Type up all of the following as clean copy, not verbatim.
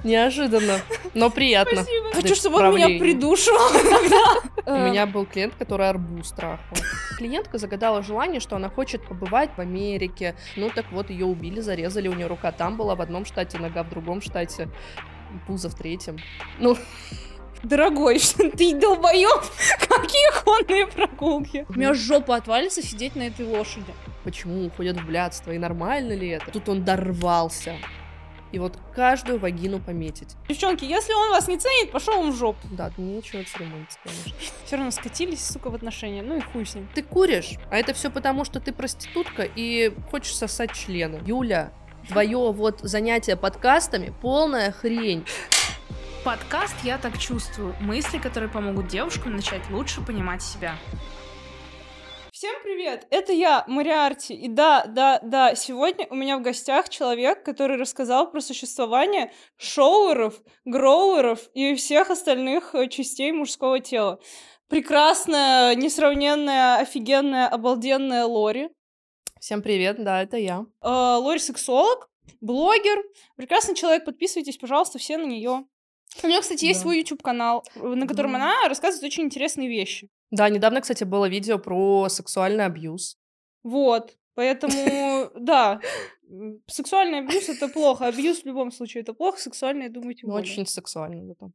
Неожиданно, но приятно. Спасибо. Хочу, чтобы он меня придушивал. У меня был клиент, который арбуз трахал. Клиентка загадала желание, что она хочет побывать в Америке. Ну так вот, ее убили, зарезали, у нее рука там была в одном штате, нога в другом штате, пузо в третьем. Ну... Дорогой, ты долбоёб? Какие конные прогулки? У меня жопа отвалится сидеть на этой лошади. Почему уходят в блядство? И нормально ли это? Тут он дорвался. И вот каждую вагину пометить. Девчонки, если он вас не ценит, пошел он в жопу. Да, нечего церемониться, конечно. Все равно скатились, сука, в отношения. Ну и хуй с ним. Ты куришь, а это все потому, что ты проститутка и хочешь сосать члены. Юля, твое вот занятие подкастами полная хрень. Подкаст «Я так чувствую». Мысли, которые помогут девушкам начать лучше понимать себя. Всем привет! Это я, Мориарти. И да, сегодня у меня в гостях человек, который рассказал про существование шоуэров, гроуэров и всех остальных частей мужского тела. Прекрасная, несравненная, офигенная, обалденная Лори. Всем привет, да, это я. Лори сексолог, блогер, прекрасный человек. Подписывайтесь, пожалуйста, все на нее. У нее, кстати, есть свой YouTube-канал, на котором она рассказывает очень интересные вещи. Да, недавно, кстати, было видео про сексуальный абьюз. Вот, поэтому, да, сексуальный абьюз — это плохо, абьюз в любом случае это плохо, сексуальный, я думаю, тем более. Очень сексуально, да.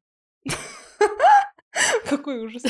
Какой ужас.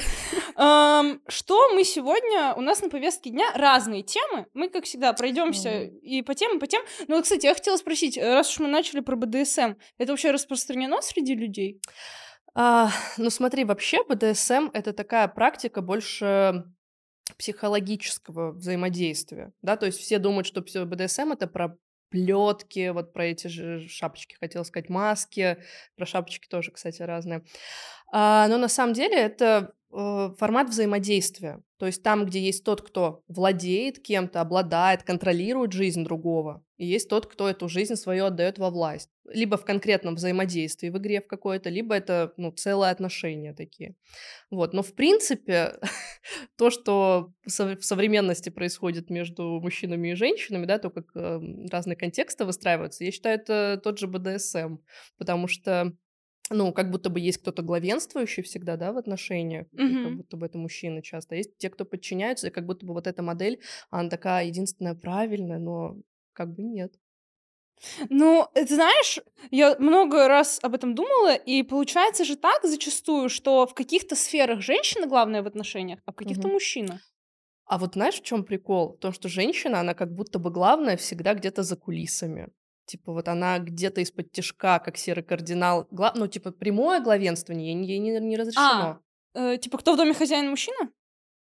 Что мы сегодня... У нас на повестке дня разные темы. Мы, как всегда, пройдемся и по темам. Ну, вот, кстати, я хотела спросить, раз уж мы начали про БДСМ, это вообще распространено среди людей? Ну, смотри, вообще БДСМ — это такая практика больше психологического взаимодействия, да, то есть все думают, что БДСМ — это про плетки, вот про эти же шапочки, хотела сказать, маски, про шапочки тоже, кстати, разные. Но на самом деле это формат взаимодействия. То есть там, где есть тот, кто владеет кем-то, обладает, контролирует жизнь другого, и есть тот, кто эту жизнь свою отдает во власть. Либо в конкретном взаимодействии в игре в какой-то, либо это, целые отношения такие. Вот. Но в принципе то, что в современности происходит между мужчинами и женщинами, да, то, как разные контексты выстраиваются, я считаю, это тот же БДСМ, потому что как будто бы есть кто-то главенствующий всегда, да, в отношениях, как будто бы это мужчины часто. Есть те, кто подчиняются, и как будто бы вот эта модель, она такая единственная правильная, но как бы нет. Ну, ты знаешь, я много раз об этом думала, и получается же так зачастую, что в каких-то сферах женщина главная в отношениях, а в каких-то мужчина. А вот знаешь, в чем прикол? В том, что женщина, она как будто бы главная всегда где-то за кулисами. Типа вот она где-то из-под тишка, как серый кардинал. Прямое главенствование ей не разрешено. Типа кто в доме хозяин, мужчина?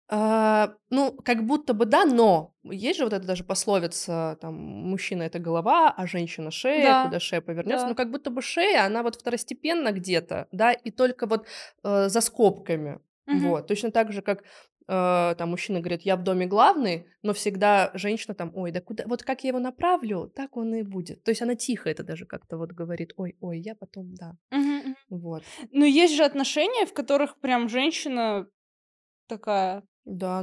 Как будто бы да, но есть же вот эта даже пословица, там, мужчина — это голова, а женщина — шея, Да, куда шея повернется. да. Ну, как будто бы шея, она вот второстепенно где-то, да, и только вот за скобками. Вот. Точно так же, как там мужчина говорит, я в доме главный, но всегда женщина там, ой, да куда, вот как я его направлю, так он и будет. То есть она тихо это даже как-то вот говорит, ой, я потом, да. Вот. Но есть же отношения, в которых прям женщина такая... Да,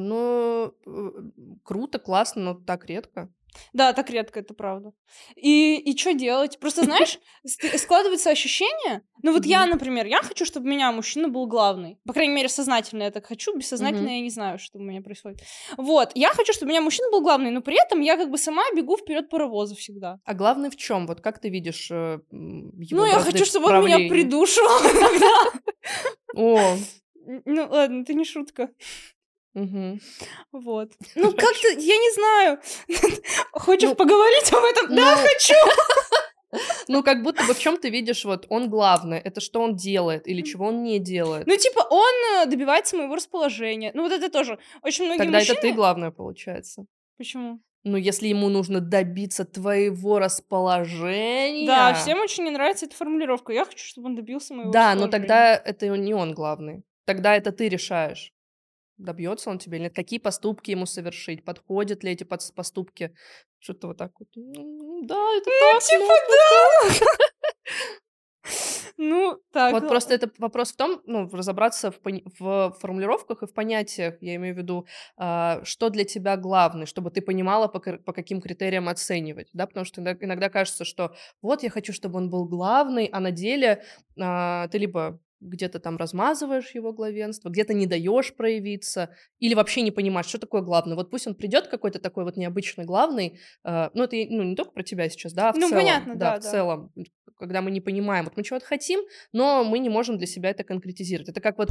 круто, классно, но так редко. Да, так редко, это правда. И что делать? Просто, знаешь, складывается ощущение... Ну вот я, например, я хочу, чтобы у меня мужчина был главный. По крайней мере, сознательно я так хочу, бессознательно я не знаю, что у меня происходит. Вот, я хочу, чтобы у меня мужчина был главный, но при этом я как бы сама бегу вперед паровоза всегда. А главный в чем? Вот как ты видишь его я хочу, чтобы он меня придушивал иногда. О. Ну ладно, это не шутка. Вот. Ну, как-то, я не знаю. Хочешь поговорить об этом? Да, хочу! Как будто бы в чем ты видишь, вот, он главный, это что он делает или чего он не делает? Он добивается моего расположения. Вот это тоже. Очень многие Тогда мужчины... это ты главная, получается. Почему? Если ему нужно добиться твоего расположения... Да, всем очень не нравится эта формулировка. Я хочу, чтобы он добился моего расположения. Да, но тогда это не он главный. Тогда это ты решаешь, добьется он тебя или нет, какие поступки ему совершить, подходят ли эти поступки. Что-то вот так вот. Да, это так. да! Ну, так, Вот просто это вопрос в том, ну, разобраться в формулировках и в понятиях. Я имею в виду, что для тебя главное, чтобы ты понимала, по каким критериям оценивать, да, потому что иногда кажется, что вот я хочу, чтобы он был главный, а на деле ты либо где-то там размазываешь его главенство, где-то не даешь проявиться, или вообще не понимаешь, что такое главное. Вот пусть он придет какой-то такой вот необычный главный, ну, это не только про тебя сейчас, да, а в ну, целом, понятно, да, да, в да. целом, когда мы не понимаем, вот мы чего-то хотим, но мы не можем для себя это конкретизировать. Это как вот...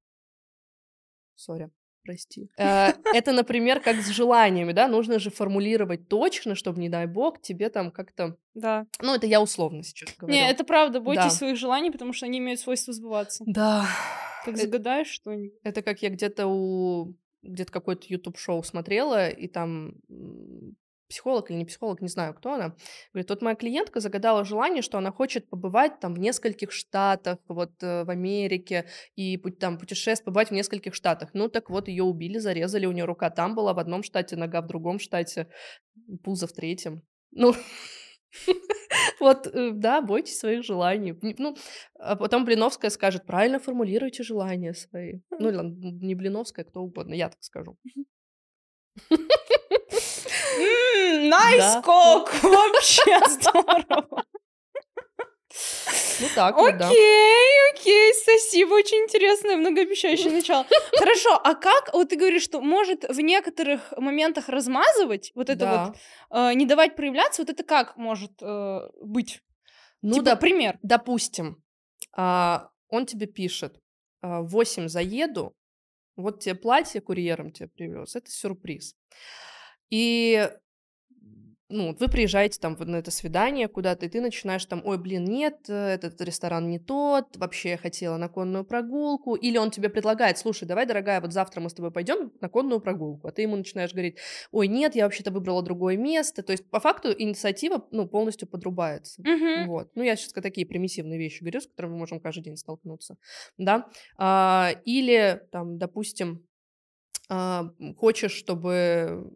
Сори, прости. Это, например, как с желаниями, да, нужно же формулировать точно, чтобы, не дай бог, тебе там как-то... Да. Ну, это я условно сейчас Не, говорю. это правда, бойтесь Да. своих желаний, потому что они имеют свойство сбываться. Да. Как загадаешь что-нибудь. Это как я где-то какое-то YouTube-шоу смотрела, и там психолог или не психолог, не знаю, кто она, говорит, вот моя клиентка загадала желание, что она хочет побывать там в нескольких штатах, вот в Америке, и там путешествовать, побывать в нескольких штатах. Ну так вот, ее убили, зарезали, у нее рука там была в одном штате, нога в другом штате, пузо в третьем. Ну, вот, да, бойтесь своих желаний. Ну, а потом Блиновская скажет, правильно формулируйте желания свои. Ну, или не Блиновская, кто угодно, я так скажу. Найс Да. кок! Вообще здорово! Ну, так вот, да. Окей, спасибо, очень интересное, многообещающее начало. Хорошо, а как, вот ты говоришь, что может в некоторых моментах размазывать, вот это Да. вот, не давать проявляться, вот это как может быть? Ну, Типа, пример. допустим, он тебе пишет, в 8 заеду, вот тебе платье курьером тебе привез, это сюрприз. И ну, вот вы приезжаете там на это свидание куда-то, и ты начинаешь там, ой, блин, нет, этот ресторан не тот, вообще я хотела на конную прогулку, или он тебе предлагает, слушай, давай, дорогая, вот завтра мы с тобой пойдем на конную прогулку, а ты ему начинаешь говорить, ой, нет, я вообще-то выбрала другое место, то есть по факту инициатива, ну, полностью подрубается. Мгм. Вот. Ну, я сейчас такие примитивные вещи говорю, с которыми мы можем каждый день столкнуться, да, или там, допустим, хочешь, чтобы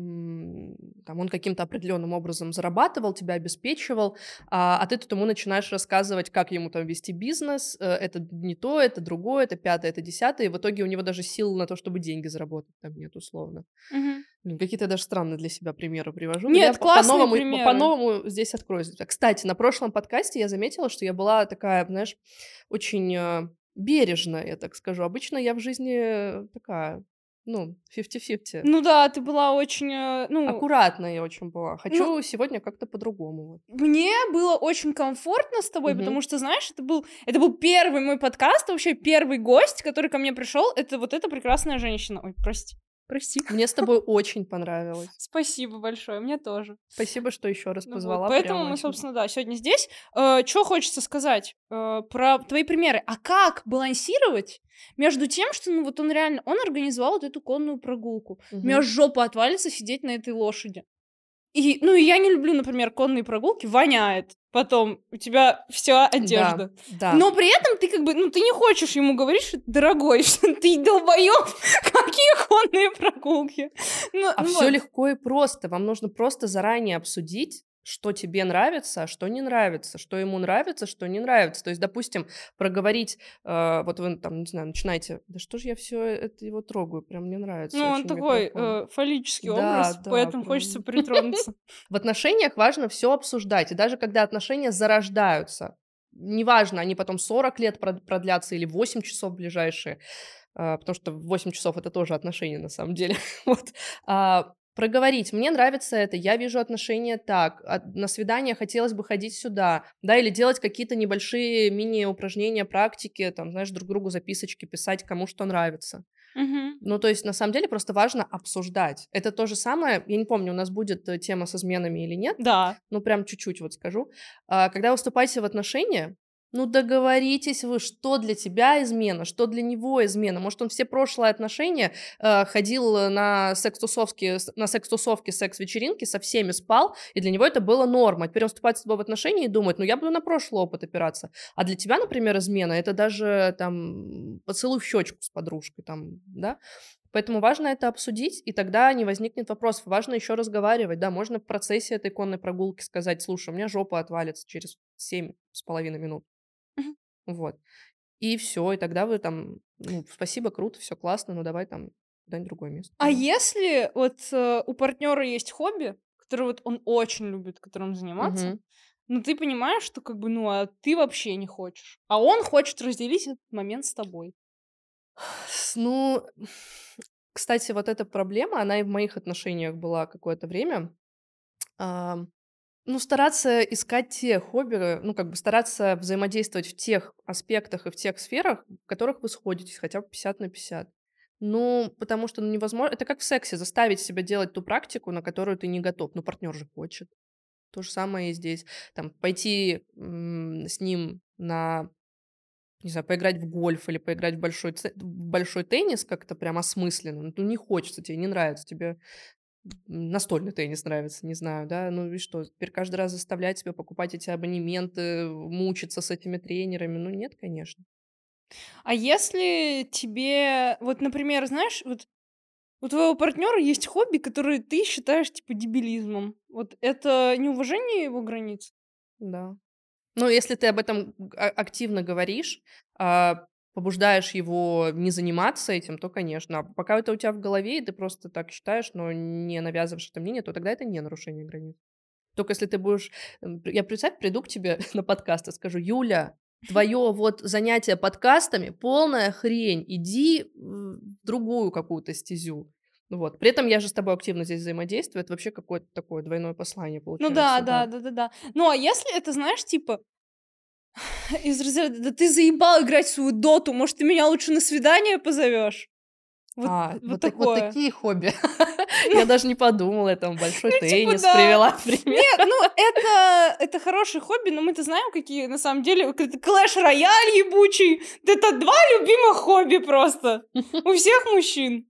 там, он каким-то определенным образом зарабатывал, тебя обеспечивал, а ты тут ему начинаешь рассказывать, как ему там вести бизнес, это не то, это другое, это пятое, это десятое, и в итоге у него даже сил на то, чтобы деньги заработать там нет, условно. Мгм. Какие-то даже странные для себя примеры привожу. Но Нет, я классные примеры. по-новому здесь откроюсь. Кстати, на прошлом подкасте я заметила, что я была такая, знаешь, очень бережная, я так скажу. Обычно я в жизни такая, ну, 50-50. Ну да, ты была очень, Аккуратная я очень была. ну, Хочу сегодня как-то по-другому. Вот. мне было очень комфортно с тобой, Мгм. потому что, знаешь, это был первый мой подкаст, вообще первый гость, который ко мне пришел, это вот эта прекрасная женщина. Ой, прости. Мне с тобой очень понравилось. Спасибо большое, мне тоже. Спасибо, что еще раз Ну позвала. вот, поэтому прям мы, очень. собственно, да, сегодня здесь. Что хочется сказать про твои примеры? А как балансировать между тем, что, ну, вот он реально, он организовал вот эту конную прогулку. У меня Мгм. жопа отвалится сидеть на этой лошади. И, ну, и я не люблю, например, конные прогулки, воняет. Потом у тебя вся одежда. Да. Но при этом ты как бы, ну, ты не хочешь ему говорить, что дорогой, что ты долбоёб, какие конные прогулки. Ну, А ну все вот. легко и просто. Вам нужно просто заранее обсудить, что тебе нравится, а что не нравится, что ему нравится, что не нравится. То есть, допустим, проговорить, вот вы там, не знаю, начинаете, да что же я все это его трогаю, прям мне нравится Ну, он очень такой микрофон. фаллический Да, образ, да, поэтому прям. хочется притронуться. В отношениях важно все обсуждать. И даже когда отношения зарождаются, неважно, они потом 40 лет продлятся или 8 часов ближайшие, потому что 8 часов — это тоже отношения на самом деле. Вот. Проговорить: "Мне нравится это, я вижу отношения так, на свидание хотелось бы ходить сюда", да, или делать какие-то небольшие мини-упражнения, практики, там, знаешь, друг другу записочки писать, кому что нравится. Мгм. Ну, то есть, на самом деле, просто важно обсуждать. Это то же самое, я не помню, у нас будет тема с изменами или нет, Да. ну, прям чуть-чуть вот скажу. Когда вы вступаете в отношения, ну, договоритесь вы, что для тебя измена, что для него измена. Может, он все прошлые отношения ходил на секс-тусовки, секс-вечеринки, со всеми спал, и для него это было норма. А теперь он вступает с тобой в отношения и думает, ну, я буду на прошлый опыт опираться. А для тебя, например, измена — это даже там поцелуй в щечку с подружкой, там, да? Поэтому важно это обсудить, и тогда не возникнет вопросов. Важно еще разговаривать, да, можно в процессе этой конной прогулки сказать, слушай, у меня жопа отвалится через 7,5 минут. Вот. И все, и тогда вы там, ну, спасибо, круто, все классно, но давай там куда-нибудь другое место А пойдём. если вот у партнера есть хобби, которое вот он очень любит, которым заниматься, Мгм. но ты понимаешь, что как бы, ну, а ты вообще не хочешь, а он хочет разделить этот момент с тобой. Ну, кстати, вот эта проблема, она и в моих отношениях была какое-то время. Ам, ну, стараться искать те хобби, ну, как бы стараться взаимодействовать в тех аспектах и в тех сферах, в которых вы сходитесь хотя бы 50/50. Ну, потому что, ну, невозможно. Это как в сексе, заставить себя делать ту практику, на которую ты не готов. Ну, партнер же хочет. То же самое и здесь. Там пойти, с ним на, не знаю, поиграть в гольф или поиграть в большой теннис как-то прям осмысленно. Ну, не хочется, тебе не нравится, тебе настольный теннис нравится, не знаю, да. Ну и что, теперь каждый раз заставлять себя покупать эти абонементы, мучиться с этими тренерами? Ну нет, конечно. А если тебе, вот, например, знаешь, вот у твоего партнера есть хобби, которое ты считаешь типа дебилизмом. Вот это неуважение его границ? Да. Ну, если ты об этом активно говоришь, побуждаешь его не заниматься этим, то, конечно. А пока это у тебя в голове, и ты просто так считаешь, но не навязываешь это мнение, то тогда это не нарушение границ. Только если ты будешь... Я, представь, приду к тебе на подкаст и скажу: Юля, твое вот занятие подкастами полная хрень, иди в другую какую-то стезю. Вот. При этом я же с тобой активно здесь взаимодействую, это вообще какое-то такое двойное послание Ну да, получается, да, да. да-да-да. Ну, а если это, знаешь, типа, из разряда: "Да ты заебал играть в свою доту, может, ты меня лучше на свидание позовешь?" Вот вот Вот такое. такие хобби. Ну Я даже не подумала, я там большой ну, типа, теннис да. привела в пример. Нет, ну, это хорошее хобби, но мы-то знаем, какие на самом деле вот это клэш-рояль ебучий. Это 2 любимых хобби просто у всех мужчин.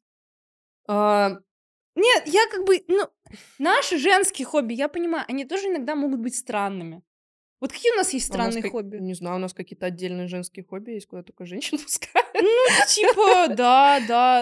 А, Нет, я как бы, ну, наши женские хобби, я понимаю, они тоже иногда могут быть странными. Вот какие у нас есть у нас, странные хобби? не знаю, у нас какие-то отдельные женские хобби есть, куда только женщин пускают. Ну, типа, да, да.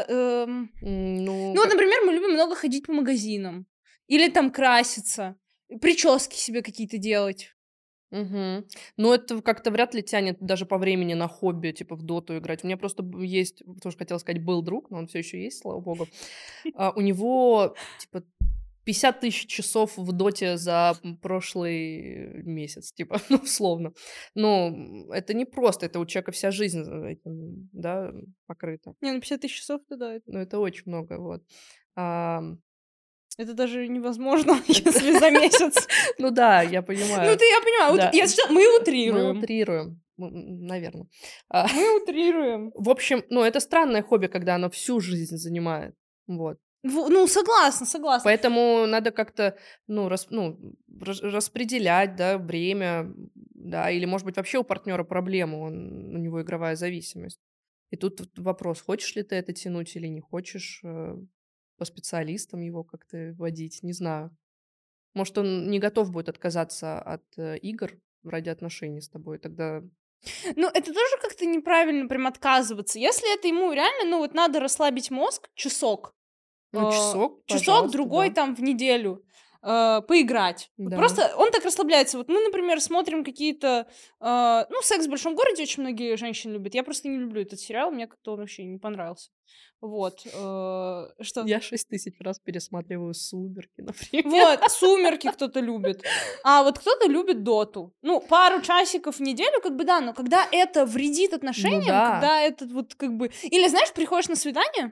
Ну, Ну, вот, например, мы любим много ходить по магазинам. Или там краситься. Прически себе какие-то делать. мгм. Ну, это как-то вряд ли тянет даже по времени на хобби, типа в доту играть. У меня просто есть, тоже хотела сказать, был друг, но он все еще есть, слава богу. У него, типа, 50 000 часов в доте за прошлый месяц, типа, ну, условно. Ну, это не просто, это у человека вся жизнь этим, да, покрыта. Не, ну 50 тысяч часов, это да. Ну, это очень много, вот. Ам, Это даже невозможно, это если за месяц. Ну да, я Ну, понимаю. это я понимаю. Вот Да, я мы мы утрируем. утрируем, наверно. Мы утрируем. В общем, ну, это странное хобби, когда оно всю жизнь занимает. Вот. Ну, согласна, согласна. Поэтому надо как-то, ну, распределять, да, время, да, или, может быть, вообще у партнера проблема, у него игровая зависимость. И тут вот вопрос, хочешь ли ты это тянуть или не хочешь, по специалистам его как-то водить, не знаю. Может, он не готов будет отказаться от игр ради отношений с тобой, тогда, Ну, это тоже как-то неправильно прям отказываться. Если это ему реально, ну, вот надо расслабить мозг часок, ну, часок, часок, пожалуйста, другой да, там в неделю, поиграть. Вот да. просто он так расслабляется. Вот мы, например, смотрим какие-то, ну, "Секс в большом городе" очень многие женщины любят. Я просто не люблю этот сериал, мне как-то он вообще не понравился. Вот, что? Я 6000 раз пересматриваю "Сумерки", например. Вот, "Сумерки" кто-то любит, а вот кто-то любит "Доту". Ну, пару часиков в неделю, как бы да, но когда это вредит Ну отношениям, да. когда это вот как бы или, знаешь, приходишь на свидание,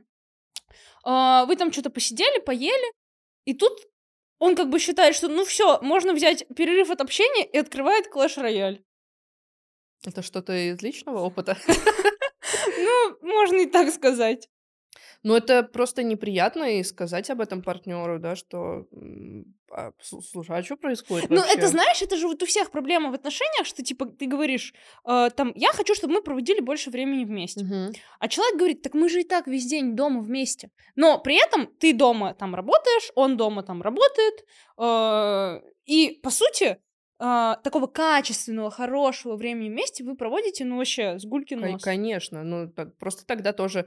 вы там что то посидели, поели, и тут он как бы считает, что ну все, можно взять перерыв от общения и открывает Clash Royale. Это что-то из личного опыта? Ну, можно и так сказать. Ну, это просто неприятно и сказать об этом партнеру, да, что, слушай, а что происходит Ну, это, вообще? знаешь, это же вот у всех проблема в отношениях, что, типа, ты говоришь, там: "Я хочу, чтобы мы проводили больше времени вместе". Мгм. А человек говорит: "Так мы же и так весь день дома вместе". Но при этом ты дома там работаешь, он дома там работает, и, по сути, такого качественного, хорошего времени вместе вы проводите, ну, вообще с гулькин нос. Конечно, ну, так просто тогда тоже,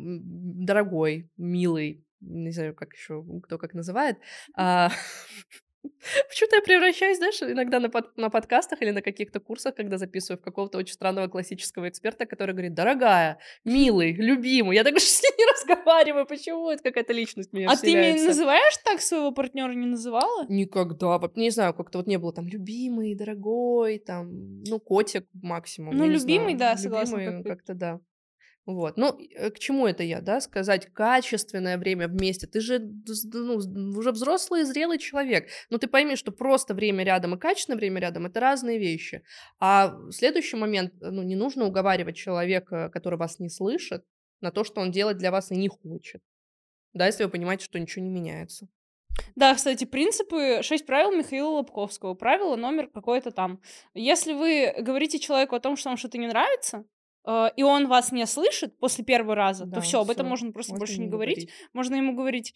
дорогой, милый, не знаю, как еще, кто как называет, а, Почему-то я превращаюсь, знаешь, иногда на подкастах или на каких-то курсах, когда записываю, в какого-то очень странного классического эксперта, который говорит: "Дорогая, милый, любимый". Я так больше с ним не разговариваю. Почему? Это какая-то личность в меня А ты не вселяется. называешь так своего партнера, не называла? Никогда. Вот не знаю, как-то вот не было там любимый, дорогой, там, ну, котик максимум, Ну, я не любимый, знаю. да, согласна, как Любимый ты. как-то да. Вот. Ну, к чему это я, да? Сказать качественное время вместе. Ты же уже взрослый, зрелый человек. Но ты пойми, что просто время рядом и качественное время рядом — это разные вещи. А в следующий момент, ну, не нужно уговаривать человека, который вас не слышит, на то, что он делать для вас и не хочет. Да, если вы понимаете, что ничего не меняется. Да, кстати, принципы 6 правил Михаила Лобковского. Правило номер какой-то там. Если вы говорите человеку о том, что вам что-то не нравится, и он вас не слышит после первого раза, то Да, все, об этом все, можно просто можно больше не не говорить. говорить. Можно ему говорить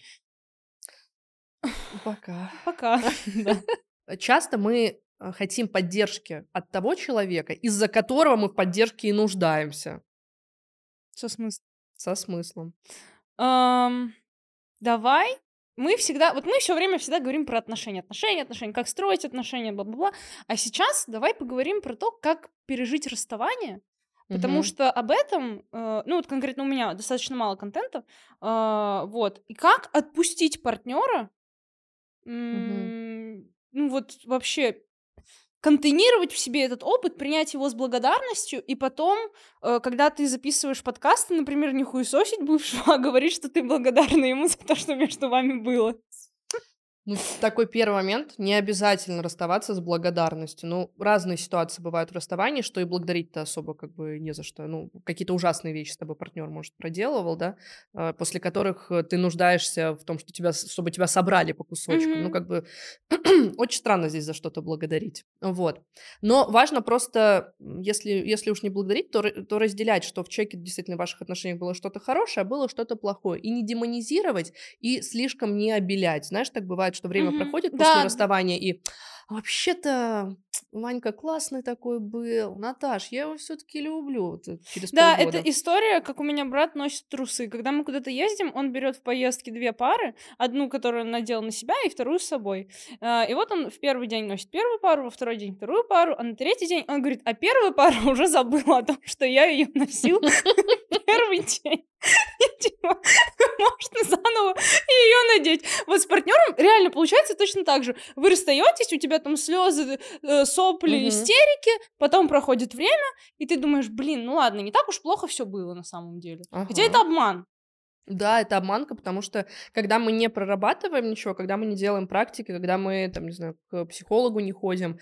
Пока. пока. Да. Часто мы хотим поддержки от того человека, из-за которого мы в поддержке и нуждаемся. Со смыслом. Со смыслом. Давай. Мы все время всегда говорим про отношения, как строить отношения, бла-бла-бла. А сейчас давай поговорим про то, как пережить расставание, потому Мгм. что об этом, ну вот конкретно у меня достаточно мало контента, вот. И как отпустить партнера, Мгм. ну вот вообще контейнировать в себе этот опыт, принять его с благодарностью, и потом, когда ты записываешь подкасты, например, не хуесосить бывшего, а говорить, что ты благодарна ему за то, что между вами было. Ну, такой первый момент. Не обязательно расставаться с благодарностью. Ну, разные ситуации бывают в расставании, что и благодарить-то особо как бы не за что. Ну, какие-то ужасные вещи с тобой партнер, может, проделывал, да, после которых ты нуждаешься в том, чтобы тебя собрали по кусочкам. Ну, Мгм. как бы очень странно здесь за что-то благодарить. Вот. Но важно просто, если уж не благодарить, то разделять, что в человеке действительно в ваших отношениях было что-то хорошее, а было что-то плохое. И не демонизировать, и слишком не обелять. Знаешь, так бывает, что время Мгм. проходит после Да, расставания, и вообще-то Ванька классный такой был. Наташ, я его все-таки люблю. Вот через да, это полгода. история, как у меня брат носит трусы. Когда мы куда-то ездим, он берет в поездке 2 пары, одну, которую он надел на себя, и вторую с собой. И вот он в первый день носит первую пару, во второй день вторую пару, а на третий день он говорит: "А первую пару уже забыла о том, что я ее носил первый день". И типа, можно заново ее надеть. Вот с партнером реально получается точно так же. Вы расстаетесь, у тебя там слезы, сопли, Мгм. истерики, потом проходит время, и ты думаешь: блин, ну ладно, не так уж плохо все было на самом деле. Хотя это Ага. обман. Да, это обманка, потому что когда мы не прорабатываем ничего, когда мы не делаем практики, когда мы, там, не знаю, к психологу не ходим,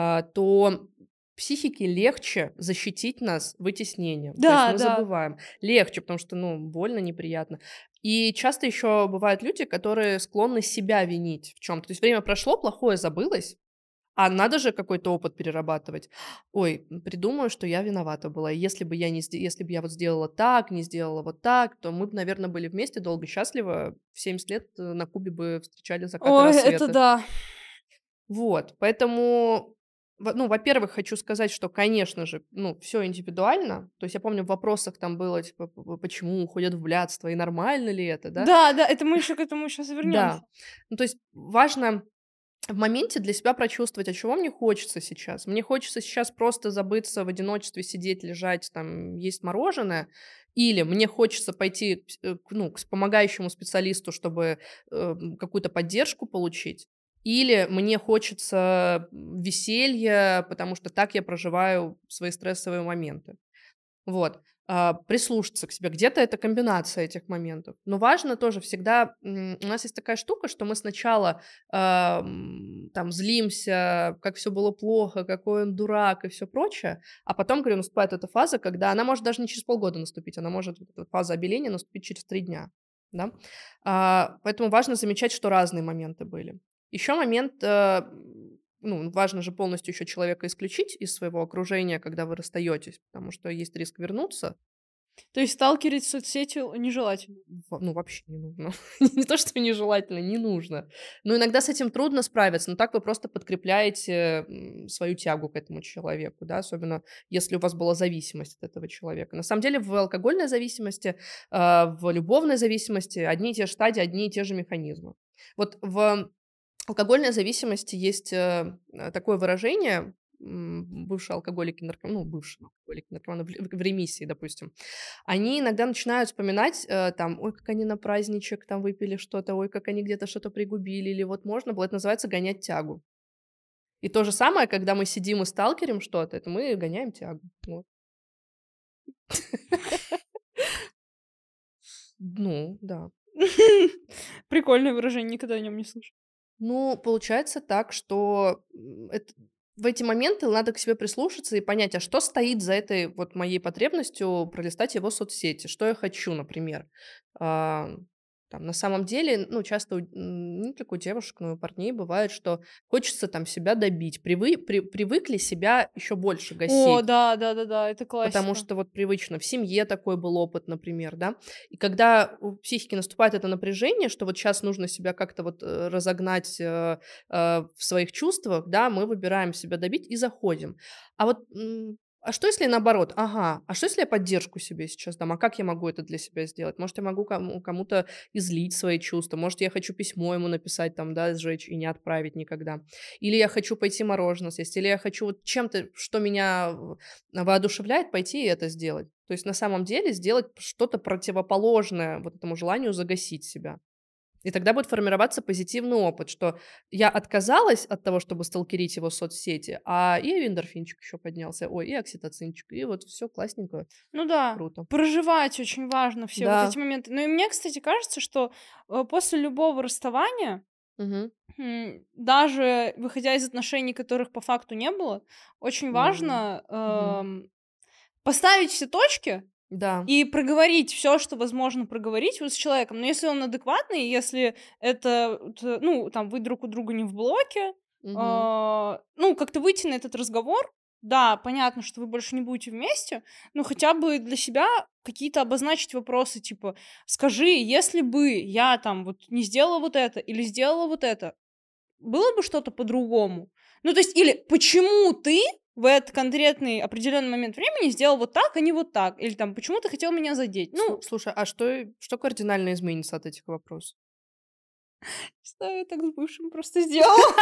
то психике легче защитить нас вытеснением. То есть Да, мы да. забываем. Легче, потому что, ну, больно, неприятно. И часто еще бывают люди, которые склонны себя винить в чем-то. То есть время прошло, плохое забылось, а надо же какой-то опыт перерабатывать. Ой, придумаю, что я виновата была. И если бы я вот сделала так, не сделала вот так, то мы бы, наверное, были вместе долго, счастливо. В 70 лет на Кубе бы встречали закаты, Ой, это рассветы. да. Вот, поэтому, ну, во-первых, хочу сказать, что, конечно же, ну, все индивидуально. То есть я помню, в вопросах там было, типа, почему уходят в блядство, и нормально ли это, да? Да, да, это мы еще к этому сейчас вернемся. Да. Ну, то есть важно в моменте для себя прочувствовать, а чего мне хочется сейчас. Мне хочется сейчас просто забыться в одиночестве, сидеть, лежать, там, есть мороженое, или мне хочется пойти ну, к помогающему специалисту, чтобы какую-то поддержку получить, или мне хочется веселья, потому что так я проживаю свои стрессовые моменты. Вот. Прислушаться к себе. Где-то это комбинация этих моментов. Но важно тоже всегда, у нас есть такая штука, что мы сначала там злимся, как все было плохо, какой он дурак и все прочее, а потом, говорю, наступает эта фаза, когда она может даже не через полгода наступить, она может, вот эта фаза обеления, наступить через 3 дня. Да? Поэтому важно замечать, что разные моменты были. Еще момент, ну, важно же полностью еще человека исключить из своего окружения, когда вы расстаетесь, потому что есть риск вернуться. То есть сталкерить в соцсети нежелательно. Ну, вообще не нужно. Не то, что нежелательно, не нужно. Но иногда с этим трудно справиться, но так вы просто подкрепляете свою тягу к этому человеку, да, особенно если у вас была зависимость от этого человека. На самом деле в алкогольной зависимости, в любовной зависимости одни и те же стадии, одни и те же механизмы. Вот в алкогольной зависимости есть такое выражение, бывшие алкоголики, бывшие алкоголики, наркоманы в ремиссии, допустим, они иногда начинают вспоминать, там, ой, как они на праздничек там выпили что-то, ой, как они где-то что-то пригубили, или вот можно было, это называется гонять тягу. И то же самое, когда мы сидим и сталкерим что-то, это мы гоняем тягу. Вот. Ну, да. Прикольное выражение, никогда о нем не слышал. Ну, получается так, что в эти моменты надо к себе прислушаться и понять, а что стоит за этой вот моей потребностью пролистать его соцсети, что я хочу, например. А, Там, на самом деле, ну, часто не только у девушек, но и у парней бывает, что хочется там себя добить, привыкли себя еще больше О, гасить. да, это Потому классика. что вот привычно в семье такой был опыт, например, да. И когда у психики наступает это напряжение, что вот сейчас нужно себя как-то вот разогнать в своих чувствах, да, мы выбираем себя добить и заходим. А вот а что если наоборот? Ага, а что если я поддержку себе сейчас дам? А как я могу это для себя сделать? Может, я могу кому-то излить свои чувства? Может, я хочу письмо ему написать, там, да, сжечь и не отправить никогда? Или я хочу пойти мороженое съесть? Или я хочу вот чем-то, что меня воодушевляет, пойти и это сделать. То есть на самом деле сделать что-то противоположное вот этому желанию загасить себя. И тогда будет формироваться позитивный опыт, что я отказалась от того, чтобы сталкерить его в соцсети, а и эндорфинчик еще поднялся, ой, и окситоцинчик, и вот все классненько, Ну да, круто. проживать очень важно все вот эти Да. моменты. Ну и мне, кстати, кажется, что после любого расставания, Мгм. даже выходя из отношений, которых по факту не было, очень Ну, важно мгм. поставить все точки Да. и проговорить все, что возможно проговорить вот с человеком. Но если он адекватный, если это, ну, там, вы друг у друга не в блоке, Мгм. ну, как-то выйти на этот разговор. Да, понятно, что вы больше не будете вместе, но хотя бы для себя какие-то обозначить вопросы, типа, скажи, если бы я там вот не сделала вот это или сделала вот это, было бы что-то по-другому? Ну, то есть, или почему ты в этот конкретный определенный момент времени сделал вот так, а не вот так? Или там, почему ты хотел меня задеть? Ну, Слушай, а что кардинально изменится от этих вопросов? что я так с бывшим просто сделала?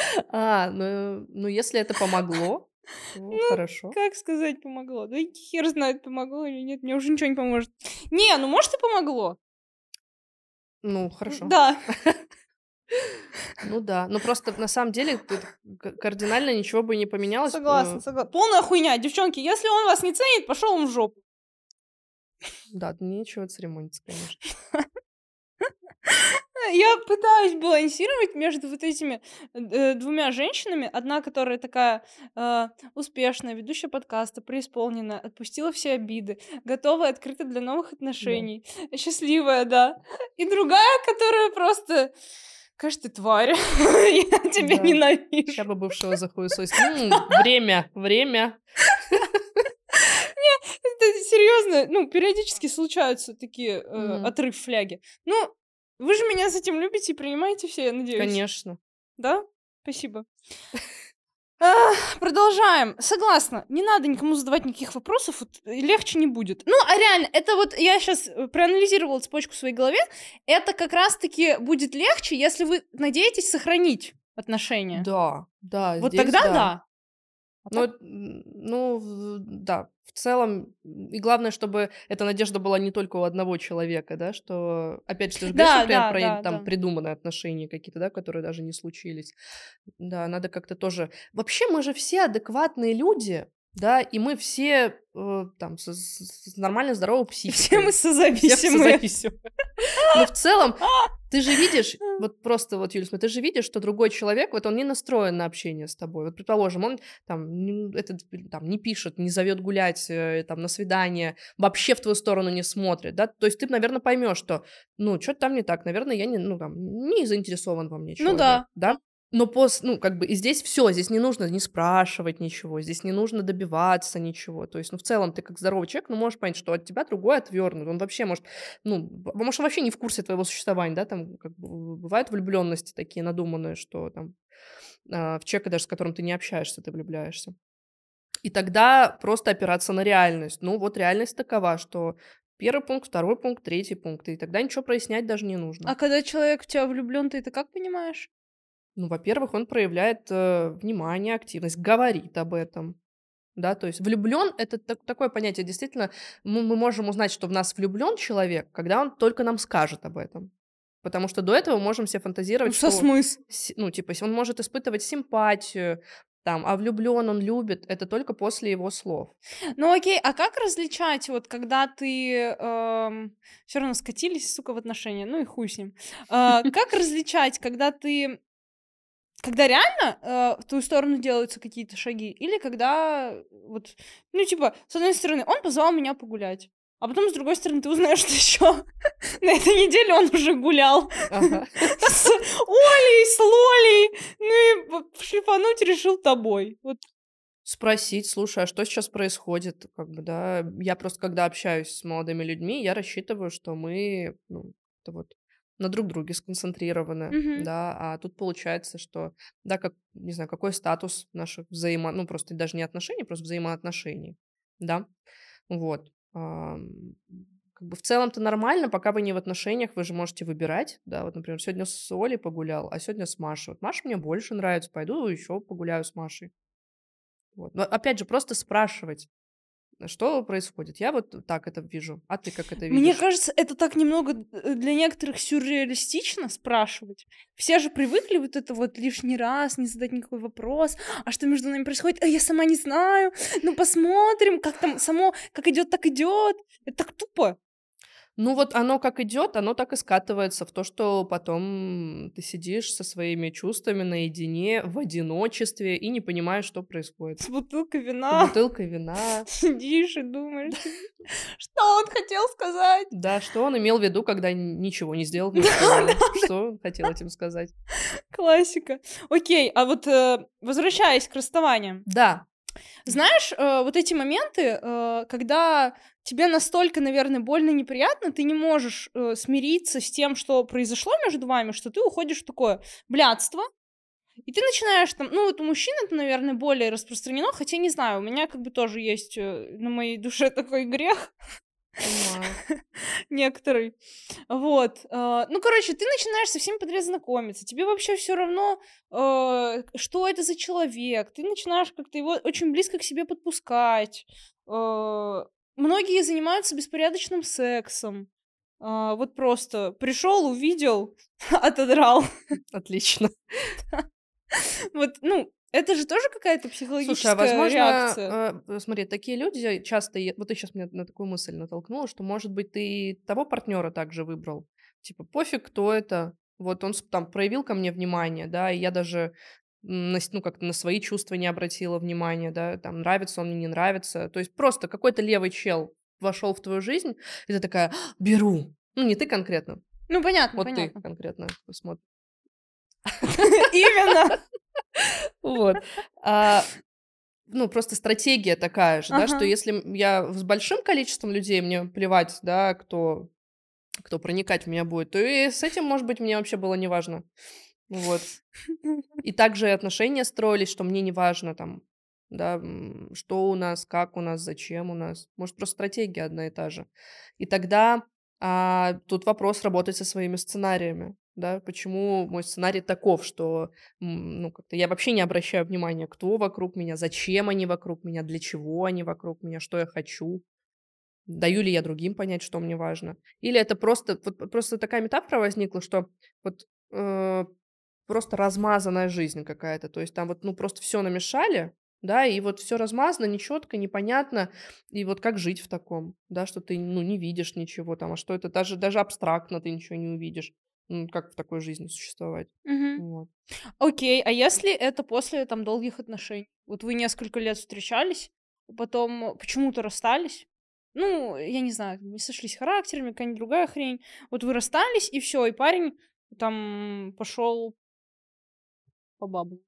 Ну если это помогло, то Ну, хорошо. как сказать помогло? Да и хер знает, помогло или нет, мне уже ничего не поможет. Не, ну может и помогло. Ну, хорошо. Да. Ну да. Ну, просто на самом деле кардинально ничего бы не поменялось. Согласна, согласна. Полная хуйня. Девчонки, если он вас не ценит, пошел он в жопу. Да, нечего церемониться, конечно. Я пытаюсь балансировать между вот этими двумя женщинами. Одна, которая такая успешная, ведущая подкаста, преисполненная, отпустила все обиды, готовая, открыта для новых Да. отношений, счастливая, да. И другая, которая просто... Кажется, ты тварь. Я тебя Да. ненавижу. Ща бы бывшего захуесосить. Время. Это серьезно, ну, периодически случаются такие Мгм. отрыв фляги. Ну, вы же меня с этим любите и принимаете все, я надеюсь. Конечно. Да? Спасибо. Продолжаем. Согласна. Не надо никому задавать никаких вопросов, вот, легче не будет. Ну, а реально, это вот я сейчас проанализировала цепочку в своей голове. Это как раз-таки будет легче, если вы надеетесь сохранить отношения. Да, Вот здесь тогда да. да. А Ну, так- да, в целом, и главное, чтобы эта надежда была не только у одного человека, да, что, опять же, ты же говоришь, Да, например, да, про да, там да. придуманные отношения какие-то, да, которые даже не случились. Да, надо как-то тоже... Вообще мы же все адекватные люди, да, и мы все там с нормально здоровой психикой. Все мы Все созависимые. созависимы. Но в целом ты же видишь, вот просто вот, Юль, смотри, ты же видишь, что другой человек, вот он не настроен на общение с тобой. Вот, предположим, он там, там не пишет, не зовет гулять, там, на свидание, вообще в твою сторону не смотрит, да, то есть ты, наверное, поймешь, что, ну, что-то там не так, наверное, я не, ну, там, не заинтересован во мне Ну человек, да. да, но ну, как бы, и здесь все, здесь не нужно не спрашивать ничего, здесь не нужно добиваться ничего, то есть, ну, в целом, ты как здоровый человек, ну, можешь понять, что от тебя другой отвернут, он вообще может, ну, может, он вообще не в курсе твоего существования, да, там, как бы, бывают влюбленности такие надуманные, что там в человека даже, с которым ты не общаешься, ты влюбляешься. И тогда просто опираться на реальность. Ну, вот реальность такова, что первый пункт, второй пункт, третий пункт, и тогда ничего прояснять даже не нужно. А когда человек в тебя влюблен, ты это как понимаешь? Ну, во-первых, он проявляет внимание, активность, говорит об этом. Да, то есть влюблен это такое понятие. Действительно, мы можем узнать, что в нас влюблен человек, когда он только нам скажет об этом. Потому что до этого мы можем себе Ну, фантазировать, со что смысл. ну, типа, он может испытывать симпатию, там, а влюблен, он любит, это только после его слов. Ну окей, а как различать, вот когда ты все равно скатились, сука, в отношения, ну и хуй с ним. Как различать, когда реально в твою сторону делаются какие-то шаги, или когда вот, ну типа, с одной стороны, он позвал меня погулять, а потом с другой стороны ты узнаешь, что еще на этой неделе он уже гулял Ага. с Олей, с Лолей, ну и шлифануть решил тобой. Вот. Спросить, слушай, а что сейчас происходит? Как бы, да, я просто, когда общаюсь с молодыми людьми, я рассчитываю, что мы, ну, как-то вот на друг друге сконцентрированы, Мгм. да, а тут получается, что, да, как, не знаю, какой статус наших ну, просто даже не отношений, просто взаимоотношений, да, вот. Как бы в целом-то нормально, пока вы не в отношениях, вы же можете выбирать, да, вот, например, сегодня с Олей погулял, а сегодня с Машей. Вот Маша мне больше нравится, пойду еще погуляю с Машей. Вот. Но опять же, просто спрашивать, что происходит. Я вот так это вижу. А ты как это Мне видишь? кажется, это так немного для некоторых сюрреалистично спрашивать. Все же привыкли вот это вот лишний раз не задать никакой вопрос. А что между нами происходит? А я сама не знаю. Ну посмотрим, как там само, как идет, так идет. Это так тупо. Ну вот оно как идет, оно так и скатывается в то, что потом ты сидишь со своими чувствами наедине, в одиночестве и не понимаешь, что происходит. С бутылкой С вина бутылкой вина. сидишь и думаешь, что он хотел сказать. Да, что он имел в виду, когда ничего не сделал вместо меня? Что он хотел этим сказать? Классика. Окей, а вот возвращаясь к расставаниям. Да, Знаешь, вот эти моменты, когда тебе настолько, наверное, больно и неприятно, ты не можешь смириться с тем, что произошло между вами, что ты уходишь в такое блядство, и ты начинаешь там, ну вот у мужчин это, наверное, более распространено, хотя не знаю, у меня как бы тоже есть на моей душе такой грех понимаю. некоторый. Вот. Ну, короче, ты начинаешь со всеми подряд знакомиться, тебе вообще все равно, что это за человек, ты начинаешь как-то его очень близко к себе подпускать. Многие занимаются беспорядочным сексом. Вот просто пришел, увидел, отодрал. Отлично. Вот, ну, это же тоже какая-то Слушай, а психологическая реакция. возможно, смотри, такие люди часто, вот ты сейчас меня на такую мысль натолкнула, что, может быть, ты того партнера также выбрал. Типа, пофиг, кто это. Вот он там проявил ко мне внимание, да, и я даже ну, как-то на свои чувства не обратила внимания, да, там, нравится он мне, не нравится. То есть просто какой-то левый чел вошел в твою жизнь, и ты такая: «А, беру». Ну, не ты конкретно, Ну, понятно, вот ты понятно. конкретно посмотри. Именно. Вот. Ну, просто стратегия такая же, да, что Ага. если я с большим количеством людей, мне плевать, да, кто проникать в меня будет, то и с этим, может быть, мне вообще было неважно. Вот. И также и отношения строились, что мне неважно там, да, что у нас, как у нас, зачем у нас. Может, просто стратегия одна и та же. И тогда тут вопрос работать со своими сценариями, да, почему мой сценарий таков, что, ну, как-то я вообще не обращаю внимания, кто вокруг меня, зачем они вокруг меня, для чего они вокруг меня, что я хочу, даю ли я другим понять, что мне важно. Или это просто, вот просто такая метафора возникла, что вот просто размазанная жизнь какая-то. То есть там вот, ну, просто все намешали, да, и вот все размазано, нечётко, непонятно. И вот как жить в таком, да, что ты, ну, не видишь ничего там, а что это даже абстрактно ты ничего не увидишь. Как в такой жизни существовать? Мгм. Вот. Окей, а если это после там долгих отношений? Вот вы несколько лет встречались, потом почему-то расстались. Ну, я не знаю, не сошлись характерами, какая-нибудь другая хрень. Вот вы расстались, и все, и парень там пошел по бабу.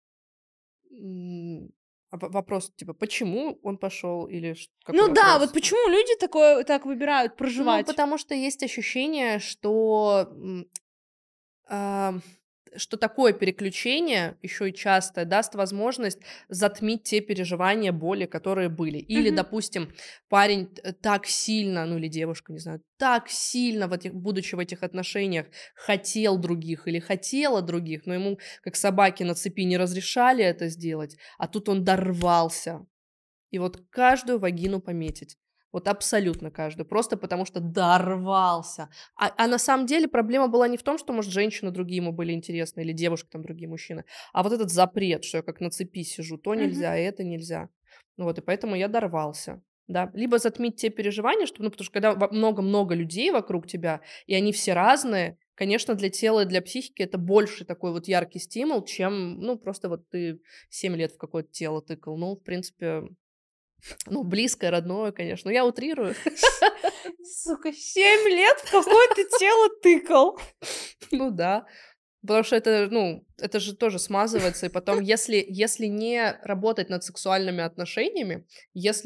М, вопрос, типа, почему он пошел или какой Ну да, вот вопрос? почему люди такое так выбирают Ну, проживать? потому что есть ощущение, что, что такое переключение, еще и часто, даст возможность затмить те переживания, боли, которые были. Или, допустим, парень так сильно, ну или девушка, не знаю, так сильно, будучи в этих отношениях, хотел других или хотела других, но ему, как собаке на цепи, не разрешали это сделать, а тут он дорвался. И вот каждую вагину пометить. Вот абсолютно каждую. Просто потому что дорвался. А на самом деле проблема была не в том, что, может, женщины другие ему были интересны, или девушки там другие мужчины, а вот этот запрет, что я как на цепи сижу, то нельзя, это нельзя. Ну вот, и поэтому я дорвался. Да, либо затмить те переживания, что, ну, потому что когда много-много людей вокруг тебя, и они все разные, конечно, для тела и для психики это больше такой вот яркий стимул, чем, ну, просто вот ты 7 лет в какое-то тело тыкал. Ну, в принципе, ну, близкое, родное, конечно. Я утрирую. Сука, 7 лет в какое-то тело тыкал. Ну да. Потому что это, ну, это же тоже смазывается. И потом, если не работать над сексуальными отношениями, если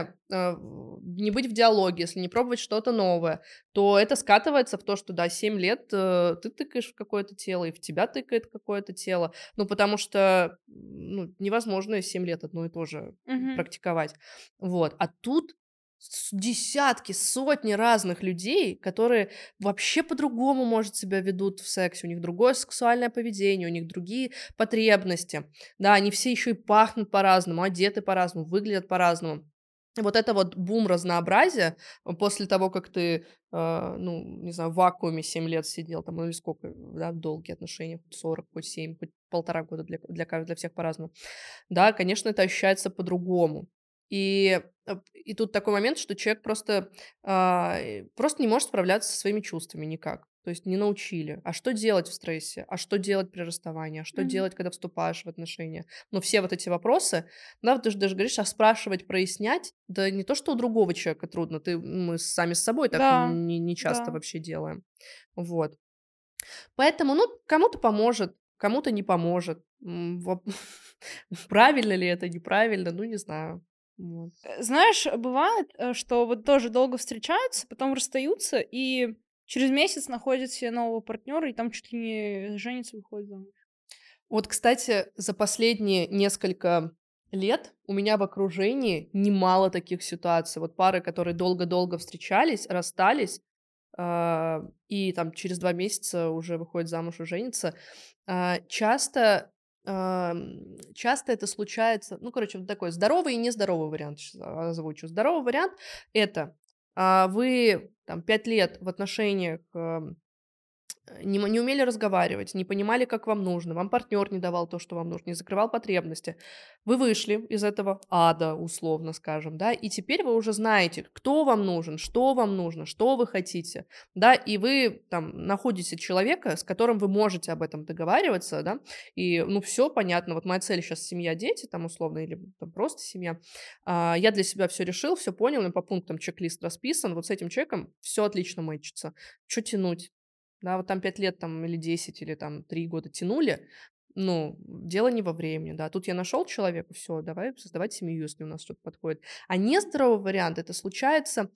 не быть в диалоге, если не пробовать что-то новое, то это скатывается в то, что, да, 7 лет ты тыкаешь в какое-то тело, и в тебя тыкает какое-то тело. Ну, потому что ну, невозможно 7 лет одно и то же практиковать. Вот. А тут десятки, сотни разных людей, которые вообще по-другому, может, себя ведут в сексе, у них другое сексуальное поведение, у них другие потребности, да, они все еще и пахнут по-разному, одеты по-разному, выглядят по-разному. И вот это вот бум разнообразия после того, как ты, ну, не знаю, в вакууме 7 лет сидел, там, или сколько, да, долгие отношения, хоть 40, хоть 7, хоть 1,5 года для всех по-разному, да, конечно, это ощущается по-другому. И тут такой момент, что человек просто не может справляться со своими чувствами никак. То есть не научили. А что делать в стрессе? А что делать при расставании? А что делать, когда вступаешь в отношения? Ну, все вот эти вопросы, да, вот ты же даже говоришь, а спрашивать, прояснять, да не то, что у другого человека трудно, мы сами с собой так Да, не часто да. вообще делаем. Вот. Поэтому, ну, кому-то поможет, кому-то не поможет. Правильно ли это, неправильно, ну, не знаю. Вот. Знаешь, бывает, что вот тоже долго встречаются, потом расстаются, и через месяц находят себе нового партнера, и там чуть ли не женятся, выходят замуж. Вот, кстати, за последние несколько лет у меня в окружении немало таких ситуаций. Вот пары, которые долго-долго встречались, расстались, и там через 2 месяца уже выходят замуж и женятся. Часто это случается, ну, короче, вот такой здоровый и нездоровый вариант щас озвучу. Здоровый вариант — это вы там 5 лет в отношениях не умели разговаривать, не понимали, как вам нужно, вам партнер не давал то, что вам нужно, не закрывал потребности. Вы вышли из этого ада, условно скажем, да, и теперь вы уже знаете, кто вам нужен, что вы хотите, да, и вы там находите человека, с которым вы можете об этом договариваться, да, и, ну, все понятно, вот моя цель сейчас семья, дети, там, условно, или там просто семья, я для себя все решил, все понял, у меня по пунктам чек-лист расписан, вот с этим человеком все отлично мэчится, что тянуть? Да, вот там 5 лет там или 10 или там 3 года тянули, ну, дело не во времени, да. Тут я нашел человека, все, давай создавать семью, если у нас что-то подходит. А нездоровый вариант — это случается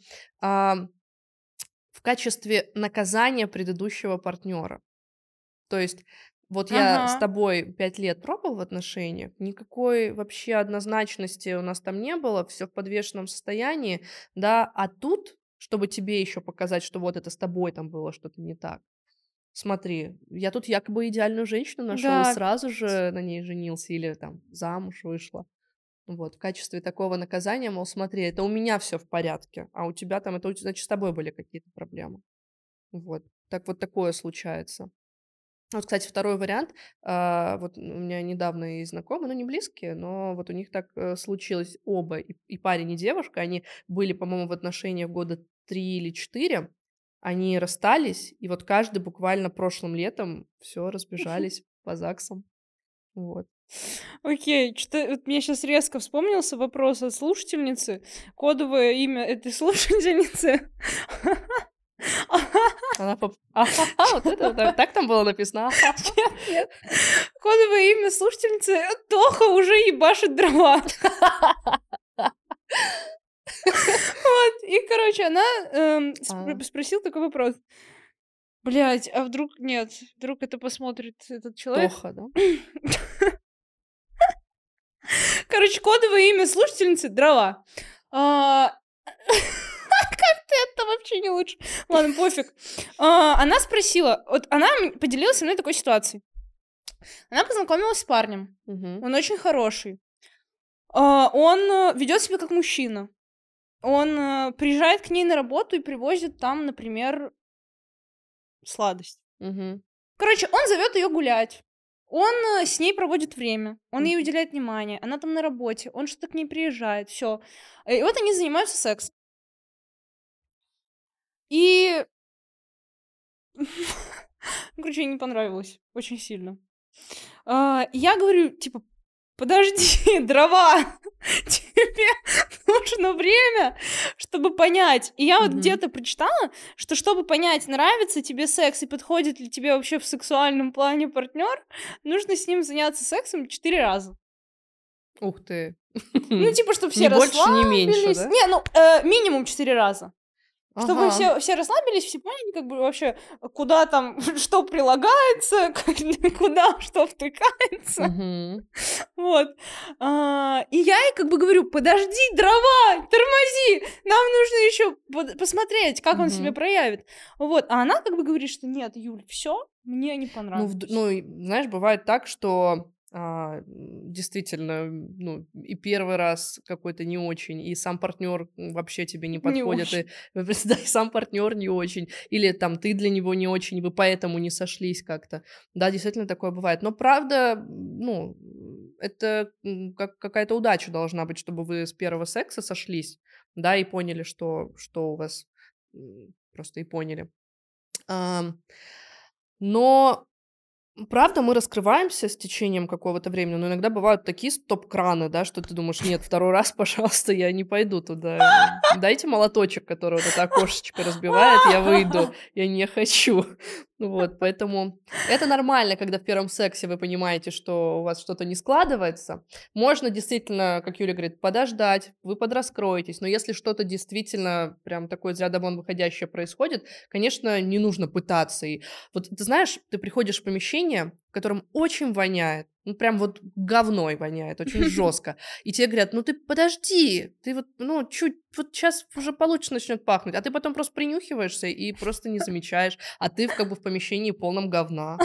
в качестве наказания предыдущего партнера. То есть вот я с Ага. тобой 5 лет пробовал в отношениях, никакой вообще однозначности у нас там не было, все в подвешенном состоянии, да, а тут, чтобы тебе еще показать, что вот это с тобой там было что-то не так, смотри, я тут якобы идеальную женщину нашел и Да, сразу же на ней женился или там замуж вышла. Вот, в качестве такого наказания, мол, смотри, это у меня все в порядке, а у тебя там, это, значит, с тобой были какие-то проблемы. Вот, так вот такое случается. Вот, кстати, второй вариант, вот у меня недавно и знакомые, ну, не близкие, но вот у них так случилось оба, и парень, и девушка, они были, по-моему, в отношениях года 3 или 4, они расстались, и вот каждый буквально прошлым летом все разбежались по ЗАГСам. Вот. окей. Что-то вот мне сейчас резко вспомнился вопрос от слушательницы. Кодовое имя этой слушательницы. Она вот это, так там было написано? Нет. Кодовое имя слушательницы — Тоха уже ебашит дрова. Вот, и, короче, она спросила такой вопрос. Блядь, а вдруг нет? Вдруг это посмотрит этот человек? Тоха, да? Короче, кодовое имя слушательницы — Дрова. Как-то это вообще не лучше. Ладно, пофиг. Она спросила, вот она поделилась со мной такой ситуацией. Она познакомилась с парнем. Он очень хороший. Он ведет себя как мужчина. Он приезжает к ней на работу и привозит там, например, сладость. Короче, он зовет ее гулять. Он с ней проводит время. Он ей уделяет внимание. Она там на работе. Он что-то к ней приезжает. Все. И вот они занимаются сексом. И... Короче, ей не понравилось. Очень сильно. Я говорю, типа, подожди, Дрова, тебе нужно время, чтобы понять. И я вот где-то прочитала, что чтобы понять, нравится тебе секс и подходит ли тебе вообще в сексуальном плане партнер, нужно с ним заняться сексом 4 раза. Ух ты. Ну, типа, чтобы все Ни больше, ни меньше, расслабились. да? Не, ну, минимум 4 раза. Чтобы Ага. все расслабились, все поняли, как бы вообще, куда там что прилагается, куда что втыкается. Мгм. Вот. И я ей как бы говорю, подожди, Дрова, тормози, нам нужно еще посмотреть, как он себя Мгм. проявит. Вот. А она как бы говорит, что нет, Юль, все, мне не Ну, понравилось. и, знаешь, бывает так, что действительно, ну, и первый раз какой-то не очень, и сам партнер вообще тебе не Не подходит, очень. да, и сам партнер не очень, или там ты для него не очень, вы поэтому не сошлись как-то. Да, действительно такое бывает. Но правда, ну, это как какая-то удача должна быть, чтобы вы с первого секса сошлись, да, и поняли, что у вас просто и поняли. Ам, Но правда, мы раскрываемся с течением какого-то времени, но иногда бывают такие стоп-краны, да, что ты думаешь, нет, второй раз, пожалуйста, я не пойду туда. Дайте молоточек, который вот это окошечко разбивает, я выйду, я не хочу. Вот, поэтому это нормально, когда в первом сексе вы понимаете, что у вас что-то не складывается. Можно действительно, как Юля говорит, подождать, вы подраскроетесь, но если что-то действительно прям такое из ряда вон выходящее происходит, конечно, не нужно пытаться. И вот ты знаешь, ты приходишь в помещение, в котором очень воняет, ну прям вот говной воняет, очень жестко, и тебе говорят, ну ты подожди, ты вот, ну чуть, вот сейчас уже получше начнет пахнуть, а ты потом просто принюхиваешься и просто не замечаешь, а ты как бы в помещении полном говна.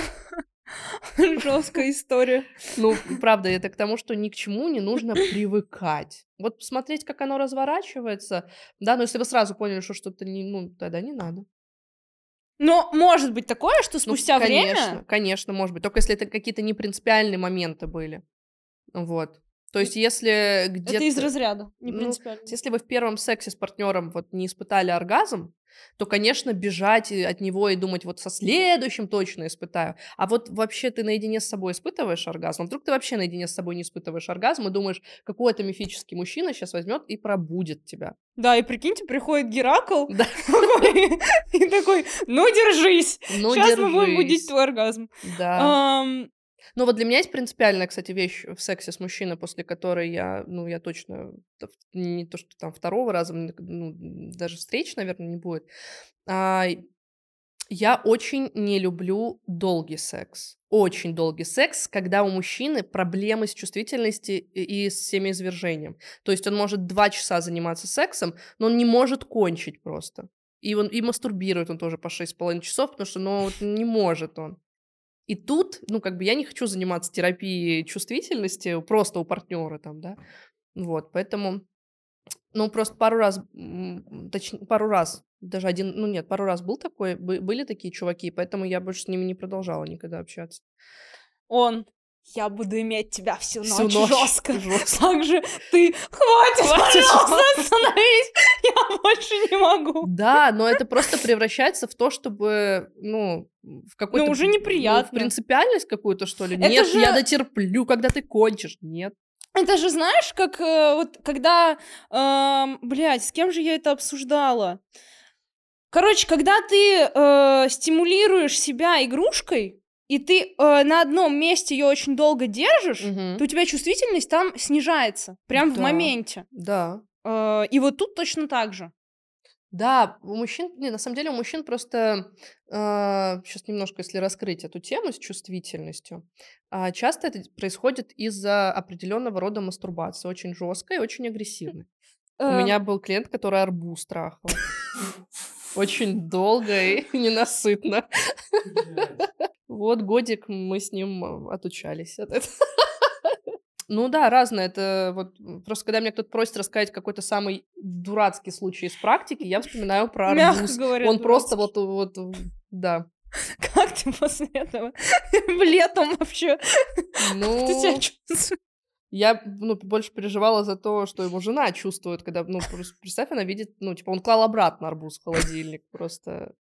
Жесткая история. Ну, правда, это к тому, что ни к чему не нужно привыкать. Вот посмотреть, как оно разворачивается, да, но если вы сразу поняли, что что-то не, ну, тогда не надо. Но может быть такое, что Ну, спустя конечно, время... конечно, может быть. Только если это какие-то непринципиальные моменты были. Вот. То есть, если где-то... Это из разряда, не Ну, принципиально. если вы в первом сексе с партнером вот не испытали оргазм, то, конечно, бежать от него и думать, вот со следующим точно испытаю. А вот вообще ты наедине с собой испытываешь оргазм? Вдруг ты вообще наедине с собой не испытываешь оргазм и думаешь, какой-то мифический мужчина сейчас возьмет и пробудет тебя. Да, и прикиньте, приходит Геракл Да. и такой, ну держись, Ну, сейчас мы будем будить держись. твой оргазм. Да. Ну, вот для меня есть принципиальная, кстати, вещь в сексе с мужчиной, после которой я точно не то, что там второго раза, ну, даже встреч, наверное, не будет. Я очень не люблю долгий секс. Очень долгий секс, когда у мужчины проблемы с чувствительностью и с семяизвержением. То есть он может 2 часа заниматься сексом, но он не может кончить просто. И мастурбирует он тоже по 6,5 часов, потому что, ну, вот не может он. И тут, ну, как бы я не хочу заниматься терапией чувствительности просто у партнера там, да. Вот, поэтому, ну, просто пару раз, даже пару раз был такой, были такие чуваки, поэтому я больше с ними не продолжала никогда общаться. Я буду иметь тебя всю Всю ночь ночь жестко. жестко. Так же ты, хватит, пожалуйста, остановись, я больше не могу. Да, но это просто превращается в то, чтобы, ну, в какой-то... Ну, уже в неприятно. принципиальность какую-то, что ли? Это Нет, же- я дотерплю, когда ты кончишь. Нет. Это же знаешь, как вот когда, с кем же я это обсуждала? Короче, когда ты стимулируешь себя игрушкой, и ты на одном месте ее очень долго держишь, Мгм. то у тебя чувствительность там снижается, прям в Да. моменте. Да. И вот тут точно так же. Да, у мужчин, не, на самом деле у мужчин просто, сейчас немножко, если раскрыть эту тему с чувствительностью, часто это происходит из-за определенного рода мастурбации, очень жесткой и очень агрессивной. У Э, меня был клиент, который арбуз трахал. Очень долго и ненасытно. Вот годик мы с ним отучались от этого. Ну да, разное. Это вот просто когда меня кто-то просит рассказать какой-то самый дурацкий случай из практики, я вспоминаю про Мягко арбуз. говоря, Он просто дурацкий. да. Как ты после этого летом вообще? Как ты себя Ну, чувствуешь? я, больше переживала за то, что его жена чувствует, когда, просто представь, она видит, типа, он клал обратно арбуз в холодильник, просто,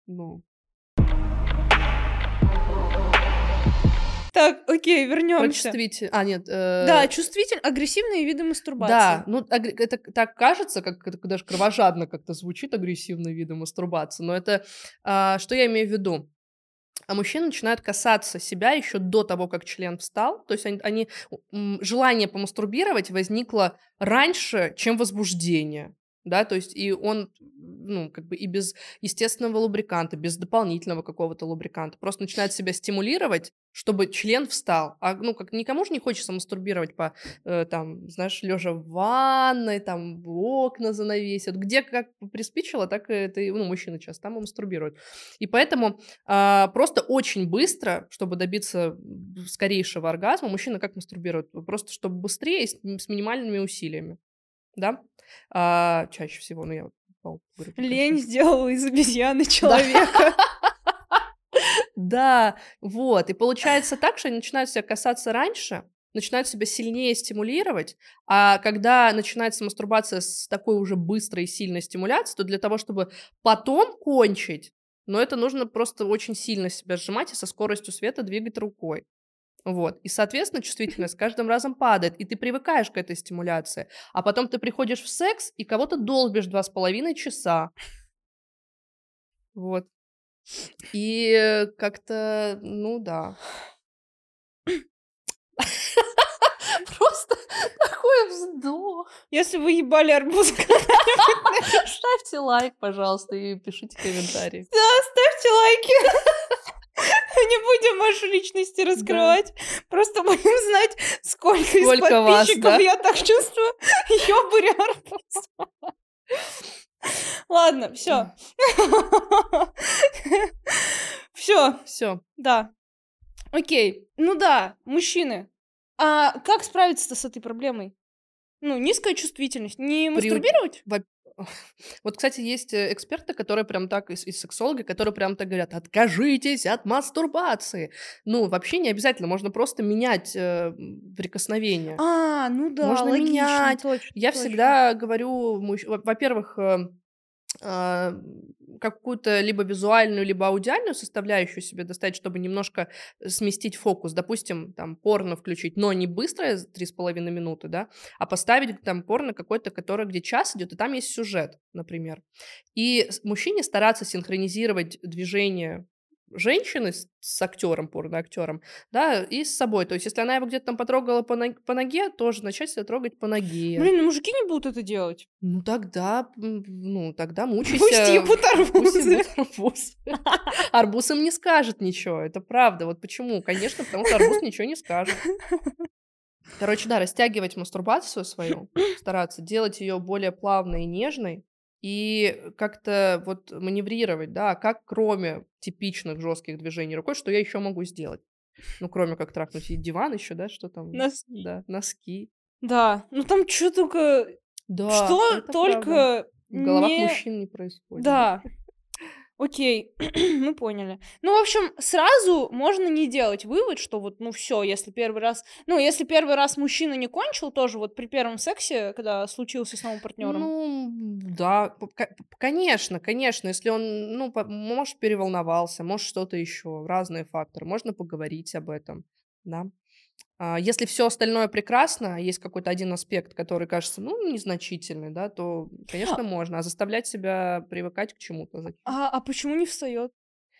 Так, окей, про вернемся. нет, Да, агрессивные виды да, мастурбации. это так кажется, как это даже кровожадно как-то звучит, агрессивный вид мастурбации, но это, что я имею в виду? Мужчины начинают касаться себя еще до того, как член встал, то есть желание помастурбировать возникло раньше, чем возбуждение, да, то есть и он, как бы и без естественного лубриканта, без дополнительного какого-то лубриканта, просто начинает себя стимулировать, чтобы член встал. Как никому же не хочется мастурбировать там, знаешь, лежа в ванной, там, окна занавесят, где как приспичило, так это, мужчины часто там и мастурбируют. И поэтому просто очень быстро, чтобы добиться скорейшего оргазма, мужчина как мастурбирует? Просто чтобы быстрее, с минимальными усилиями, да? Чаще всего, я говорю про Лень чаще. сделала из обезьяны человека. Да, вот. И получается так, что они начинают себя касаться раньше, начинают себя сильнее стимулировать, а когда начинается мастурбация с такой уже быстрой и сильной стимуляцией, то для того, чтобы потом кончить, это нужно просто очень сильно себя сжимать и со скоростью света двигать рукой. Вот. И, соответственно, чувствительность с каждым разом падает, и ты привыкаешь к этой стимуляции. А потом ты приходишь в секс и кого-то долбишь 2,5 часа. Вот. И как-то, да. Просто такой вздох. Если вы ебали арбуз, Ставьте лайк, пожалуйста, и пишите комментарии. ставьте лайки. Не будем ваши личности раскрывать. Просто будем знать, сколько из Сколько вас, подписчиков, да? я так чувствую, ёбарь арбуз. Ладно, все. Все, Все. да. Окей. Ну да, мужчины. А как справиться-то с этой проблемой? Низкая чувствительность. Не мастурбировать? Вот, кстати, есть эксперты, которые прям так, и сексологи, которые прям так говорят: откажитесь от мастурбации. Вообще не обязательно, можно просто менять прикосновение. Ну да, Можно логично, менять. точно, Я точно. всегда говорю, во-первых, какую-то либо визуальную, либо аудиальную составляющую себе достать, чтобы немножко сместить фокус. Допустим, там порно включить, но не быстрое, 3,5 минуты, да, а поставить там порно какое-то, где час идет, и там есть сюжет, например. И мужчине стараться синхронизировать движение женщины с актером, порно-актером, да, и с собой. То есть, если она его где-то там потрогала по ноге, тоже начать себя трогать по ноге. Блин, мужики не будут это делать. Тогда мучайся. Пусть ебут арбузы. Пусть ебут арбуз. Арбуз им не скажет ничего, это правда. Вот почему? Конечно, потому что арбуз ничего не скажет. Короче, да, растягивать мастурбацию свою, стараться делать ее более плавной и нежной, и как-то вот маневрировать, да, как кроме типичных жестких движений рукой, что я еще могу сделать? Кроме как трахнуть и диван еще, да, что там? Носки. Да, носки. Да, там что только... Да, Что это правда. только В головах не... мужчин не происходит. Да. Окей, мы поняли. В общем, сразу можно не делать вывод, что вот, все, если первый раз мужчина не кончил, тоже вот при первом сексе, когда случился с новым партнером. Да, конечно, если он, может, переволновался, может, что-то еще, разные факторы, можно поговорить об этом, да. Если все остальное прекрасно, есть какой-то один аспект, который кажется, незначительный, да, то, конечно, можно. А заставлять себя привыкать к чему-то зачем? А почему не встает?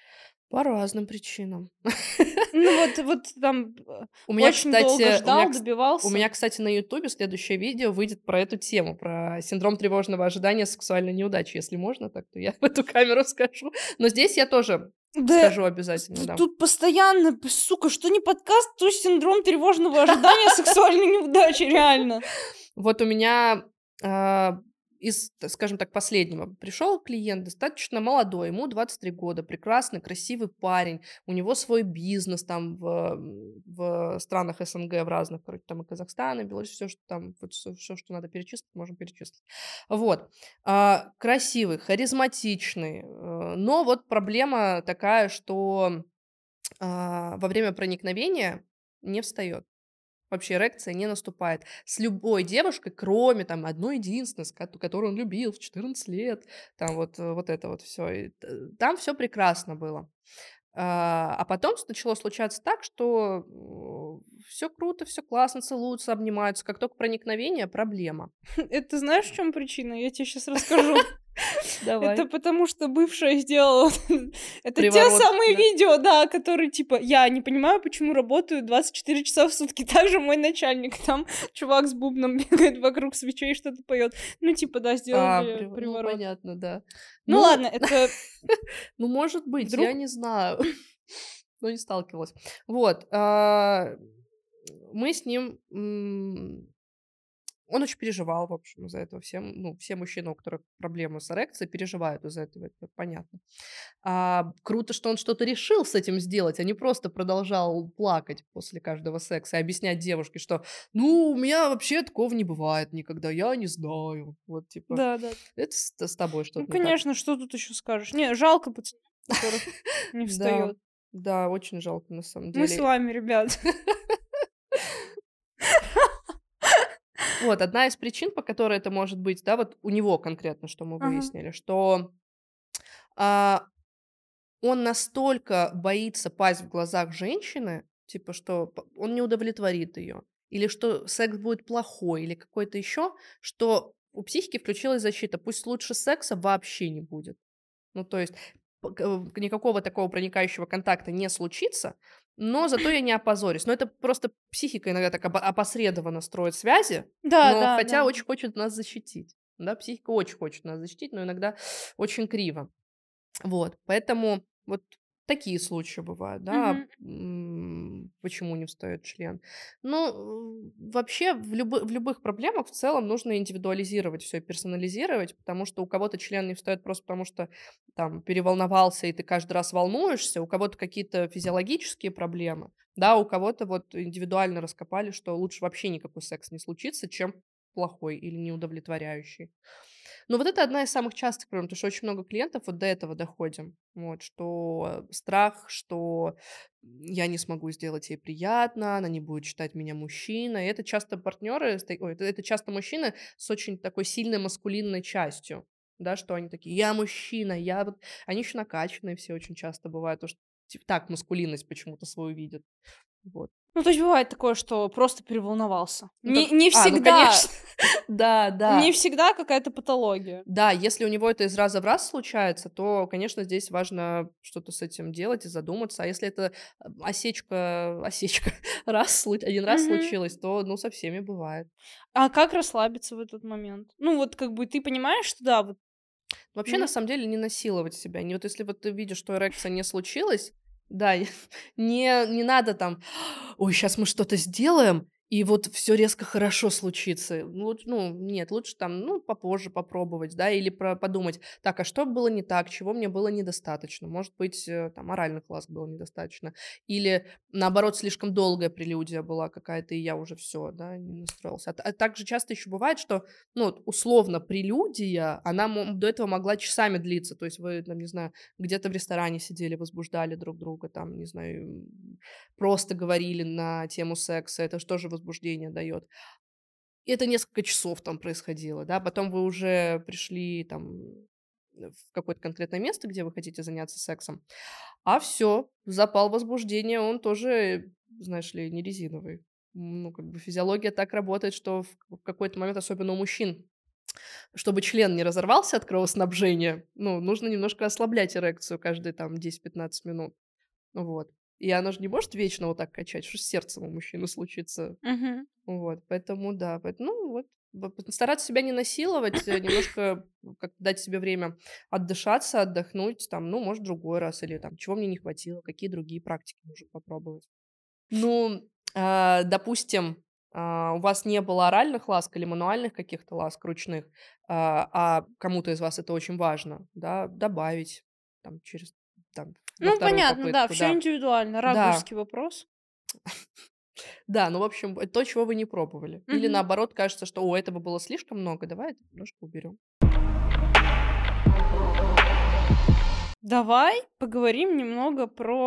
По разным причинам. Ну вот там У меня, очень долго кстати, ждал, у меня, добивался. кстати, на "Ютубе" следующее видео выйдет про эту тему, про синдром тревожного ожидания сексуальной неудачи. Если можно так, то я в эту камеру скажу. Но здесь я тоже Да, скажу обязательно, да. тут постоянно, сука, что не подкаст, то синдром тревожного ожидания сексуальной неудачи, реально. Вот у меня, из, скажем так, последнего пришел клиент, достаточно молодой, ему 23 года, прекрасный, красивый парень, у него свой бизнес там в странах СНГ, в разных, короче, там и Казахстан, и Беларусь, все, что там, вот все, что надо перечислить, можем перечислить. Вот. Красивый, харизматичный, но вот проблема такая, что во время проникновения не встает. Вообще эрекция не наступает. С любой девушкой, кроме там одной единственной, которую он любил в 14 лет, там вот это вот все. Там все прекрасно было. А потом начало случаться так, что все круто, все классно, целуются, обнимаются. Как только проникновение — проблема. Это знаешь, в чем причина? Я тебе сейчас расскажу. Это Давай. потому, что бывшая сделала это те Приворот, самые да. видео, да, которые типа: "Я не понимаю, почему работаю 24 часа в сутки". Также мой начальник, там чувак с бубном бегает вокруг свечей, что-то поет. Ну, типа, да, сделали Ну, приворот. понятно, да. Ну Ну, ладно, это ну, может быть, я вдруг не знаю, но не сталкивалась. Вот, мы с ним, он очень переживал, в общем, из-за этого. Все мужчины, у которых проблемы с эрекцией, переживают из-за этого, это понятно. Круто, что он что-то решил с этим сделать, а не просто продолжал плакать после каждого секса и объяснять девушке, что, ну, у меня вообще такого не бывает никогда, я не знаю. Вот, типа, да-да. это с тобой Ну, что-то не так. конечно, что тут еще скажешь? Не, жалко пацанов, у которых не Да, встает. да, очень жалко на самом Мы с деле. вами, ребят. Вот, одна из причин, по которой это может быть, да, вот у него конкретно, что мы Ага. выяснили, что а, он настолько боится пасть в глазах женщины, типа, что он не удовлетворит ее, или что секс будет плохой, или какой-то еще, что у психики включилась защита. Пусть лучше секса вообще не будет. Ну, то есть никакого такого проникающего контакта не случится, но зато я не опозорюсь. Но это просто психика иногда так опосредованно строит связи, Да, но да, хотя да. очень хочет нас защитить. Да, психика очень хочет нас защитить, но иногда очень криво. Вот, поэтому вот такие случаи бывают, да, Мгм. почему не встает член. Ну, вообще в любых проблемах в целом нужно индивидуализировать все, персонализировать, потому что у кого-то член не встает просто потому, что там переволновался, и ты каждый раз волнуешься, у кого-то какие-то физиологические проблемы, да, у кого-то вот индивидуально раскопали, что лучше вообще никакой секс не случится, чем плохой или неудовлетворяющий. Ну, вот это одна из самых частых проблем, потому что очень много клиентов вот до этого доходим. Вот, что страх, что я не смогу сделать ей приятно, она не будет считать меня мужчиной. И это часто партнеры, это часто мужчины с очень такой сильной маскулинной частью, да, что они такие, я мужчина, я вот... Они еще накачанные все очень часто бывают, потому что типа, так маскулинность почему-то свою видят. Вот. Ну, то есть бывает такое, что просто переволновался. Ну, Не ну, всегда, конечно, да, не да. всегда какая-то патология. Да, если у него это из раза в раз случается, то, конечно, здесь важно что-то с этим делать и задуматься. А если это осечка один раз Мгм. случилась, то, ну, со всеми бывает. А как расслабиться в этот момент? Ну, вот как бы ты понимаешь, что да, вот Вообще, на нет? самом деле, не насиловать себя. Не вот если вот ты видишь, что эрекция не случилась, да, не надо там: "Ой, сейчас мы что-то сделаем, и вот все резко хорошо случится". Ну, нет, лучше там, ну, попозже попробовать, да, или подумать: "Так, а что было не так? Чего мне было недостаточно?" Может быть, там оральных ласк было недостаточно, или, наоборот, слишком долгая прелюдия была какая-то, и я уже все, да, не настроился. Также часто еще бывает, что ну, вот условно, прелюдия, она до этого могла часами длиться. То есть вы, там, не знаю, где-то в ресторане сидели, возбуждали друг друга, там, не знаю, просто говорили на тему секса. Это же тоже возбуждение дает. И это несколько часов там происходило, да. Потом вы уже пришли там в какое-то конкретное место, где вы хотите заняться сексом, а все, запал возбуждения, он тоже, знаешь ли, не резиновый. Ну, как бы физиология так работает, что в какой-то момент, особенно у мужчин, чтобы член не разорвался от кровоснабжения, ну, нужно немножко ослаблять эрекцию каждые там 10-15 минут. Вот. И она же не может вечно вот так качать, что с сердцем у мужчины случится. Мгм. Вот, поэтому да, ну вот, стараться себя не насиловать, немножко как дать себе время отдышаться, отдохнуть, там, ну, может, другой раз, или там, чего мне не хватило, какие другие практики можно попробовать. Ну, допустим, у вас не было оральных ласк или мануальных каких-то ласк ручных, а кому-то из вас это очень важно, да, добавить там через там, на Ну, вторую понятно, да, попытку, все да. индивидуально. Да, Рагульский вопрос. да, ну, в общем, это то, чего вы не пробовали. Или Мгм. наоборот, кажется, что, о, этого было слишком много, давай это немножко уберем. Давай поговорим немного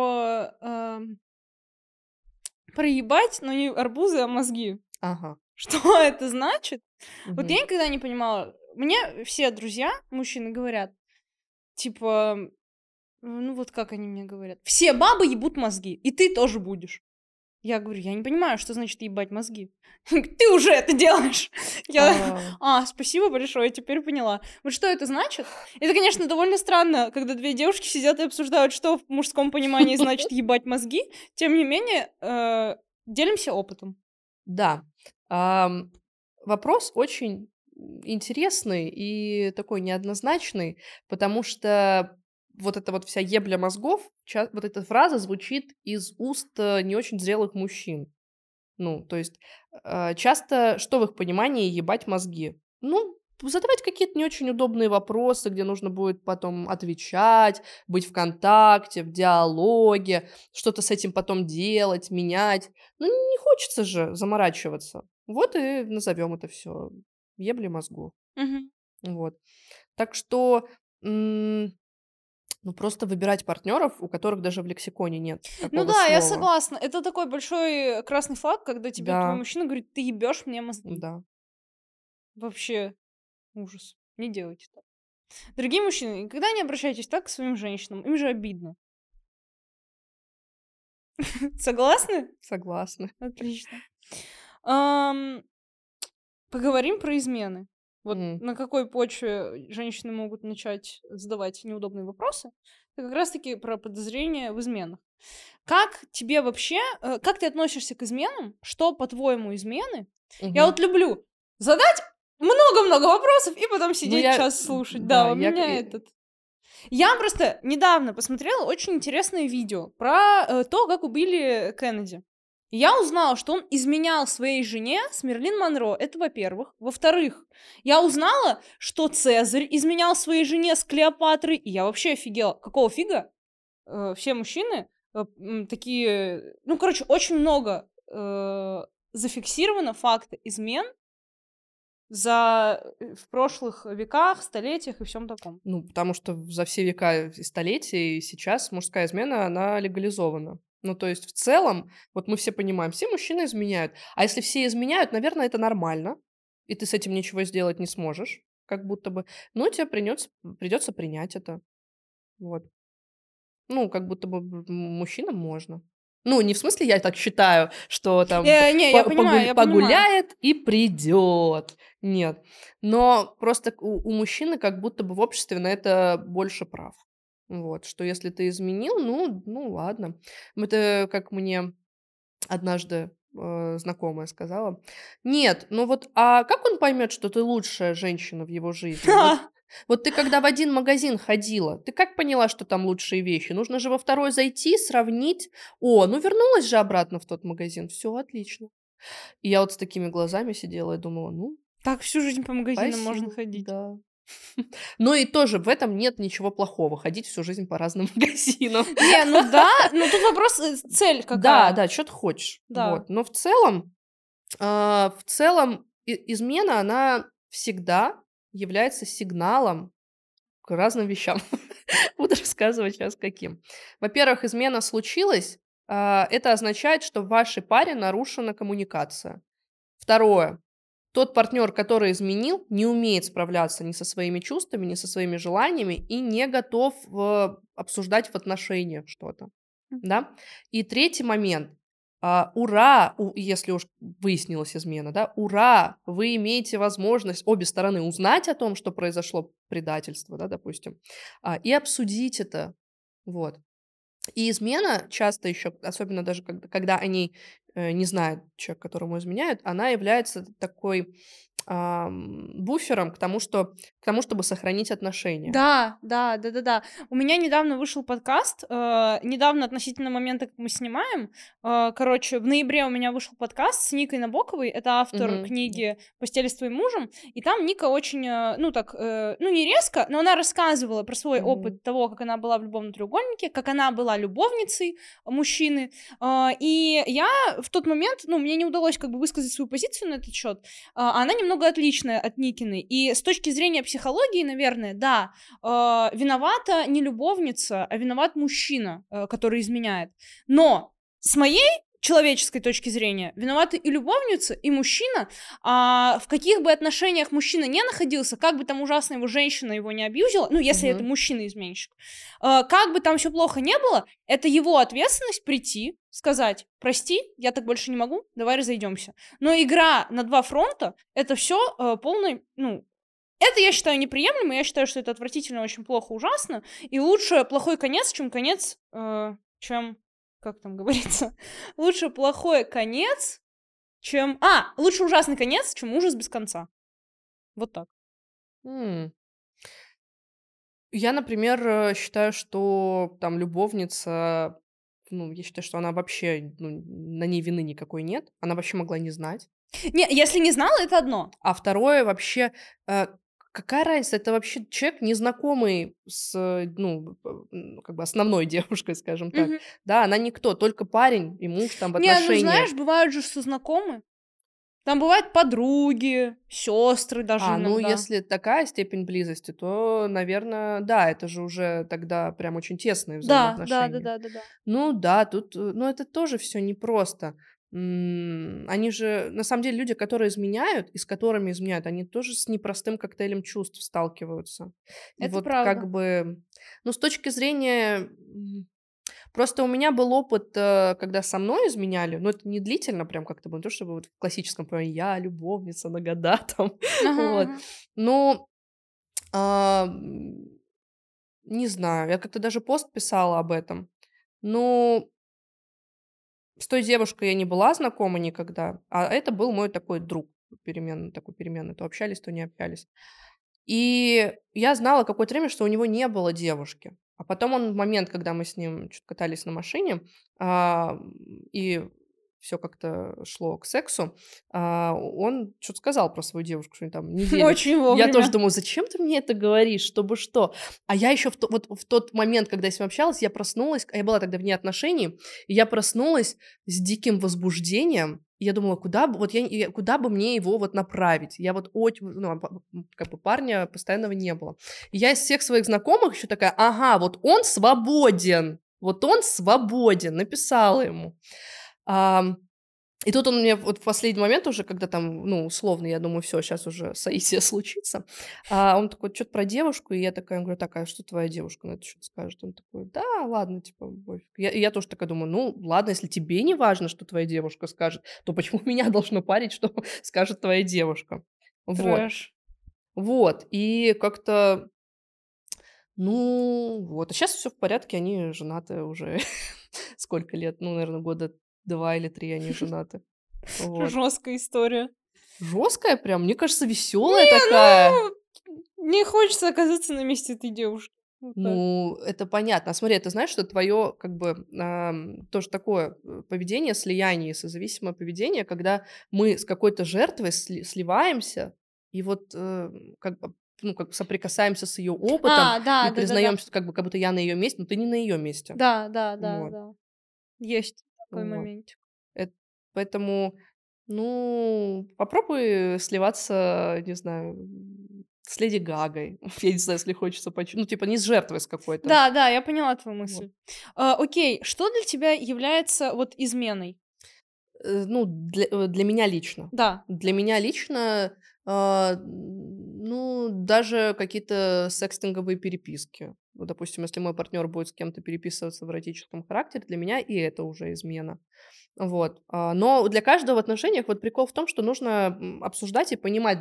про ебать, но не арбузы, а мозги. Ага. Что это значит? Вот Мгм. я никогда не понимала. Мне все друзья, мужчины, говорят, типа, ну вот как они мне говорят, все бабы ебут мозги, и ты тоже будешь. Я говорю, я не понимаю, что значит ебать мозги. Ты уже это делаешь. Я, А, спасибо большое, теперь поняла. Вот что это значит? Это, конечно, довольно странно, когда две девушки сидят и обсуждают, что в мужском понимании значит ебать мозги. Тем не менее, делимся опытом. Да. Вопрос очень интересный и такой неоднозначный, потому что вот эта вот вся ебля мозгов, вот эта фраза звучит из уст не очень зрелых мужчин. Ну, то есть часто что в их понимании ебать мозги? Ну, задавать какие-то не очень удобные вопросы, где нужно будет потом отвечать, быть в контакте, в диалоге, что-то с этим потом делать, менять. Ну, не хочется же заморачиваться. Вот и назовем это все ебли мозгу. Мгм. Вот. Так что, ну, просто выбирать партнеров, у которых даже в лексиконе нет Ну такого да, я слова. согласна. Это такой большой красный флаг, когда тебе твой Да, мужчина говорит, ты ебешь мне мозги. да. Вообще ужас. Не делайте так. Дорогие мужчины, никогда не обращайтесь так к своим женщинам. Им же обидно. Согласны? Согласна. Отлично. Ам, Поговорим про измены. Вот М. на какой почве женщины могут начать задавать неудобные вопросы? Это как раз-таки про подозрения в изменах. Как тебе вообще, как ты относишься к изменам? Что, по-твоему, измены? Я Мгм. вот люблю задать много-много вопросов и потом Ну, сидеть час слушать. Да, да, у меня этот. Я просто недавно посмотрела очень интересное видео про то, как убили Кеннеди. И я узнала, что он изменял своей жене с Мерлин Монро. Это во-первых. Во-вторых, я узнала, что Цезарь изменял своей жене с Клеопатрой. И я вообще офигела. Какого фига? Все мужчины такие... Ну, короче, очень много зафиксировано факта измен в прошлых веках, столетиях и всем таком. Ну, потому что за все века и столетия и сейчас мужская измена, она легализована. Ну, то есть в целом, вот мы все понимаем, все мужчины изменяют. А если все изменяют, наверное, это нормально, и ты с этим ничего сделать не сможешь, как будто бы. Ну, тебе придется принять это. Вот. Ну, как будто бы мужчинам можно. Ну, не в смысле, я так считаю, что там Не, я понимаю, я понимаю. погуляет и придет. Нет. Но просто у мужчины как будто бы в обществе на это больше прав. Вот, что если ты изменил, ну ладно. Это как мне однажды знакомая сказала. Нет, ну вот, а как он поймет, что ты лучшая женщина в его жизни? Вот ты когда в один магазин ходила, ты как поняла, что там лучшие вещи? Нужно же во второй зайти, сравнить. О, ну вернулась же обратно в тот магазин. Все отлично. И я вот с такими глазами сидела и думала, ну, Так всю жизнь по магазинам можно спасибо, ходить. да. Но и тоже в этом нет ничего плохого, ходить всю жизнь по разным магазинам. Не, ну да, но тут вопрос, цель Да, какая. да, что ты хочешь. Да. Вот. Но в целом измена, она всегда является сигналом к разным вещам. Буду рассказывать сейчас каким. Во-первых, измена случилась, это означает, что в вашей паре нарушена коммуникация. Второе. Тот партнер, который изменил, не умеет справляться ни со своими чувствами, ни со своими желаниями и не готов обсуждать в отношениях что-то. Да? И третий момент. Ура! Если уж выяснилась измена, да, ура! Вы имеете возможность, обе стороны, узнать о том, что произошло предательство, да, допустим, и обсудить это. Вот. И измена часто еще, особенно даже когда они не знают человека, которому изменяют, она является такой буфером к тому, чтобы сохранить отношения. Да. У меня недавно вышел подкаст, недавно относительно момента, как мы снимаем. Короче, в ноябре у меня вышел подкаст с Никой Набоковой, это автор Мгм. книги «Постель с твоим мужем», и там Ника очень, не резко, но она рассказывала про свой Мгм. опыт того, как она была в любовном треугольнике, как она была любовницей мужчины, и я в тот момент, мне не удалось как бы высказать свою позицию на этот счет. Она немного отличная от Никиной. И с точки зрения психологии, наверное, да, виновата не любовница, а виноват мужчина, который изменяет. Но с моей человеческой точки зрения виноваты и любовница, и мужчина. В каких бы отношениях мужчина не находился, как бы там ужасно его женщина его не абьюзила, если это мужчина-изменщик, как бы там все плохо не было, это его ответственность прийти, сказать: прости, я так больше не могу, давай разойдемся. Но игра на два фронта — это все полный, это я считаю неприемлемо, я считаю, что это отвратительно, очень плохо, ужасно, и лучше плохой конец, чем конец, чем, как там говорится, лучше плохой конец, чем... лучше ужасный конец, чем ужас без конца. Вот так. М. Я, например, считаю, что там любовница, я считаю, что она вообще, на ней вины никакой нет. Она вообще могла не знать. Не, если не знала, это одно. А второе, вообще, какая разница? Это вообще человек, незнакомый с, как бы основной девушкой, скажем так. Мгм. Да, она никто, только парень и муж там в Не, отношениях. знаешь, бывают же сознакомые. Там бывают подруги, сестры даже иногда. Если такая степень близости, то, наверное, да, это же уже тогда прям очень тесные Да. взаимоотношения. Ну да, тут, это тоже все непросто. Они же, на самом деле, люди, которые изменяют и с которыми изменяют, они тоже с непростым коктейлем чувств сталкиваются. И Это вот правда. как бы, с точки зрения, просто у меня был опыт, когда со мной изменяли, но это не длительно, прям как-то было, не то чтобы вот в классическом понимании я любовница на года там, вот. Ага. Ну, а, не знаю, я как-то даже пост писала об этом. Ну, с той девушкой я не была знакома никогда, а это был мой такой друг переменный. То общались, то не общались. И я знала какое-то время, что у него не было девушки. А потом он в момент, когда мы с ним чё-то катались на машине, и все как-то шло к сексу, он что-то сказал про свою девушку, что они там неделю. Очень Я вовремя. тоже думаю, зачем ты мне это говоришь, чтобы что? А я еще в тот момент, когда я с ним общалась, я проснулась, я была тогда вне отношений, и я проснулась с диким возбуждением. И я думала, куда бы мне его вот направить? Я вот как бы парня постоянного не было. И я из всех своих знакомых еще такая: ага, вот он свободен, написала ему. И тут он мне вот в последний момент уже, когда там, условно, я думаю, все, сейчас уже соитие случится, он такой: что-то про девушку, и я такая говорю: так, а что твоя девушка на это что-то скажет? Он такой: да, ладно, типа, пофиг. Я тоже такая думаю: ладно, если тебе не важно, что твоя девушка скажет, то почему меня должно парить, что скажет твоя девушка? Трэш. Вот, и как-то, вот. А сейчас все в порядке, они женаты уже сколько лет? Наверное, года 2 или 3 они женаты. Вот. Жесткая история. Жесткая прям, мне кажется, веселая такая. Не хочется оказаться на месте этой девушки. Вот так. Это понятно. А смотри, ты знаешь, что твое как бы тоже такое поведение, слияние, созависимое поведение, когда мы с какой-то жертвой сливаемся и вот как бы соприкасаемся с ее опытом Да. и признаем, что как будто я на ее месте, но ты не на ее месте. Да. Есть такой Вот. момент. Поэтому, попробуй сливаться, не знаю, с Леди Гагой. Я не знаю, если хочется не с жертвой с какой-то. Да, я поняла твою Вот. мысль. Окей, что для тебя является вот изменой? Для меня лично. Да. Для меня лично, Ну, даже какие-то секстинговые переписки. Вот, допустим, если мой партнер будет с кем-то переписываться в эротическом характере, для меня и это уже измена. Вот. Но для каждого в отношениях вот прикол в том, что нужно обсуждать и понимать,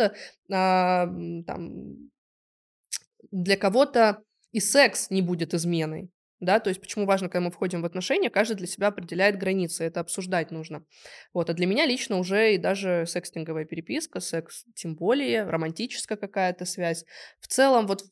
там, для кого-то и секс не будет изменой. Да, то есть почему важно, когда мы входим в отношения, каждый для себя определяет границы, это обсуждать нужно. Вот, а для меня лично уже и даже секстинговая переписка, секс, тем более, романтическая какая-то связь. В целом, вот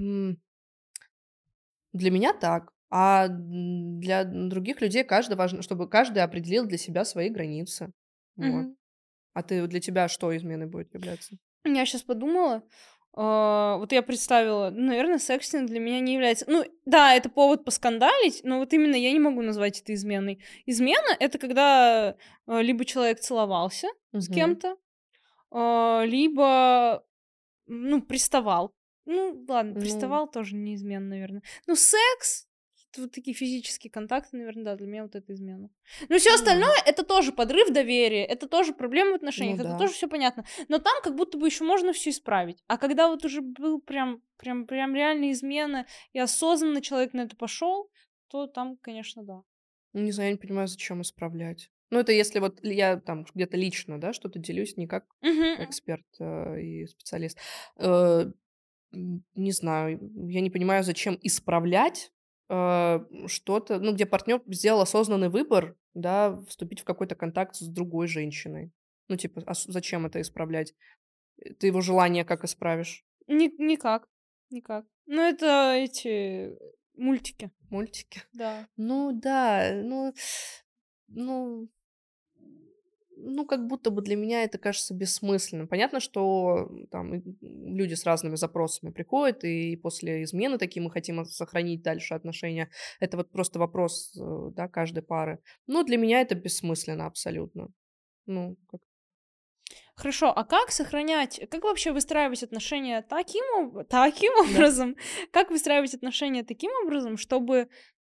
для меня так. Для других людей каждый важно, чтобы каждый определил для себя свои границы. Вот. Мгм. А для тебя что изменой будет являться? Я сейчас подумала, вот я представила, наверное, секстинг для меня не является. Ну, да, это повод поскандалить, но вот именно я не могу назвать это изменой. Измена — это когда либо человек целовался с Мгм. кем-то, либо, ну, приставал. Ну, ладно, Ну, приставал тоже не измена, наверное. Ну, секс, это вот такие физические контакты, наверное, да, для меня вот это измена. Но все да. остальное — это тоже подрыв доверия, это тоже проблемы в Ну отношениях, это да. тоже все понятно. Но там как будто бы еще можно все исправить. А когда вот уже был прям реально измена, и осознанно человек на это пошел, то там, конечно, да. Ну, не знаю, я не понимаю, зачем исправлять. Ну, это если вот я там где-то лично, да, что-то делюсь, не как Мгм. эксперт, и специалист. Э, не знаю, я не понимаю, зачем исправлять, что-то, ну, где партнер сделал осознанный выбор, да, вступить в какой-то контакт с другой женщиной. Ну, типа, зачем это исправлять? Ты его желание как исправишь? Никак, никак. Ну, это эти мультики, Мультики? да. Ну да, ну, как будто бы для меня это кажется бессмысленным. Понятно, что там люди с разными запросами приходят, и после измены такие мы хотим сохранить дальше отношения. Это вот просто вопрос, да, каждой пары. Но для меня это бессмысленно абсолютно. Ну, как... Хорошо, а как сохранять, как вообще выстраивать отношения таким Да. образом, как выстраивать отношения таким образом, чтобы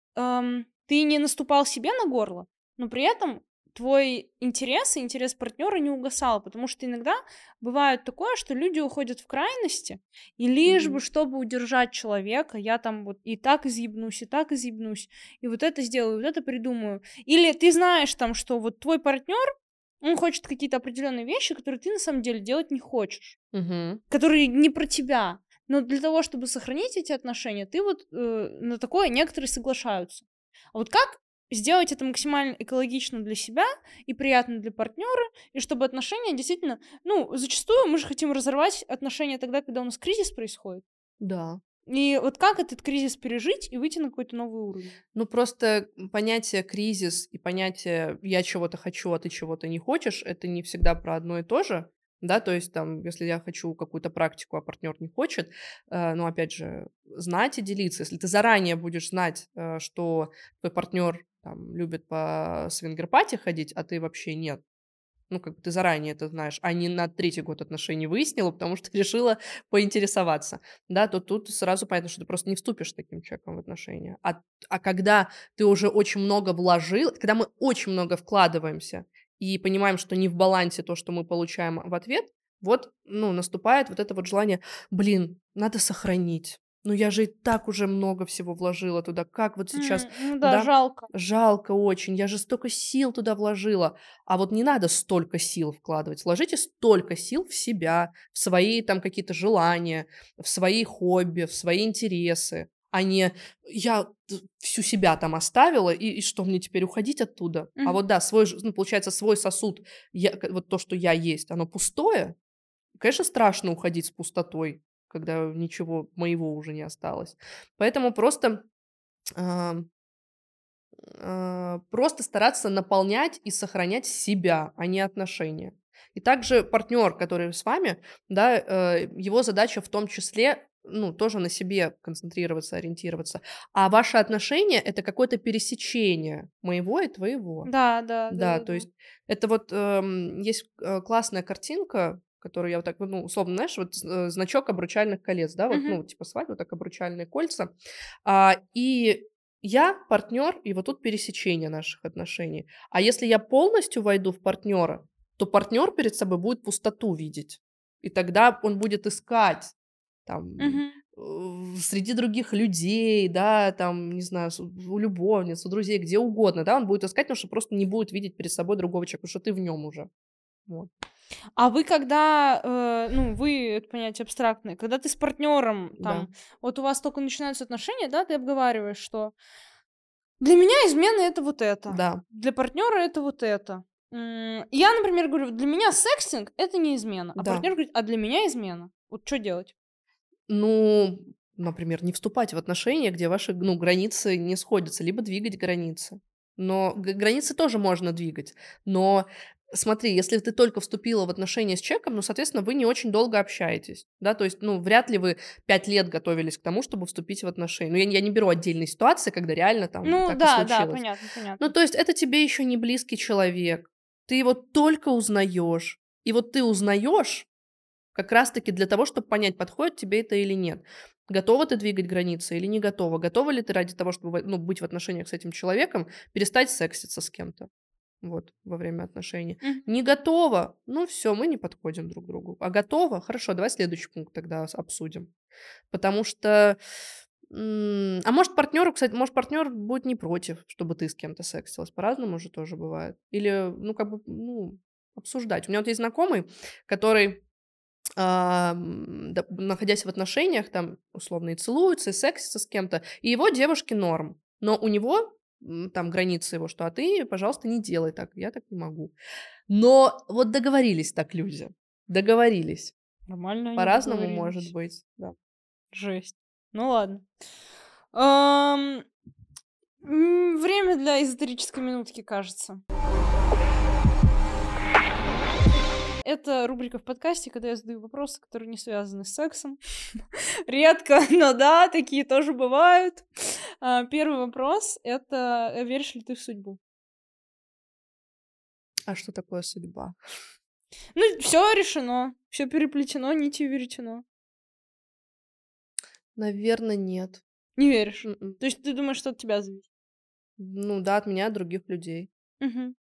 ты не наступал себе на горло, но при этом твой интерес и интерес партнера не угасал, потому что иногда бывает такое, что люди уходят в крайности, и лишь бы, Мгм. чтобы удержать человека, я там вот и так изъебнусь, и вот это сделаю, вот это придумаю. Или ты знаешь там, что вот твой партнер, он хочет какие-то определенные вещи, которые ты на самом деле делать не хочешь, Мгм. которые не про тебя. Но для того, чтобы сохранить эти отношения, ты вот на такое некоторые соглашаются. А вот как сделать это максимально экологично для себя и приятно для партнера, и чтобы отношения действительно, ну, зачастую мы же хотим разорвать отношения тогда, когда у нас кризис происходит. Да. И вот как этот кризис пережить и выйти на какой-то новый уровень? Ну, просто понятие кризис и понятие я чего-то хочу, а ты чего-то не хочешь, это не всегда про одно и то же. Да, то есть там, если я хочу какую-то практику, а партнер не хочет, ну, опять же, знать и делиться. Если ты заранее будешь знать, что твой партнер там любит по свингер-пати ходить, а ты вообще нет, ну, как бы ты заранее это знаешь, а не на третий год отношений выяснила, потому что решила поинтересоваться, да, то тут сразу понятно, что ты просто не вступишь с таким человеком в отношения. А когда ты уже очень много вложил, когда мы очень много вкладываемся и понимаем, что не в балансе то, что мы получаем в ответ, вот, ну, наступает вот это вот желание, блин, надо сохранить. Ну, я же и так уже много всего вложила туда. Как вот сейчас, Ну да, да, жалко. жалко очень. Я же столько сил туда вложила. А вот не надо столько сил вкладывать. Вложите столько сил в себя, в свои там какие-то желания, в свои хобби, в свои интересы, а не я всю себя там оставила, и что мне теперь уходить оттуда? А Мгм. вот да, ну, получается, свой сосуд, вот то, что я есть, оно пустое. Конечно, страшно уходить с пустотой, когда ничего моего уже не осталось. Поэтому а, просто стараться наполнять и сохранять себя, а не отношения. И также партнер, который с вами, да, его задача в том числе, ну, тоже на себе концентрироваться, ориентироваться. А ваши отношения — это какое-то пересечение моего и твоего. Да, да, да, Да, да, то да. есть это вот есть классная картинка, которую я вот так, ну, условно, знаешь, вот значок обручальных колец, да, вот, Мгм. ну, типа свадьба, так обручальные кольца. И я партнер, и вот тут пересечение наших отношений. А если я полностью войду в партнера, то партнер перед собой будет пустоту видеть. И тогда он будет искать там Мгм. среди других людей, да, там, не знаю, у любовниц, у друзей, где угодно, да, он будет искать, потому что просто не будет видеть перед собой другого человека, потому что ты в нем уже. Вот. А вы когда, ну, вы, это понятие абстрактное, когда ты с партнером, Да. там, вот у вас только начинаются отношения, да, ты обговариваешь, что для меня измена это вот это, Да. для партнера это вот это. Я, например, говорю, для меня секстинг это не измена, а Да. партнер говорит, а для меня измена. Вот что делать? Ну, например, не вступать в отношения, где ваши, ну, границы не сходятся, либо двигать границы. Но границы тоже можно двигать. Но смотри, если ты только вступила в отношения с человеком, ну, соответственно, вы не очень долго общаетесь, да, то есть, ну, вряд ли вы 5 лет готовились к тому, чтобы вступить в отношения. Ну, я не беру отдельные ситуации, когда реально там Ну, так и да, случилось. понятно, Ну, понятно. то есть это тебе еще не близкий человек. Ты его только узнаешь. И вот ты узнаешь как раз-таки для того, чтобы понять, подходит тебе это или нет. Готова ты двигать границы или не готова? Готова ли ты ради того, чтобы ну, быть в отношениях с этим человеком, перестать секситься с кем-то? Вот, во время отношений. Мгм. Не готова? Ну, все, мы не подходим друг к другу. А готова? Хорошо, давай следующий пункт тогда обсудим. Потому что... А может, партнеру, кстати, может, партнер будет не против, чтобы ты с кем-то сексилась. По-разному же тоже бывает. Или, ну, как бы, ну, обсуждать. У меня вот есть знакомый, который находясь в отношениях, там, условно, и целуются, и сексятся с кем-то, и его девушке норм. Но у него там границы его, что, а ты, пожалуйста, не делай так, я так не могу. Но вот договорились так люди, договорились. Нормально они По-разному может договорились. быть, да. Жесть. Ну ладно. Время для эзотерической минутки, кажется. Это рубрика в подкасте, когда я задаю вопросы, которые не связаны с сексом. Редко, но да, такие тоже бывают. Первый вопрос — это веришь ли ты в судьбу? А что такое судьба? Ну, все решено, все переплетено, нитью веретено. Наверное, нет. Не веришь? М-м. То есть ты думаешь, что от тебя зависит? Ну да, от меня, от других людей. Мгм.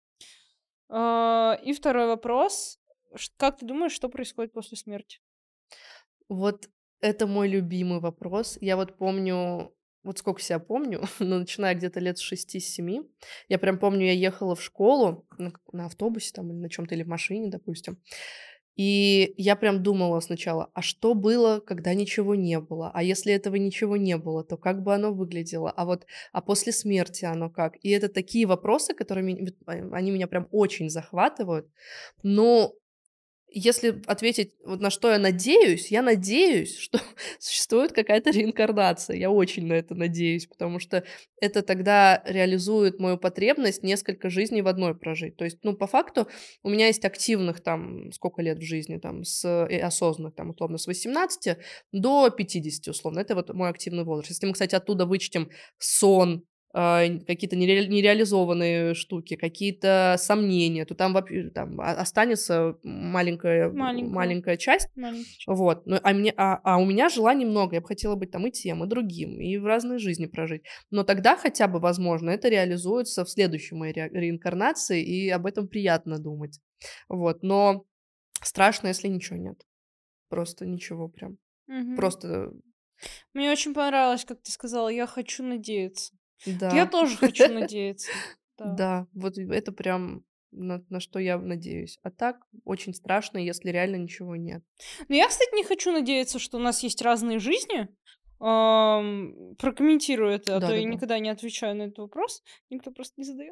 И второй вопрос. Как ты думаешь, что происходит после смерти? Вот это мой любимый вопрос. Я вот помню, вот сколько себя помню, ну, начиная где-то лет с 6-7, я прям помню, я ехала в школу на автобусе там или на чем-то, или в машине, допустим, и я прям думала сначала, а что было, когда ничего не было? А если этого ничего не было, то как бы оно выглядело? А после смерти оно как? И это такие вопросы, которые они меня прям очень захватывают. Но если ответить, вот на что я надеюсь, что существует какая-то реинкарнация. Я очень на это надеюсь, потому что это тогда реализует мою потребность несколько жизней в одной прожить. То есть, ну, по факту у меня есть активных там сколько лет в жизни, там, и осознанных, там, условно, с 18 до 50, условно. Это вот мой активный возраст. Если мы, кстати, оттуда вычтем сон, какие-то нереализованные штуки, какие-то сомнения, то там вообще там останется маленькая часть. Маленький человек. Вот. У меня желаний много. Я бы хотела быть там и тем, и другим, и в разные жизни прожить. Но тогда хотя бы, возможно, это реализуется в следующей моей реинкарнации, и об этом приятно думать. Вот. Но страшно, если ничего нет. Просто ничего прям. Мгм. Просто, Мне очень понравилось, как ты сказала, я хочу надеяться. да. Я тоже хочу надеяться. Да. Да, вот это прям на что я надеюсь. А так очень страшно, если реально ничего нет. Но я, кстати, не хочу надеяться, что у нас есть разные жизни. Прокомментирую это, а то я Да-да-да. никогда не отвечаю на этот вопрос. Никто просто не задает.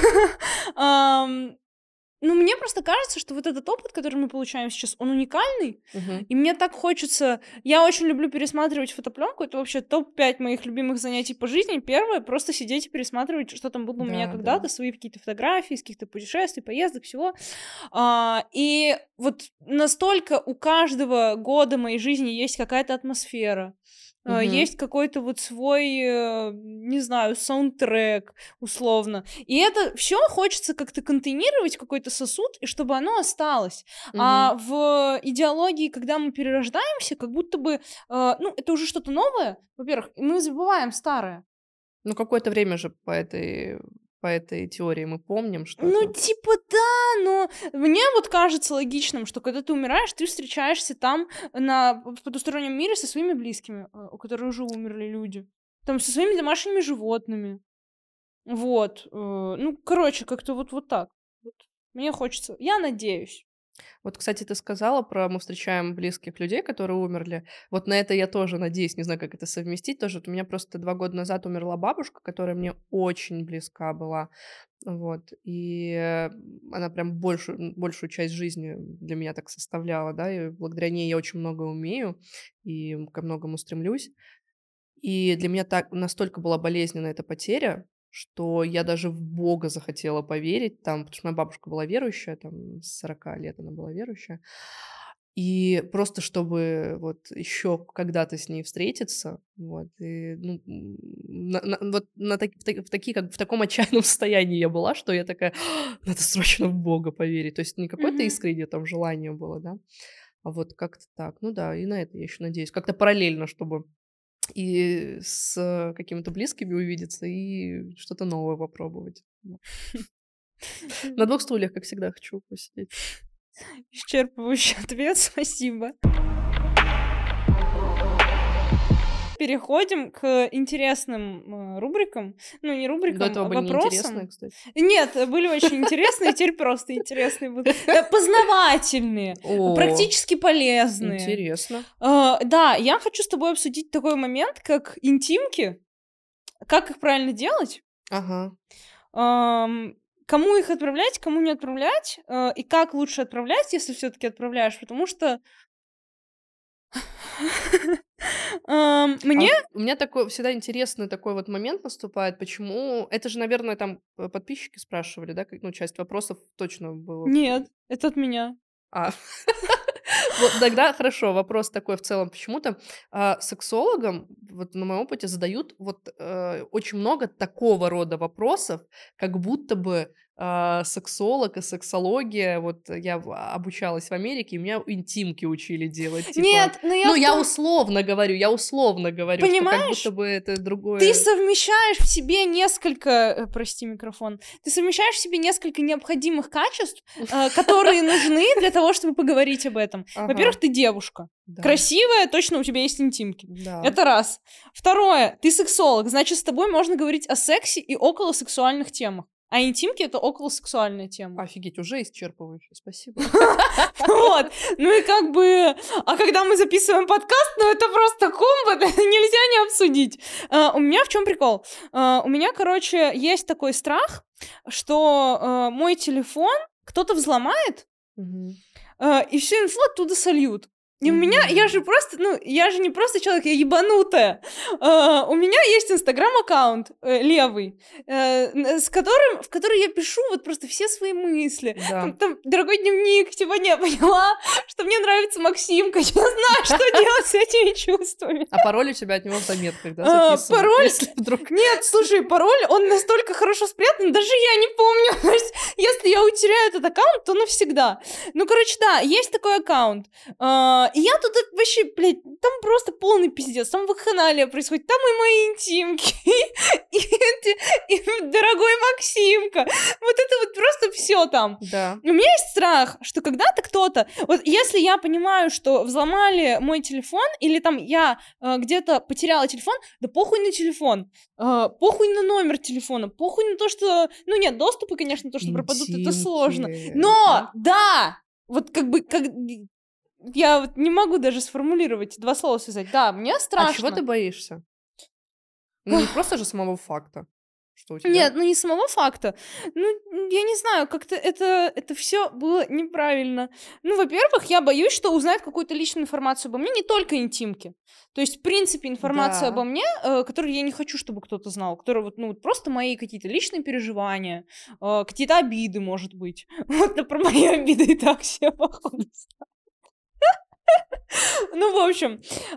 Ну, мне просто кажется, что вот этот опыт, который мы получаем сейчас, он уникальный. Мгм. И мне так хочется... Я очень люблю пересматривать фотопленку. Это вообще топ-5 моих любимых занятий по жизни. Первое — просто сидеть и пересматривать, что там было у меня Да, когда-то, да. свои какие-то фотографии из каких-то путешествий, поездок, всего. И вот настолько у каждого года моей жизни есть какая-то атмосфера. Мгм. Есть какой-то вот свой, не знаю, саундтрек, условно. И это все хочется как-то контейнировать в какой-то сосуд, и чтобы оно осталось. А Мгм. в идеологии, когда мы перерождаемся, как будто бы, ну, это уже что-то новое, во-первых, и мы забываем старое. Ну, какое-то время же по этой по этой теории мы помним Ну, что-то. типа, да, но мне вот кажется логичным, что когда ты умираешь, ты встречаешься там в потустороннем мире со своими близкими, у которых уже умерли люди. Там со своими домашними животными. Вот. Ну, короче, как-то вот так. Вот. Мне хочется. Я надеюсь. Вот, кстати, ты сказала про мы встречаем близких людей, которые умерли. Вот на это я тоже надеюсь, не знаю, как это совместить тоже. Вот у меня просто 2 года назад умерла бабушка, которая мне очень близка была. Вот. И она прям большую часть жизни для меня так составляла, да, и благодаря ней я очень много умею и ко многому стремлюсь. И для меня так настолько была болезненна эта потеря, что я даже в Бога захотела поверить там, потому что моя бабушка была верующая, там, с 40 лет она была верующая. И просто чтобы вот еще когда-то с ней встретиться, вот, и, ну, вот в таком отчаянном состоянии я была, что я такая: надо срочно в Бога поверить. То есть не какое-то искреннее там желание было, да, а вот как-то так. Ну да, и на это я еще надеюсь. Как-то параллельно, чтобы и с какими-то близкими увидеться, и что-то новое попробовать. Вот. На 2 стульях, как всегда, хочу посидеть. Исчерпывающий ответ, спасибо. Переходим к интересным рубрикам. Ну, не До рубрикам, этого а были неинтересные, вопросам. кстати. Нет, были очень интересные, теперь просто интересные будут. Познавательные, О, практически полезные. интересно. Да, я хочу с тобой обсудить такой момент, как интимки. Как их правильно делать? Ага. Кому их отправлять, кому не отправлять, и как лучше отправлять, если все-таки отправляешь, потому что мне... У меня такой всегда интересный такой вот момент наступает, почему... Это же, наверное, там подписчики спрашивали, да? Ну, часть вопросов точно было. Нет, это от меня. Вот тогда хорошо, вопрос такой в целом. Почему-то сексологам, вот на моем опыте, задают вот очень много такого рода вопросов, как будто бы сексолог и сексология, вот я обучалась в Америке, и меня интимки учили делать. Типа, Нет, но ну, я условно говорю, что Понимаешь? как будто бы это другое... Ты совмещаешь в себе несколько... Прости, микрофон. Ты совмещаешь в себе несколько необходимых качеств, которые нужны для того, чтобы поговорить об этом. Ага. Во-первых, ты девушка. Да. Красивая, точно у тебя есть интимки. Да. Это раз. Второе, ты сексолог, значит, с тобой можно говорить о сексе и околосексуальных темах. А интимки — это околосексуальная тема. Офигеть, уже исчерпывающе, спасибо. Вот, ну и как бы... А когда мы записываем подкаст, ну это просто комбо, это нельзя не обсудить. У меня в чем прикол? У меня, короче, есть такой страх, что мой телефон кто-то взломает, и всю инфу оттуда сольют. И у меня, я же не просто человек, я ебанутая. У меня есть инстаграм-аккаунт левый, в который я пишу вот просто все свои мысли. Да. Там дорогой дневник, сегодня я поняла, что мне нравится Максимка, я знаю, что делать с этими чувствами. А пароль у тебя от него в заметках, да, записан? Пароль? Если вдруг... Нет, слушай, пароль, он настолько хорошо спрятан, даже я не помню. То есть, если я утеряю этот аккаунт, то навсегда. Ну, короче, да, есть такой аккаунт. И я туда вообще, блядь, там просто полный пиздец, там вакханалия происходит, там и мои интимки, и дорогой Максимка, вот это вот просто все там. Да. У меня есть страх, что когда-то кто-то, вот если я понимаю, что взломали мой телефон, или там я где-то потеряла телефон, да похуй на телефон, похуй на номер телефона, похуй на то, что, ну нет, доступы, конечно, то, что пропадут, это сложно, но, да, вот как бы, я вот не могу даже сформулировать, 2 слова связать. Да, мне страшно. А чего ты боишься? Ну, не просто же самого факта, что у тебя... Нет, ну не самого факта. Ну, я не знаю, как-то это все было неправильно. Ну, во-первых, я боюсь, что узнают какую-то личную информацию обо мне, не только интимки. То есть, в принципе, информация Да. обо мне, которую я не хочу, чтобы кто-то знал, которая вот, ну, вот просто мои какие-то личные переживания, какие-то обиды, может быть. Вот, да, про мои обиды и так все, походу. Ну, в общем,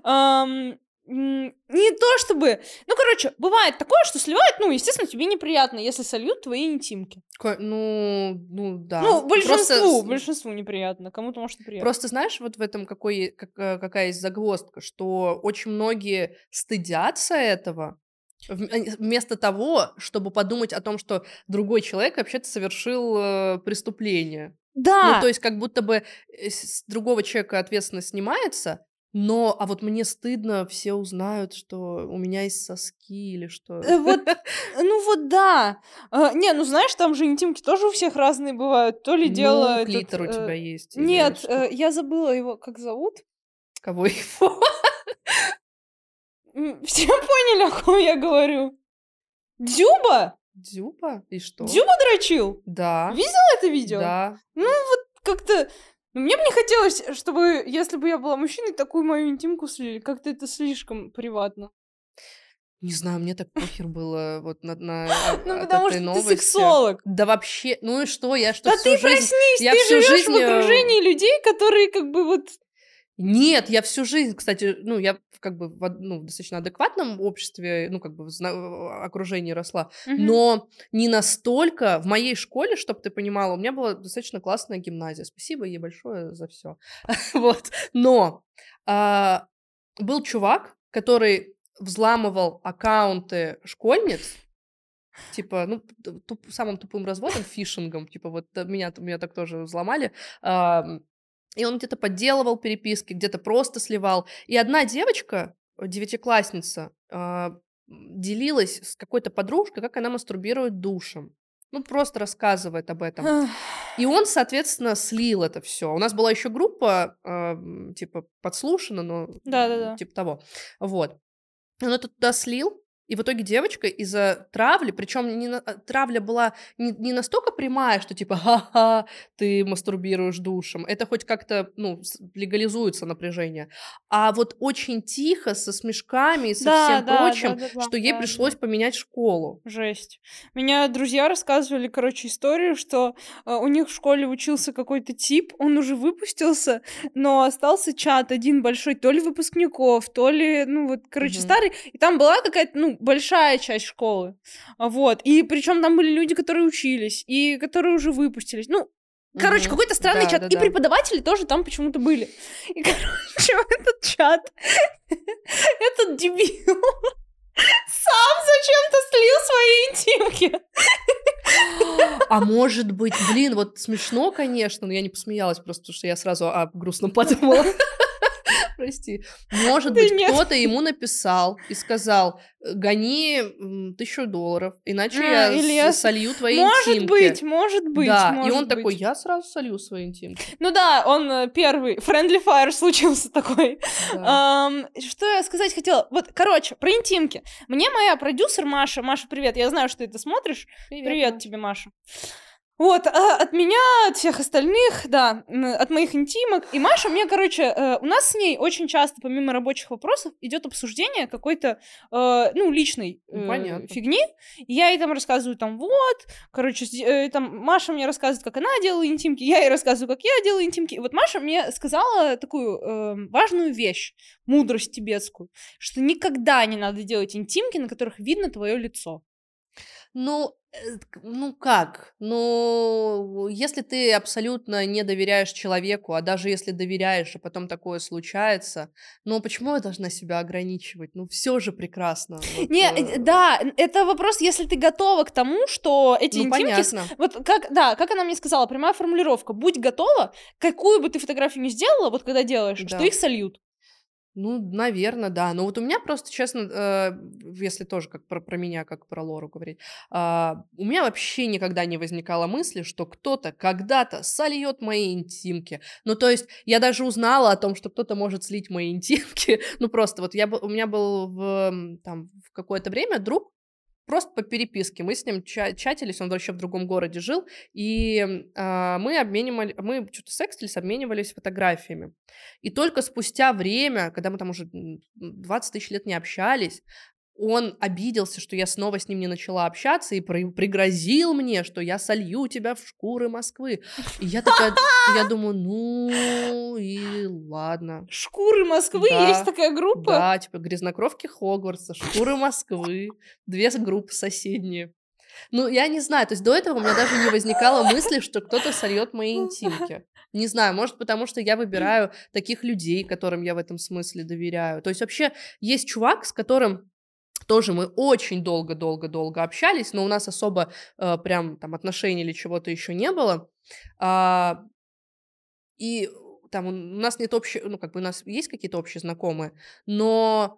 не то чтобы... Ну, короче, бывает такое, что сливают, ну, естественно, тебе неприятно, если сольют твои интимки. Ну, да. Ну, большинству Просто, неприятно, кому-то, может, и приятно. просто знаешь, вот в этом какая есть загвоздка, что очень многие стыдятся этого, Вместо того, чтобы подумать о том, что другой человек вообще-то совершил преступление. Ну, то Да, есть как будто бы с другого человека ответственность снимается, но, а вот мне стыдно, все узнают, что у меня есть соски или что. вот, ну вот да. Не, ну знаешь, там же интимки тоже у всех разные бывают. То ли дело Ну, этот... клитор у тебя есть или Нет, что? я забыла его, как зовут. Кого его? Все поняли, о ком я говорю? Дзюба? Дзюба? И что? Дзюба дрочил? Да, Видел это видео? да. Как-то... Ну, мне бы не хотелось, чтобы, если бы я была мужчиной, такую мою интимку слили. Как-то это слишком приватно. Не знаю, мне так похер было вот Ну, от потому этой что ты новости. сексолог. Да вообще, ну и что, я что Да всю ты жизнь... проснись, Я ты всю живешь жизнь... в окружении людей, которые как бы вот... Нет, я всю жизнь, кстати, ну, я как бы в достаточно адекватном обществе, ну, как бы в окружении росла, Мгм. но не настолько. В моей школе, чтобы ты понимала, у меня была достаточно классная гимназия. Спасибо ей большое за все. Вот. Но был чувак, который взламывал аккаунты школьниц, типа, ну, самым тупым разводом, фишингом, типа, вот меня так тоже взломали, и он где-то подделывал переписки, где-то просто сливал. И одна девочка, девятиклассница, делилась с какой-то подружкой, как она мастурбирует душем. Ну, просто рассказывает об этом. Ах, И он, соответственно, слил это все. У нас была еще группа, типа, подслушана, но Да-да-да. типа того. Вот. Он это туда слил, и в итоге девочка из-за травли, причем травля была не настолько прямая, что типа «ха-ха, ты мастурбируешь душем», это хоть как-то, ну, легализуется напряжение, а вот очень тихо, со смешками и со Да, всем да, прочим, да-да-да, что ей да-да. пришлось поменять школу. Жесть. Меня друзья рассказывали, короче, историю, что у них в школе учился какой-то тип, он уже выпустился, но остался чат один большой, то ли выпускников, то ли, ну вот, короче, Мгм. старый, и там была какая-то, ну, большая часть школы, вот, и причем там были люди, которые учились, и которые уже выпустились, ну, короче, Мгм. какой-то странный чат, и Да-да-да. преподаватели тоже там почему-то были, и, короче, в этот чат этот дебил сам зачем-то слил свои интимки. А может быть, блин, вот смешно, конечно, но я не посмеялась просто, потому что я сразу о грустном подумала. Прости. Может Да быть, нет. кто-то ему написал и сказал: гони $1000, иначе Или я я солью твои Может быть, интимки. может быть, Да, и может он такой: быть. я сразу солью свои интимки. Ну да, он первый. Friendly Fire случился такой. Да. Что я сказать хотела? Вот, короче, про интимки. Мне моя продюсер Маша, Маша, привет, я знаю, что ты это смотришь. Привет Маша. тебе, Маша. Вот, от меня, от всех остальных, да, от моих интимок. И Маша мне, короче, у нас с ней очень часто, помимо рабочих вопросов, идет обсуждение какой-то, ну, личной Ну, понятно. фигни. И я ей там рассказываю, там, вот, короче, там, Маша мне рассказывает, как она делала интимки, я ей рассказываю, как я делаю интимки. И вот Маша мне сказала такую важную вещь, мудрость тибетскую, что никогда не надо делать интимки, на которых видно твое лицо. Ну как? Ну, если ты абсолютно не доверяешь человеку, а даже если доверяешь, и потом такое случается, ну почему я должна себя ограничивать? Ну все же прекрасно. Вот, Не, да, это вопрос, если ты готова к тому, что эти ну интимки... понятно. Вот как, да, как она мне сказала, прямая формулировка. Будь готова, какую бы ты фотографию ни сделала, вот когда делаешь, что Да. их сольют. Ну, наверное, да. Но вот у меня просто, честно, если тоже как про меня, как про Лору говорить, у меня вообще никогда не возникало мысли, что кто-то когда-то сольет мои интимки. Ну, то есть я даже узнала о том, что кто-то может слить мои интимки. Ну, просто вот у меня был там, в какое-то время друг, просто по переписке. Мы с ним чатились, он вообще в другом городе жил, и мы что-то секстились, обменивались фотографиями. И только спустя время, когда мы там уже 20 тысяч лет не общались, он обиделся, что я снова с ним не начала общаться, и пригрозил мне, что я солью тебя в шкуры Москвы. И я такая, я думаю, ну и ладно. Шкуры Москвы, Да, есть такая группа? Да, типа грязнокровки Хогвартса, шкуры Москвы, 2 группы соседние. Ну, я не знаю, то есть до этого у меня даже не возникало мысли, что кто-то сольет мои интимки. Не знаю, может, потому что я выбираю таких людей, которым я в этом смысле доверяю. То есть вообще есть чувак, с которым Тоже мы очень долго-долго-долго общались, но у нас особо прям там отношений или чего-то еще не было. А, И там у нас нет общих, ну, как бы у нас есть какие-то общие знакомые, но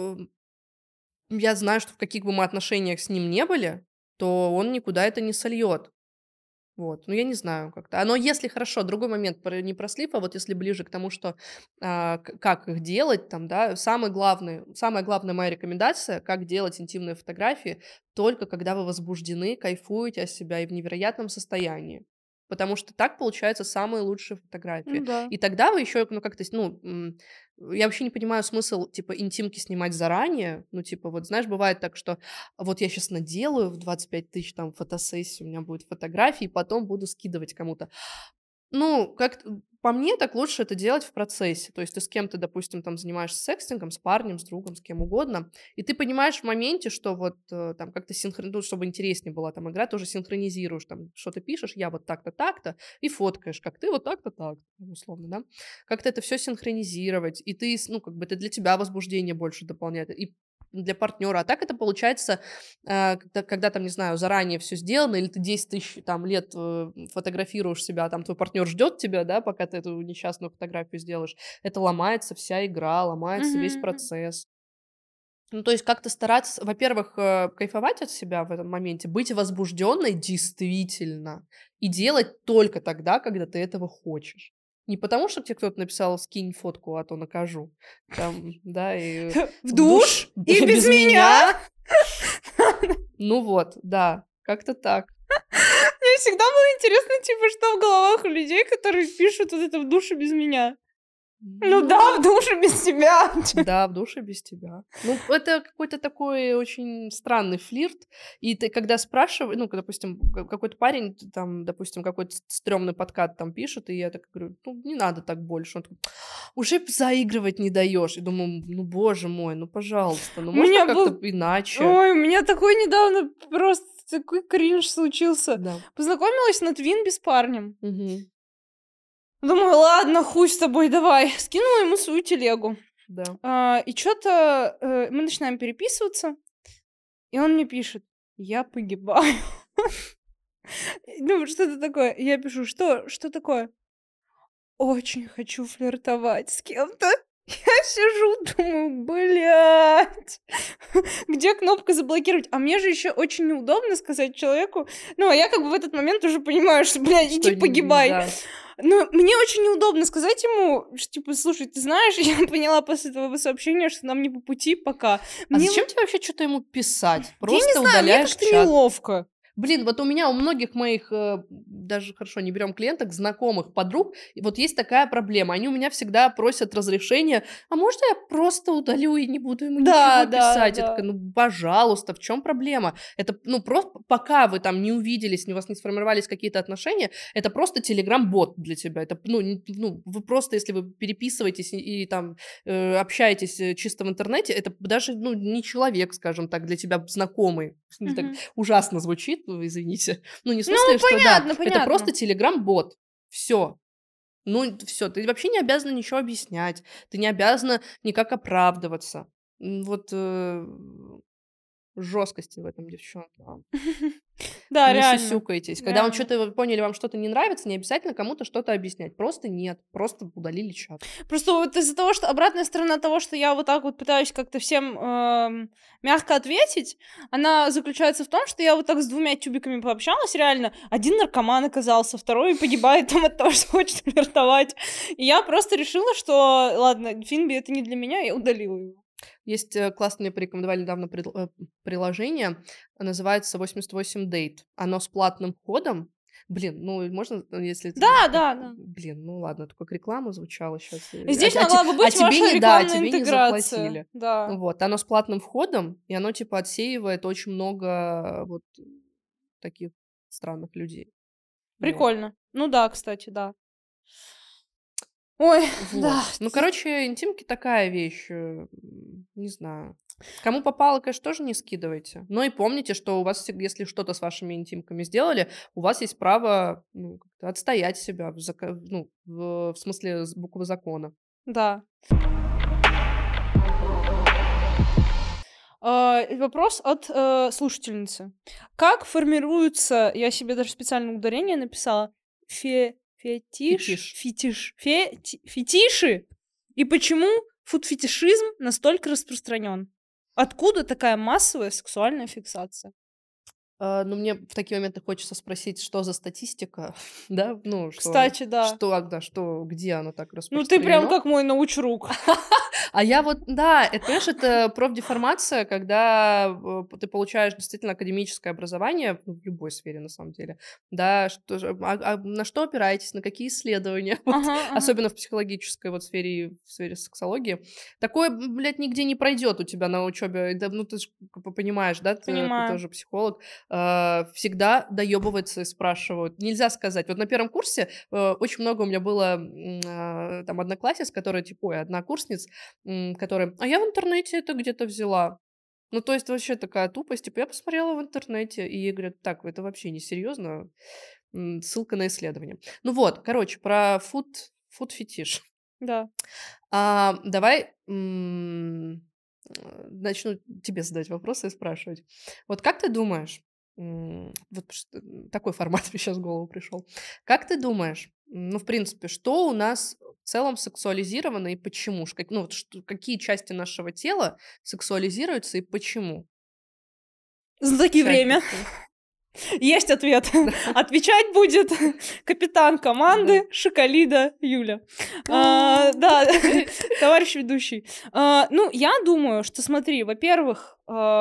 я знаю, что в каких бы мы отношениях с ним не были, то он никуда это не сольет. Вот, ну, я не знаю как-то. Но если хорошо, другой момент, не про слив, а вот если ближе к тому, что как их делать, там, да, самая главная моя рекомендация, как делать интимные фотографии, только когда вы возбуждены, кайфуете от себя и в невероятном состоянии. Потому что так получаются самые лучшие фотографии. Ну да. И тогда вы еще, ну, как-то, ну, я вообще не понимаю смысл, типа, интимки снимать заранее. Ну, типа, вот, знаешь, бывает так, что вот я сейчас наделаю в 25 тысяч там фотосессии, у меня будет фотографии, и потом буду скидывать кому-то. Ну, как по мне, так лучше это делать в процессе. То есть ты с кем-то, допустим, там занимаешься секстингом, с парнем, с другом, с кем угодно, и ты понимаешь в моменте, что вот там как-то синхронизируешь, чтобы интереснее была там игра, тоже синхронизируешь, там, что ты пишешь, я вот так-то, так-то, и фоткаешь, как ты вот так-то, так, условно, да. Как-то это все синхронизировать, и ты, ну, как бы это для тебя возбуждение больше дополняет, и для партнера. А так это получается, когда там, не знаю, заранее все сделано, или ты 10 тысяч там лет фотографируешь себя, там твой партнер ждет тебя, да, пока ты эту несчастную фотографию сделаешь. Это ломается вся игра, ломается весь процесс. Ну, то есть как-то стараться, во-первых, кайфовать от себя в этом моменте, быть возбужденной действительно, и делать только тогда, когда ты этого хочешь. Не потому, что тебе кто-то написал «скинь фотку, а то накажу». Там, да, и... В душ и без меня. Ну вот, да, как-то так. Мне всегда было интересно, типа, что в головах у людей, которые пишут вот это «в душе без меня». Ну да, в душе без тебя. Да, в душе без тебя. Ну, это какой-то такой очень странный флирт. И ты когда спрашиваешь, ну, допустим, какой-то парень, там, допустим, какой-то стрёмный подкат там пишет, и я так говорю, ну, не надо так больше. Он такой, уже заигрывать не даешь. И думаю, ну, боже мой, ну, пожалуйста, ну, можно как-то иначе. Ой, у меня такой недавно просто такой кринж случился. Да. Познакомилась на Твинбе с парнем. Угу. Думаю, ладно, хуй с тобой, давай. Скинула ему свою телегу. Да. И что-то мы начинаем переписываться, и он мне пишет, я погибаю. Ну, что-то такое. Я пишу, что такое? Очень хочу флиртовать с кем-то. Я сижу, думаю, блядь, где кнопка заблокировать? А мне же еще очень неудобно сказать человеку, ну, а я как бы в этот момент уже понимаю, что, блядь, иди погибай. Да. Но мне очень неудобно сказать ему, что, типа, слушай, ты знаешь, я поняла после твоего сообщения, что нам не по пути пока. Зачем тебе вообще что-то ему писать? Просто я не знаю, удаляешь мне как-то неловко. Блин, вот у меня, у многих моих, даже, хорошо, не берем клиенток, знакомых, подруг, и вот есть такая проблема. Они у меня всегда просят разрешения, а можно я просто удалю и не буду ему ничего писать? Я такая, ну, пожалуйста, в чем проблема? Это, ну, просто пока вы там не увиделись, у вас не сформировались какие-то отношения, это просто телеграм-бот для тебя. Это, ну, вы просто, если вы переписываетесь и там общаетесь чисто в интернете, это даже, ну, не человек, скажем так, для тебя знакомый. Так ужасно звучит, извините. Ну, не в смысле, что понятно. Это просто телеграм-бот. Все. Ну, все. Ты вообще не обязана ничего объяснять. Ты не обязана никак оправдываться. Вот жесткости в этом, девчонки. Да, не реально. сюсюкайтесь. Когда вам что-то поняли, вам что-то не нравится, не обязательно кому-то что-то объяснять. Просто нет. Просто удалили чат. Просто вот из-за того, что обратная сторона того, что я вот так вот пытаюсь как-то всем мягко ответить, она заключается в том, что я вот так с 2 тюбиками пообщалась, реально. Один наркоман оказался, второй погибает там от того, что хочет флиртовать. И я просто решила, что, ладно, Финби это не для меня, я удалила его. Есть классное, мне порекомендовали недавно приложение, называется 88 Date. Оно с платным входом. Блин, ну, можно, если... Да. Блин, ну ладно, только как реклама звучала сейчас. Здесь могла бы быть ваша рекламная интеграция. Тебе не заплатили. Да. Вот, оно с платным входом, и оно, типа, отсеивает очень много вот таких странных людей. Прикольно. Вот. Ну да, кстати, да. Ой, вот. Да. Ну, короче, интимки такая вещь, не знаю. Кому попало, конечно, тоже не скидывайте. Но и помните, что у вас, если что-то с вашими интимками сделали, у вас есть право как-то отстоять себя, в смысле буквы закона. Да. Вопрос от слушательницы. Как формируются, я себе даже специальное ударение написала, фетиши, и почему фуд-фетишизм настолько распространен? Откуда такая массовая сексуальная фиксация? Ну, мне в такие моменты хочется спросить, что за статистика, да? Ну, Кстати, да. где оно так Ну, ты прям распространено? как мой научрук. А я вот, да, это, понимаешь, это профдеформация, когда ты получаешь действительно академическое образование, ну, в любой сфере, на самом деле, да, на что опираетесь, на какие исследования, вот, Ага. особенно в психологической вот сфере, в сфере сексологии. Такое, блядь, нигде не пройдет у тебя на учебе, ну, ты же понимаешь, да, ты Понимаю. тоже психолог, всегда доебываются и спрашивают. Нельзя сказать. Вот на первом курсе очень много у меня было там одноклассниц, которые, типа, однокурсниц, которая: "А я в интернете это где-то взяла". Ну, то есть вообще такая тупость. Типа, я посмотрела в интернете, и ей говорят: "Так, это вообще не серьезно. Ссылка на исследование". Ну вот, короче, про фуд-фетиш. Да. Давай, начну тебе задавать вопросы и спрашивать. Вот как ты думаешь, вот такой формат мне сейчас в голову пришел. Как ты думаешь, ну, в принципе, что у нас в целом сексуализировано и почему? Ну, вот какие части нашего тела сексуализируются и почему? Знатоки Чаще время. всего. Есть ответ. Отвечать будет капитан команды Шоколида Юля. Да, товарищ ведущий. Ну, я думаю, что, смотри, во-первых,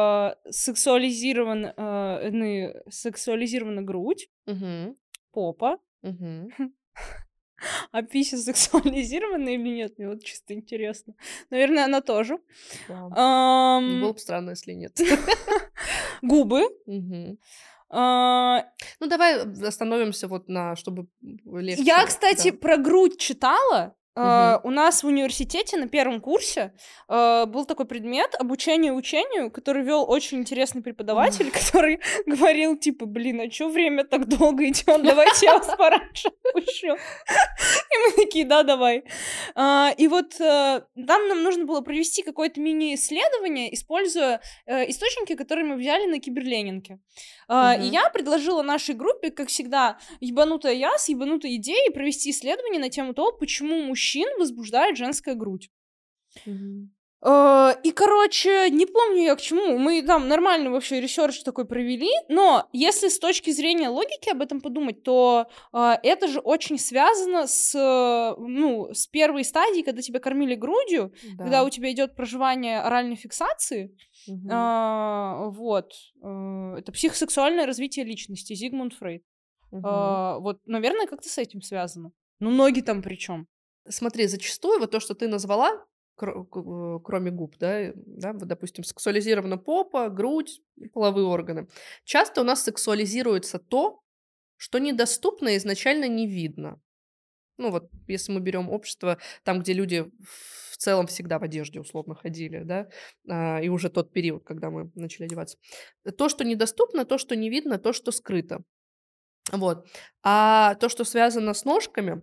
сексуализирована грудь, Мгм. попа. Мгм. А пися сексуализирована или нет? Мне вот чисто интересно. Наверное, она тоже. Да. Ам, Было бы странно, если нет. Губы. Мгм. А, Ну, давай остановимся вот чтобы легче. Я, кстати, Да. про грудь читала. Мгм. У нас в университете на первом курсе был такой предмет обучение учению, который вел очень интересный преподаватель, который говорил, типа, блин, а чё время так долго идет? Давайте я вас пораньше отпущу. И мы такие, да, давай. И вот там нам нужно было провести какое-то мини-исследование, используя источники, которые мы взяли на Киберленинке. И Мгм. я предложила нашей группе, как всегда, ебанутая я с ебанутой идеей провести исследование на тему того, почему мужчин возбуждает женская грудь. Мгм. И, короче, не помню я к чему. Мы там нормально вообще ресерч такой провели, но если с точки зрения логики об этом подумать, то это же очень связано с первой стадией, когда тебя кормили грудью, когда Да. у тебя идет проживание оральной фиксации. Мгм. Вот. Это психосексуальное развитие личности, Зигмунд Фрейд. Мгм. Вот, наверное, как-то с этим связано. Ну, ноги там при чем? Смотри, зачастую вот то, что ты назвала, кроме губ, да, вот, допустим, сексуализирована попа, грудь, половые органы. Часто у нас сексуализируется то, что недоступно и изначально не видно. Ну вот, если мы берем общество, там, где люди в целом всегда в одежде условно ходили, да, и уже тот период, когда мы начали одеваться. То, что недоступно, то, что не видно, то, что скрыто. Вот. А то, что связано с ножками,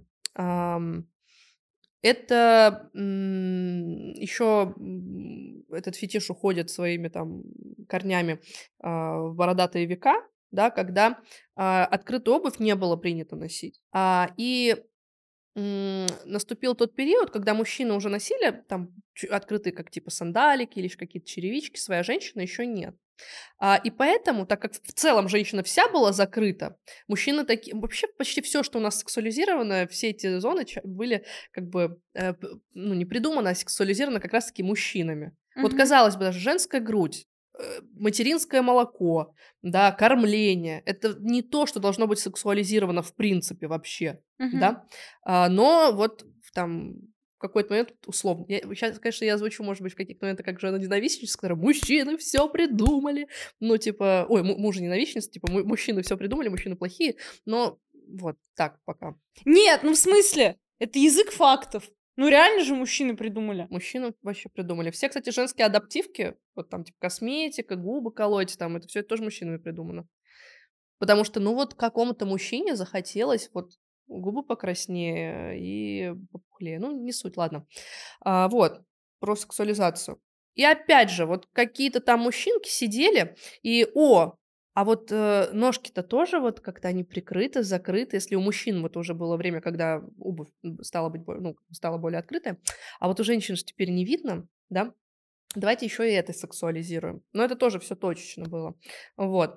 это еще этот фетиш уходит своими там корнями в бородатые века, да, когда открытую обувь не было принято носить. И наступил тот период, когда мужчины уже носили там открытые, как типа сандалики или какие-то черевички, своя женщина еще нет. И поэтому, так как в целом женщина вся была закрыта, мужчины такие... Вообще почти все, что у нас сексуализировано, все эти зоны были как бы, ну, не придумано, а сексуализировано как раз-таки мужчинами. Вот, казалось бы, даже женская грудь, материнское молоко, да, кормление. Это не то, что должно быть сексуализировано в принципе вообще, да. Но вот там в какой-то момент, условно, сейчас, конечно, я звучу, может быть, в каких-то моментах как жена-ненавистничество, которая: "Мужчины все придумали". Ну, типа, ой, мужа-ненавистница, типа, мужчины все придумали, мужчины плохие. Но вот так пока. Нет, ну в смысле? Это язык фактов. Ну реально же мужчины придумали. Мужчины вообще придумали. Все, кстати, женские адаптивки, вот там типа косметика, губы колоть, там это все тоже мужчинами придумано. Потому что, ну вот какому-то мужчине захотелось вот губы покраснее и попухлее. Ну, не суть, ладно. Вот, про сексуализацию. И опять же, вот какие-то там мужчинки сидели, и, а вот ножки-то тоже вот как-то они прикрыты, закрыты. Если у мужчин вот уже было время, когда обувь стала быть, стала более открытая, а вот у женщин же теперь не видно, да, давайте еще и это сексуализируем. Но это тоже все точечно было. Вот.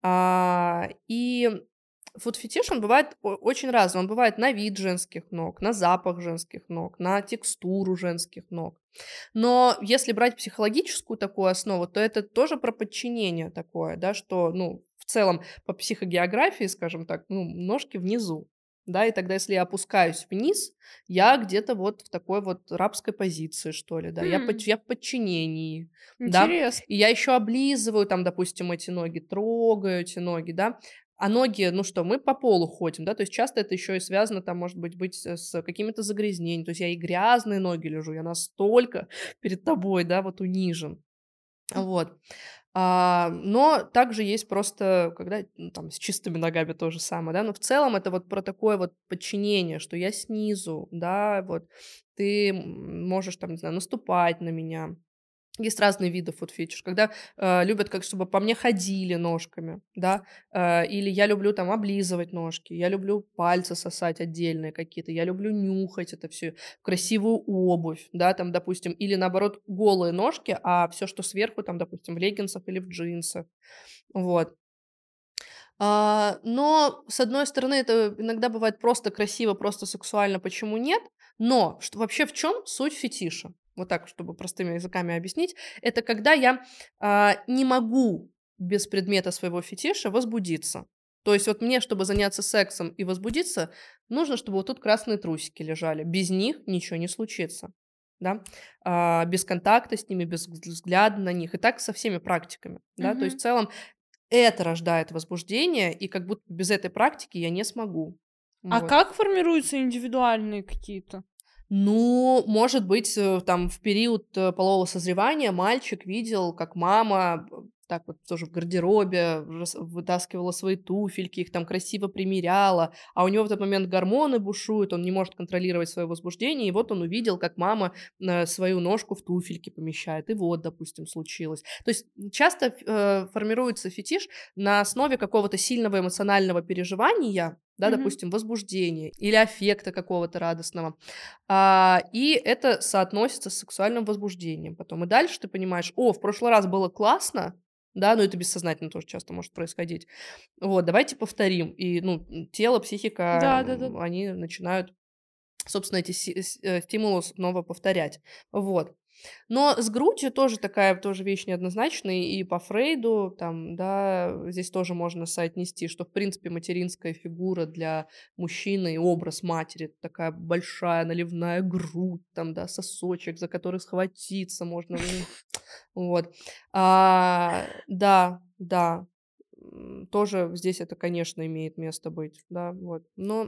И фуд-фетиш, он бывает очень разный. Он бывает на вид женских ног, на запах женских ног, на текстуру женских ног. Но если брать психологическую такую основу, то это тоже про подчинение такое, да, что, в целом по психогеографии, скажем так, ножки внизу, да, и тогда, если я опускаюсь вниз, я где-то вот в такой вот рабской позиции, что ли, да, я в подчинении, да, Интересно. и я еще облизываю там, допустим, эти ноги, трогаю эти ноги, да, а ноги, мы по полу ходим, да, то есть часто это еще и связано, там, может быть с какими-то загрязнениями, то есть я и грязные ноги лежу, я настолько перед тобой, да, вот унижен, вот. Но также есть просто, когда там с чистыми ногами то же самое, да, но в целом это вот про такое вот подчинение, что я снизу, да, вот, ты можешь там, не знаю, наступать на меня. Есть разные виды фуд-фетиш, когда любят, как чтобы по мне ходили ножками, да, или я люблю там облизывать ножки, я люблю пальцы сосать отдельные какие-то, я люблю нюхать это все, красивую обувь, да, там, допустим, или наоборот голые ножки, а все, что сверху, там, допустим, в леггинсах или в джинсах, вот. Но, с одной стороны, это иногда бывает просто красиво, просто сексуально, почему нет? Но вообще в чем суть фетиша? Вот так, чтобы простыми языками объяснить. Это когда я не могу без предмета своего фетиша возбудиться. То есть вот мне, чтобы заняться сексом и возбудиться, нужно, чтобы вот тут красные трусики лежали. Без них ничего не случится. Да? Без контакта с ними, без взгляда на них. И так со всеми практиками. Да? То есть в целом это рождает возбуждение, и как будто без этой практики я не смогу. А Вот. как формируются индивидуальные какие-то? Может быть, там в период полового созревания мальчик видел, как мама так вот тоже в гардеробе вытаскивала свои туфельки, их там красиво примеряла, а у него в этот момент гормоны бушуют, он не может контролировать свое возбуждение, и вот он увидел, как мама свою ножку в туфельки помещает, и вот, допустим, случилось. То есть часто формируется фетиш на основе какого-то сильного эмоционального переживания, да, допустим, возбуждения или аффекта какого-то радостного, и это соотносится с сексуальным возбуждением потом. И дальше ты понимаешь, в прошлый раз было классно, да, но это бессознательно тоже часто может происходить. Вот, давайте повторим. И, тело, психика, Да. они начинают, собственно, эти стимулы снова повторять. Вот. Но с грудью тоже такая вещь неоднозначная, и по Фрейду там, да, здесь тоже можно соотнести, что, в принципе, материнская фигура для мужчины и образ матери — это такая большая наливная грудь, там, да, сосочек, за который схватиться можно. Вот. Да, тоже здесь это, конечно, имеет место быть, да, вот. Но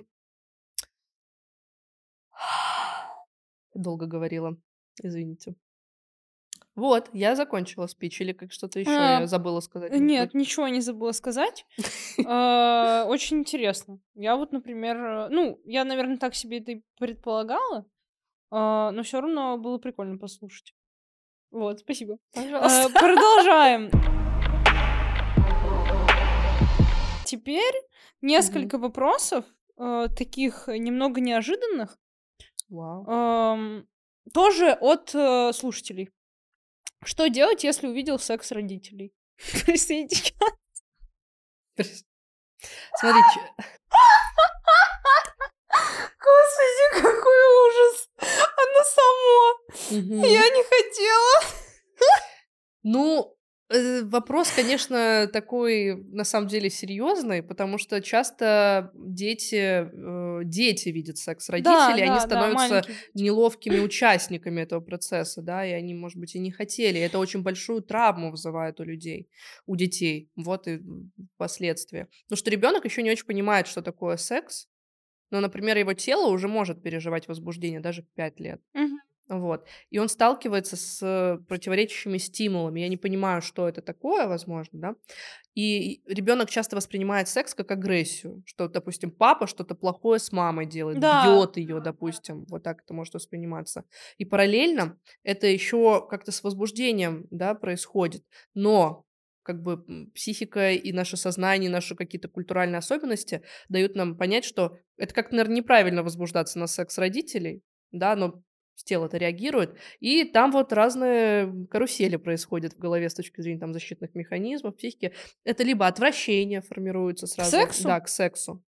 долго говорила, извините. Вот, я закончила спич, или как что-то еще я забыла сказать, может Нет, быть? ничего не забыла сказать. Очень интересно. Я вот, например, я, наверное, так себе это и предполагала, но все равно было прикольно послушать. Вот, спасибо. Пожалуйста. Продолжаем. Теперь несколько вопросов, таких немного неожиданных, Вау. тоже от слушателей. Что делать, если увидел секс родителей? Простите. Смотрите, Господи, какой ужас! Оно само. Я не хотела. Вопрос, конечно, такой, на самом деле, серьезный, потому что часто дети видят секс родителей, они Да, становятся маленькие дети. неловкими участниками этого процесса, да, и они, может быть, и не хотели. Это очень большую травму вызывает у детей, вот и последствия. Потому что ребенок еще не очень понимает, что такое секс, но, например, его тело уже может переживать возбуждение даже в 5 лет. Мгм. Вот. И он сталкивается с противоречащими стимулами. Я не понимаю, что это такое, возможно, да. И ребенок часто воспринимает секс как агрессию, что, допустим, папа что-то плохое с мамой делает, Да. бьет ее, допустим, вот так это может восприниматься. И параллельно это еще как-то с возбуждением, да, происходит. Но как бы психика и наше сознание, наши какие-то культуральные особенности дают нам понять, что это как-то, наверное, неправильно возбуждаться на секс родителей, да, но тело-то реагирует, и там вот разные карусели происходят в голове с точки зрения там защитных механизмов, психики. Это либо отвращение формируется К сразу, сексу? да, к сексу.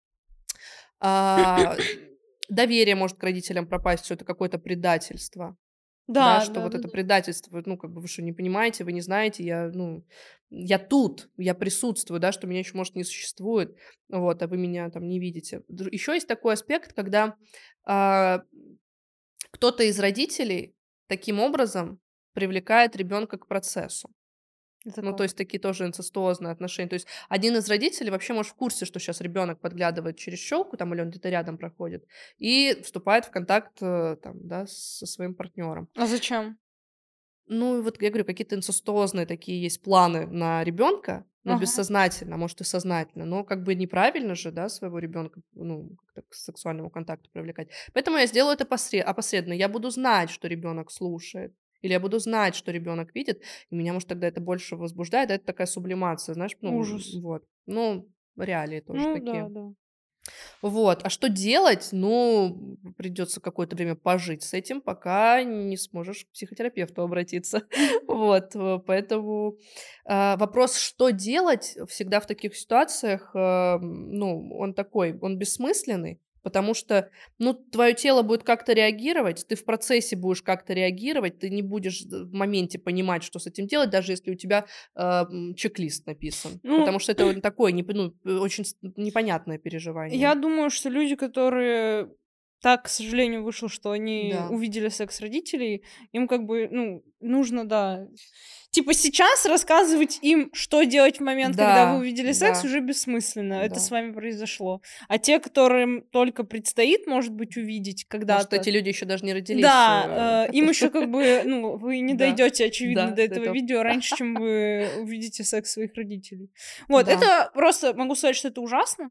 А, доверие может к родителям пропасть, что это какое-то предательство, да, Да, что вот это да-да-да. предательство, ну, как бы вы что, не понимаете, вы не знаете, я, ну, я тут, я присутствую, да, что меня еще, может, не существует, вот, а вы меня там не видите. Еще есть такой аспект, когда а, кто-то из родителей таким образом привлекает ребенка к процессу. Это Ну, то как? есть такие тоже инцестуозные отношения. То есть один из родителей вообще, может, в курсе, что сейчас ребенок подглядывает через щелку, там, или он где-то рядом проходит, и вступает в контакт, там, да, со своим партнером. А зачем? Ну, и вот я говорю, какие-то инцестуозные такие есть планы на ребенка, но Ага. бессознательно, а может и сознательно, но как бы неправильно же, да, своего ребенка, ну, как-то к сексуальному контакту привлекать. Поэтому я сделаю это опосредованно. Я буду знать, что ребенок слушает, или я буду знать, что ребенок видит, и меня, может, тогда это больше возбуждает, да, это такая сублимация, знаешь, ну, Ужас. вот. Ну, реалии тоже Ну да, такие. да. Вот. А что делать? Ну, придется какое-то время пожить с этим, пока не сможешь к психотерапевту обратиться. Мгм. Вот. Поэтому вопрос, что делать всегда в таких ситуациях, ну, он такой, он бессмысленный, потому что, ну, твое тело будет как-то реагировать, ты в процессе будешь как-то реагировать, ты не будешь в моменте понимать, что с этим делать, даже если у тебя чек-лист написан, Ну, потому что это вот такое ну, очень непонятное переживание. я думаю, что люди, которые так, к сожалению, вышло, что они Да, увидели секс родителей, им как бы, ну, нужно, да. Типа сейчас рассказывать им, что делать в момент, когда вы да, увидели секс, да, уже бессмысленно. Это с да. вами произошло. А те, которым только предстоит, может быть, увидеть Может, когда-то, эти люди еще даже не родились, да, им еще как бы, ну, вы не да, дойдете, очевидно, да, до до этого этого, видео раньше, чем вы увидите секс своих родителей. Вот, да, это просто могу сказать, что это ужасно.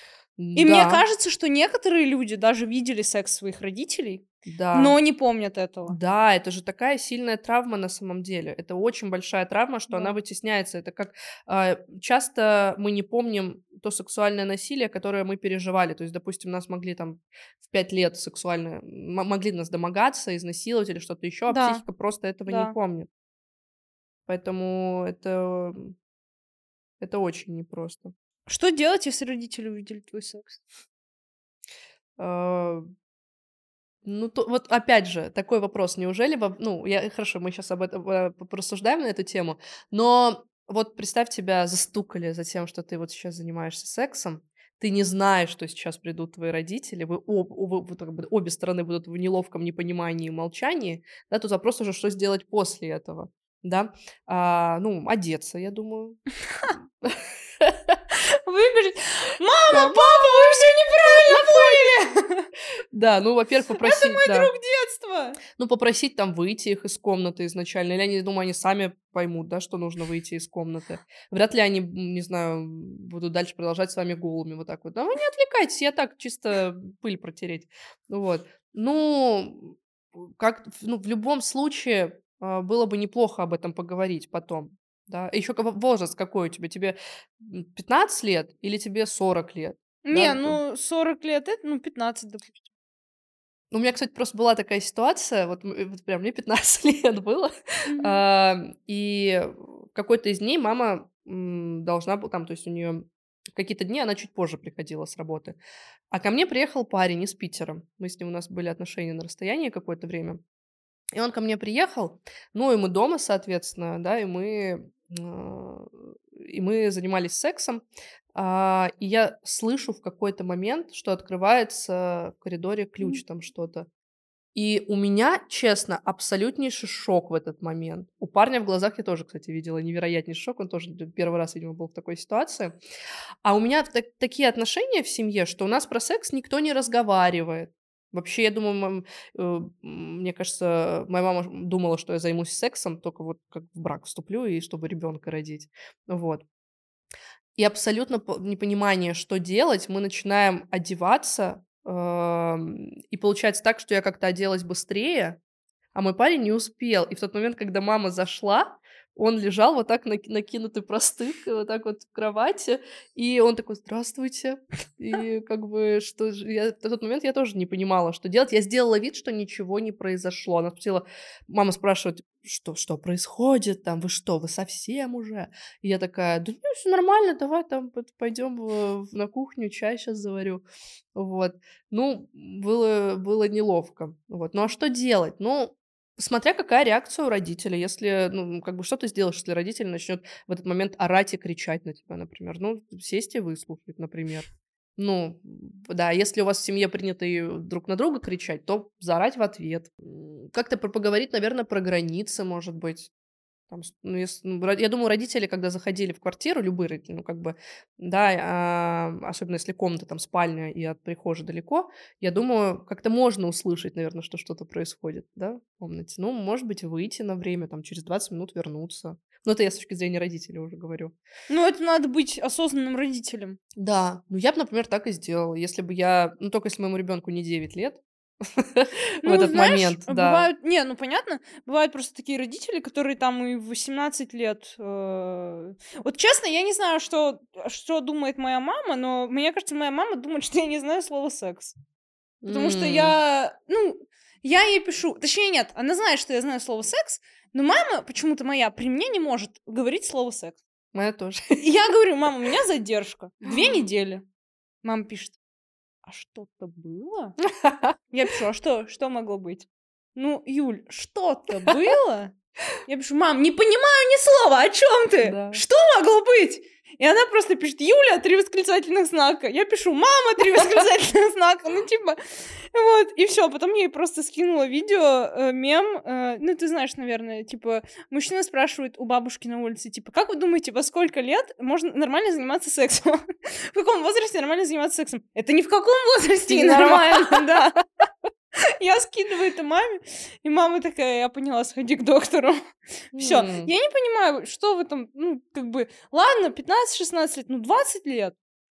И мне да, кажется, что некоторые люди даже видели секс своих родителей, да. но не помнят этого. Да, это же такая сильная травма на самом деле. Это очень большая травма, что она Да. вытесняется. Это как часто мы не помним то сексуальное насилие, которое мы переживали. То есть, допустим, нас могли там в 5 лет сексуально, могли нас домогаться, изнасиловать или что-то еще, а Да, психика просто этого не да. помнит. Поэтому это очень непросто. Что делать, если родители увидели твой секс? А, Ну, вот опять же, такой вопрос. Неужели, ну, хорошо, мы сейчас об этом порассуждаем на эту тему, но вот представь, тебя застукали за тем, что ты вот сейчас занимаешься сексом, ты не знаешь, что сейчас придут твои родители, вот как бы обе стороны будут в неловком непонимании и молчании, да, тут вопрос уже, что сделать после этого, да, ну, одеться, я думаю. Выбежать. Мама, Да, папа, вы все неправильно поняли! да, ну, во-первых, Это попросить, мой да. друг детства! Ну, попросить там выйти их из комнаты изначально, или они, думаю, они сами поймут, да, что нужно выйти из комнаты. Вряд ли они, не знаю, будут дальше продолжать с вами голыми вот так вот. Да вы не отвлекайтесь, я так чисто пыль протереть. Вот. Ну, ну, в любом случае было бы неплохо об этом поговорить потом. Да? Еще возраст какой у тебя? Тебе 15 лет или тебе 40 лет? Не, Да? ну 40 лет, это, ну 15, допустим. У меня, кстати, просто была такая ситуация, вот прям мне 15 лет было, Мгм. и в какой-то из дней мама должна была там, то есть у нее какие-то дни она чуть позже приходила с работы. А ко мне приехал парень из Питера. Мы с ним, у нас были отношения на расстоянии какое-то время. И он ко мне приехал, ну, и мы дома, соответственно, да, и мы занимались сексом. И я слышу в какой-то момент, что открывается в коридоре Мгм. ключ, там что-то. И у меня, честно, абсолютнейший шок в этот момент. У парня в глазах я тоже, кстати, видела невероятнейший шок. Он тоже первый раз, видимо, был в такой ситуации. А у меня такие отношения в семье, что у нас про секс никто не разговаривает. Вообще, я думаю, мне кажется, моя мама думала, что я займусь сексом, только вот как в брак вступлю, и чтобы ребенка родить. Вот. И абсолютно непонимание, что делать, мы начинаем одеваться, и получается так, что я как-то оделась быстрее, а мой парень не успел. И в тот момент, когда мама зашла, он лежал вот так накинутый простынкой, вот так вот в кровати, и он такой: «Здравствуйте». И как бы что же я в тот момент я тоже не понимала, что делать. Я сделала вид, что ничего не произошло. Она спросила, мама спрашивает: «Что происходит там? Вы что, вы совсем уже?» И я такая: «Да нет, всё нормально, давай там пойдем на кухню, чай сейчас заварю». Вот. Ну, было неловко. Вот. Ну, а что делать? Ну, смотря какая реакция у родителя. Если, ну, как бы, что ты сделаешь, если родитель начнет в этот момент орать и кричать на тебя, например? Ну, сесть и выслушать, например. Ну, да, если у вас в семье принято и друг на друга кричать, то заорать в ответ. Как-то поговорить, наверное, про границы, может быть. Там, ну, я думаю, родители, когда заходили в квартиру, любые родители, ну, как бы, да, особенно если комната, там, спальня и от прихожей далеко, я думаю, как-то можно услышать, наверное, что что-то происходит, да, в комнате. Ну, может быть, выйти на время, там, через 20 минут вернуться. Ну, это я с точки зрения родителей уже говорю. Ну, это надо быть осознанным родителем. Да, ну, я бы, например, так и сделала, если бы я, ну, только если моему ребенку не 9 лет, в Ну, этот знаешь, момент, да. бывают... Не, ну, понятно, бывают просто такие родители, которые там и в 18 лет... Вот честно, я не знаю, что думает моя мама, но мне кажется, моя мама думает, что я не знаю слова «секс». Потому что я ей пишу... Точнее, нет, она знает, что я знаю слово «секс», но мама почему-то моя при мне не может говорить слово «секс». Моя тоже. И я говорю: «Мама, у меня задержка. 2 недели». Мама пишет: «А что-то было?» Я пишу: «А что могло быть?» «Ну, Юль, что-то было?» Я пишу: «Мам, не понимаю ни слова, о чем ты? Да. Что могло быть?» И она просто пишет: «Юля, 3 восклицательных знака». Я пишу: «Мама, 3 восклицательных знака». Ну, типа, вот, и все. Потом я ей просто скинула видео, мем, ну, ты знаешь, наверное, типа, мужчина спрашивает у бабушки на улице, типа: «Как вы думаете, во сколько лет можно нормально заниматься сексом?» В каком возрасте нормально заниматься сексом? Это ни в каком возрасте не нормально, да. Я скидываю это маме, и мама такая: «Я поняла, сходи к доктору». Все. Я не понимаю, что в этом, ну, как бы, ладно, 15-16 лет, ну, 20 лет.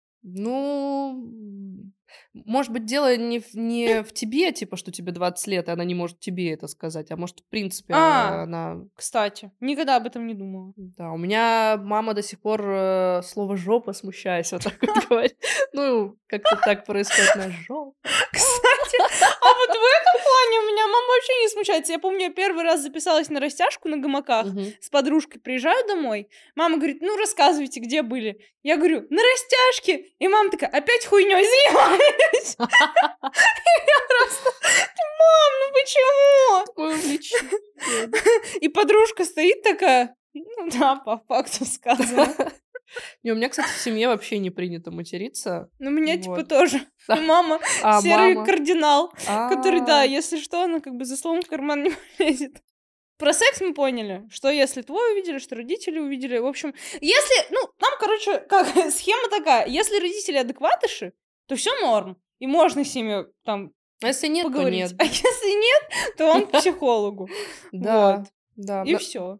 Ну, может быть, дело не в тебе, типа, что тебе 20 лет, и она не может тебе это сказать, а может, в принципе, она... Кстати, никогда об этом не думала. Да, у меня мама до сих пор слово «жопа», смущаясь, вот так вот говорит. Ну, как-то так происходит на жопа. Кстати, а вот в этом плане у меня мама вообще не смущается. Я помню, я первый раз записалась на растяжку на гамаках с подружкой, приезжаю домой. Мама говорит: «Ну, рассказывайте, где были?» Я говорю: «На растяжке». И мама такая: «Опять хуйнёй занимаетесь?» Я просто: «Мам, ну почему?» Такое увлечение. И подружка стоит такая: «Ну да, по факту сказано». Не, у меня, кстати, в семье вообще не принято материться. Ну, у меня типа Вот. тоже. Да. Мама А серый мама? кардинал, который, да, А, если что, она как бы за словом в карман не полезет. Про секс мы поняли, что если твой увидели, что родители увидели. В общем, если, ну, там, короче, как схема такая: если родители адекватыши, то все норм. И можно с ними там а если нет, то поговорить. нет. А если нет, то он к психологу. Да, Вот. да. И все.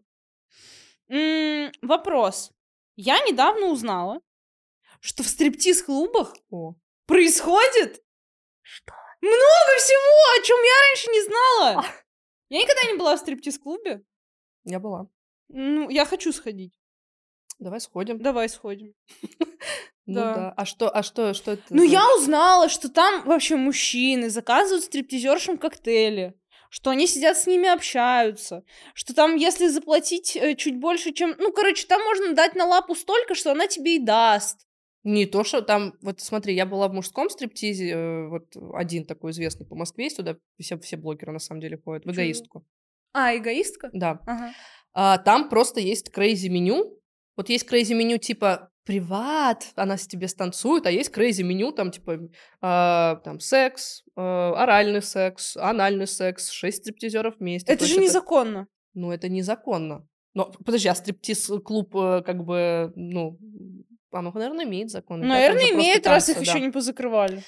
Вопрос. Я недавно узнала, что в стриптиз-клубах О. происходит много всего, о чем я раньше не знала. Я никогда не была в стриптиз-клубе. Я была. Ну, я хочу сходить. Давай сходим. Давай сходим. Ну Да. да. А что это Ну, я значит? узнала, что там вообще мужчины заказывают стриптизершам коктейли, что они сидят с ними, общаются, что там, если заплатить чуть больше, чем... Ну, короче, там можно дать на лапу столько, что она тебе и даст. Не то, что там... Вот смотри, я была в мужском стриптизе, вот один такой известный по Москве есть, туда все блогеры на самом деле ходят, в Чё за- эгоистку. А, эгоистка? Да. Ага. Там просто есть крейзи меню. Вот есть крейзи меню типа приват, она с тебе станцует, а есть крейзи меню там типа там секс, оральный секс, анальный секс, 6 стриптизеров вместе. То Это есть же незаконно. Ну, это незаконно. Но подожди, а стриптиз-клуб как бы, ну, оно, наверное, имеет закон. Наверное, имеет, раз их еще не позакрывали.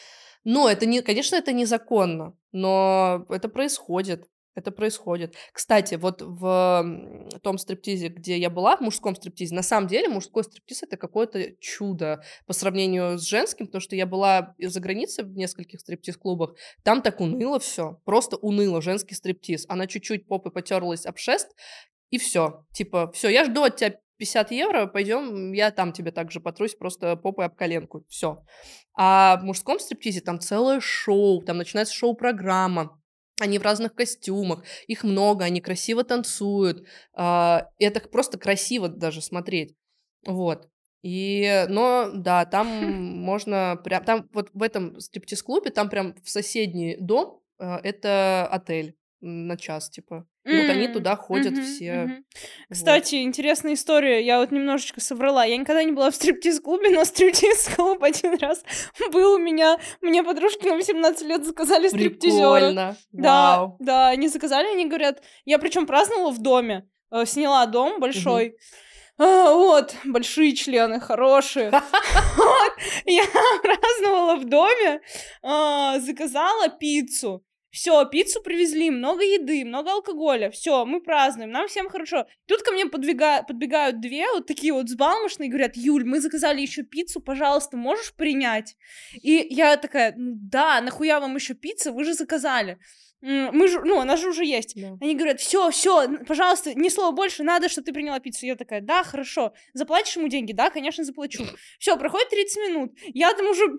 Ну, это не, конечно, это незаконно, но это происходит. Это происходит. Кстати, вот в том стриптизе, где я была, в мужском стриптизе, на самом деле мужской стриптиз — это какое-то чудо по сравнению с женским, потому что я была за границей в нескольких стриптиз-клубах, там так уныло все, просто уныло, женский стриптиз. Она чуть-чуть попой потерлась об шест, и все. Типа, все, я жду от тебя 50 евро, пойдем, я там тебе также потрусь, просто попой об коленку. Все. А в мужском стриптизе там целое шоу, там начинается шоу-программа. Они в разных костюмах, их много, они красиво танцуют. Это просто красиво даже смотреть. Вот. Но, да, там можно прям... Там вот в этом стриптиз-клубе, там прям в соседний дом это отель на час, типа. И вот они туда ходят все. Вот. Кстати, интересная история. Я вот немножечко соврала. Я никогда не была в стриптиз-клубе, но стриптиз-клуб один раз был у меня. Мне подружки на 18 лет заказали стриптизера. Прикольно. Да, Вау. да, они заказали, они говорят... Я причем праздновала в доме. Сняла дом большой. Вот, большие члены, хорошие. Вот, я праздновала в доме, заказала пиццу. Все, пиццу привезли, много еды, много алкоголя. Все, мы празднуем, нам всем хорошо. Тут ко мне подбегают две вот такие вот взбалмошные и говорят: Юль, мы заказали еще пиццу, пожалуйста, можешь принять? И я такая: ну да, нахуя вам еще пицца, вы же заказали. Мы же, ну, она же уже есть. Да. Они говорят: все, пожалуйста, ни слова больше, надо, чтобы ты приняла пиццу. Я такая: да, хорошо. Заплатишь ему деньги? Да, конечно, заплачу. Все, проходит 30 минут. Я там уже,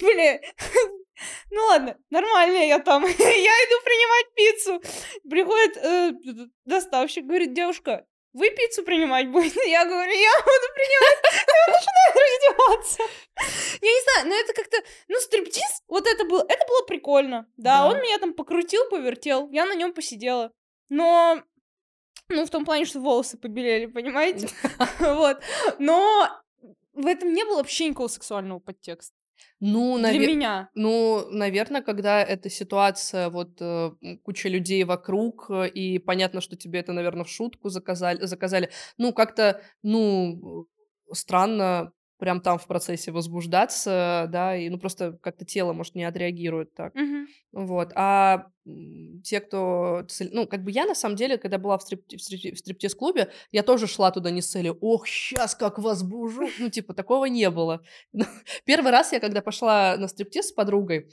ну ладно, нормально я там. Я иду принимать пиццу. Приходит доставщик, говорит: девушка, вы пиццу принимать будете? Я говорю: я буду принимать. И он начинает раздеваться. Я не знаю, но это как-то... Ну, стриптиз, вот это было прикольно. Да, он меня там покрутил, повертел, я на нем посидела. Но... Ну, в том плане, что волосы побелели, понимаете? Вот. Но в этом не было вообще никакого сексуального подтекста. Ну, Для меня. Ну, наверное, когда эта ситуация, вот куча людей вокруг, и понятно, что тебе это, наверное, в шутку заказали. Ну, как-то, ну, странно прям там в процессе возбуждаться, да, и ну просто как-то тело, может, не отреагирует так. Вот. А те, кто... Ну, как бы я, на самом деле, когда была в стриптиз-клубе, я тоже шла туда не с целью: ох, сейчас как возбужу. Ну, типа, такого не было. Первый раз я, когда пошла на стриптиз с подругой,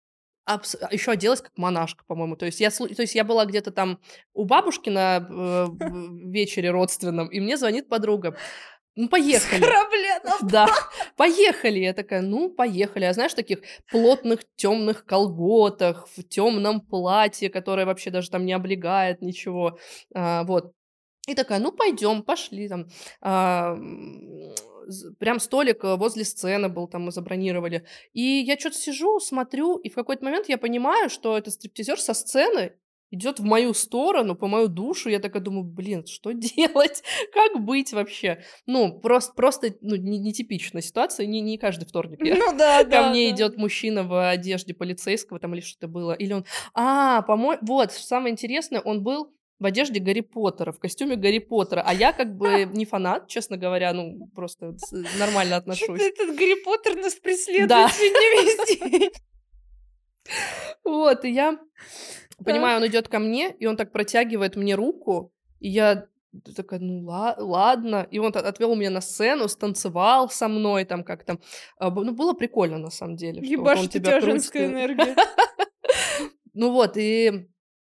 еще оделась как монашка, по-моему. То есть я была где-то там у бабушки на вечере родственном, и мне звонит подруга: ну, поехали. Да, поехали. Я такая: ну, поехали. А знаешь, в таких плотных темных колготах, в темном платье, которое вообще даже там не облегает ничего. Вот. И такая: ну, пойдем, пошли там. Прям столик возле сцены был, там мы забронировали. И я что-то сижу, смотрю, и в какой-то момент я понимаю, что этот стриптизер со сцены идет в мою сторону, по мою душу. Я такая думаю: блин, что делать? Как быть вообще? Ну, просто ну, нетипичная ситуация. Не каждый вторник Ну да, ко мне идет мужчина в одежде полицейского там или что-то было. Или он... по-моему... Вот, самое интересное, он был в одежде Гарри Поттера, в костюме Гарри Поттера. А я как бы не фанат, честно говоря, ну, просто нормально отношусь. Этот Гарри Поттер нас преследует Да. сегодня весь день. Вот, и я понимаю, он идет ко мне, и он так протягивает мне руку, и я такая: ну ладно. И он отвел меня на сцену, станцевал со мной, там как-то. Ну, было прикольно, на самом деле. Что вот он Ебашит у тебя тебя крутит. женская энергия. Ну вот, и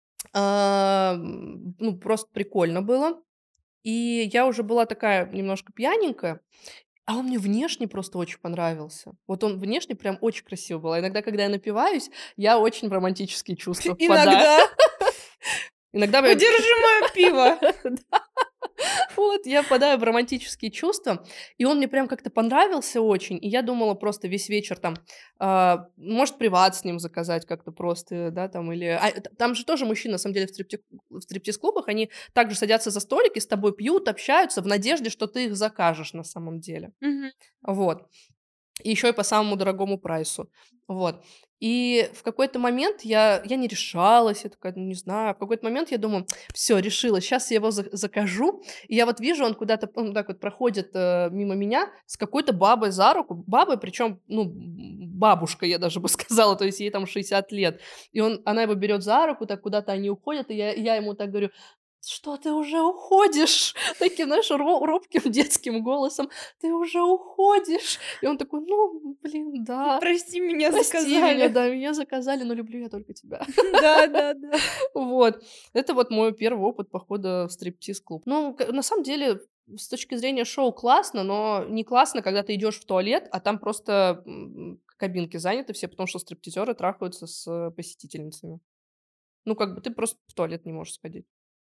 ну, просто прикольно было. И я уже была такая немножко пьяненькая, а он мне внешне просто очень понравился. Вот он внешне прям очень красивый был. А иногда, когда я напиваюсь, я очень в романтические чувства впадаю. Иногда. Иногда Подержи мое пиво. Вот, я впадаю в романтические чувства, и он мне прям как-то понравился очень, и я думала просто весь вечер там, может, приват с ним заказать как-то просто, да, там, или... там же тоже мужчины, на самом деле, в стриптиз-клубах, они также садятся за столики, с тобой пьют, общаются в надежде, что ты их закажешь на самом деле. Вот. и еще и по самому дорогому прайсу. Вот. И в какой-то момент я не решалась, я такая, ну, не знаю. В какой-то момент я думаю, все, решила, сейчас я его закажу. И я вот вижу, он куда-то, он так вот проходит мимо меня с какой-то бабой за руку. Бабой, причем, ну, бабушка, я даже бы сказала, то есть ей там 60 лет. И она его берет за руку, так куда-то они уходят, и я ему так говорю, что ты уже уходишь? Таким, знаешь, робким детским голосом. Ты уже уходишь? И он такой, ну, блин, да. Прости, меня Прости заказали. меня, да, меня заказали, но люблю я только тебя. Да. Вот. Это вот мой первый опыт похода в стриптиз-клуб. Ну, на самом деле, с точки зрения шоу классно, но не классно, когда ты идешь в туалет, а там просто кабинки заняты все, потому что стриптизеры трахаются с посетительницами. Ну, как бы ты просто в туалет не можешь сходить.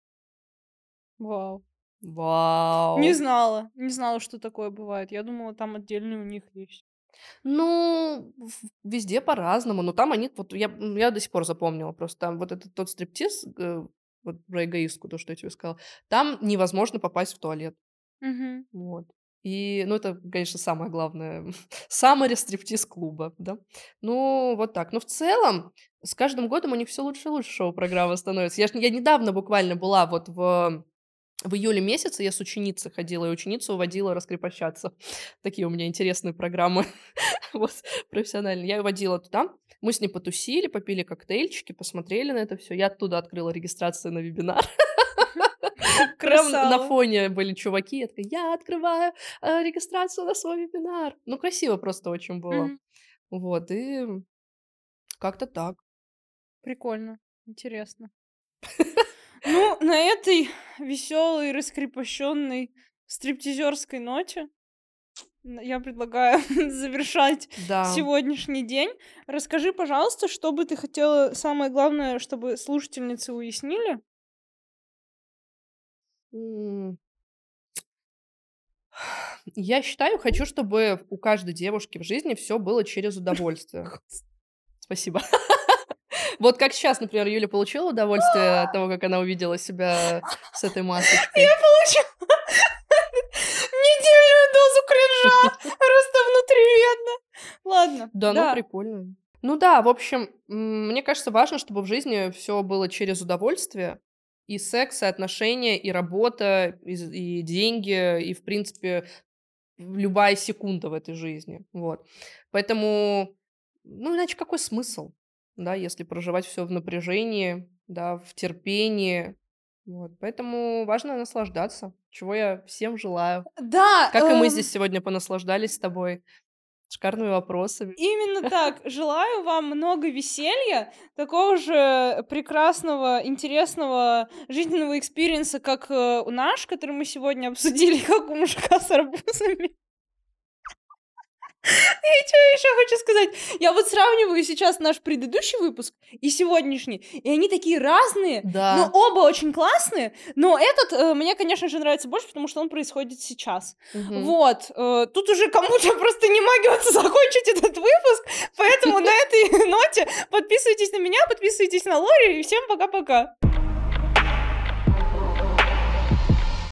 Вау. Не Вау. знала, что такое бывает. Я думала, там отдельные у них есть. Ну, везде по-разному, но там они, вот я до сих пор запомнила, просто там вот этот тот стриптиз, вот про эгоистку, то, что я тебе сказала, там невозможно попасть в туалет, Мгм. вот. И, ну, это, конечно, самое главное, саммари стриптиз-клуба, да. Ну, вот так. Но в целом, с каждым годом у них все лучше и лучше шоу-программа становится. Я недавно буквально была вот в июле месяце я с ученицей ходила, и ученицу уводила раскрепощаться. Такие у меня интересные программы, вот, профессиональные. Я её водила туда, мы с ней потусили, попили коктейльчики, посмотрели на это все. Я оттуда открыла регистрацию на вебинар. Прям на Красава. фоне были чуваки, я такая: "Я открываю, регистрацию на свой вебинар". Ну, красиво просто очень было. Мгм. Вот, и как-то так. Прикольно. Интересно. Ну, на этой веселой, раскрепощенной стриптизерской ноте я предлагаю завершать Да. сегодняшний день. Расскажи, пожалуйста, что бы ты хотела, самое главное, чтобы слушательницы уяснили. М. Я считаю, хочу, чтобы у каждой девушки в жизни все было через удовольствие. Спасибо. Вот как сейчас, например, Юля получила удовольствие от того, как она увидела себя с этой масочкой. Я получила недельную дозу кринжа, просто внутри видно. Ладно, Да, ну прикольно. Ну да, в общем, мне кажется, важно, чтобы в жизни все было через удовольствие. И секс, и отношения, и работа, и деньги, и, в принципе, любая секунда в этой жизни. Вот. Поэтому, ну, иначе какой смысл, да, если проживать все в напряжении, да, в терпении. Вот. Поэтому важно наслаждаться, чего я всем желаю. Да, Как и мы здесь сегодня понаслаждались с тобой шикарными вопросами. именно так. Желаю вам много веселья, такого же прекрасного, интересного жизненного экспириенса, как наш, который мы сегодня обсудили, как у мужика с арбузами. И что еще хочу сказать? Я вот сравниваю сейчас наш предыдущий выпуск и сегодняшний, и они такие разные, но Да. оба очень классные, но этот мне, конечно же, нравится больше, потому что он происходит сейчас. Мгм. Вот, тут уже кому-то просто не могется закончить этот выпуск, поэтому на этой ноте подписывайтесь на меня, подписывайтесь на Лори, и всем пока-пока.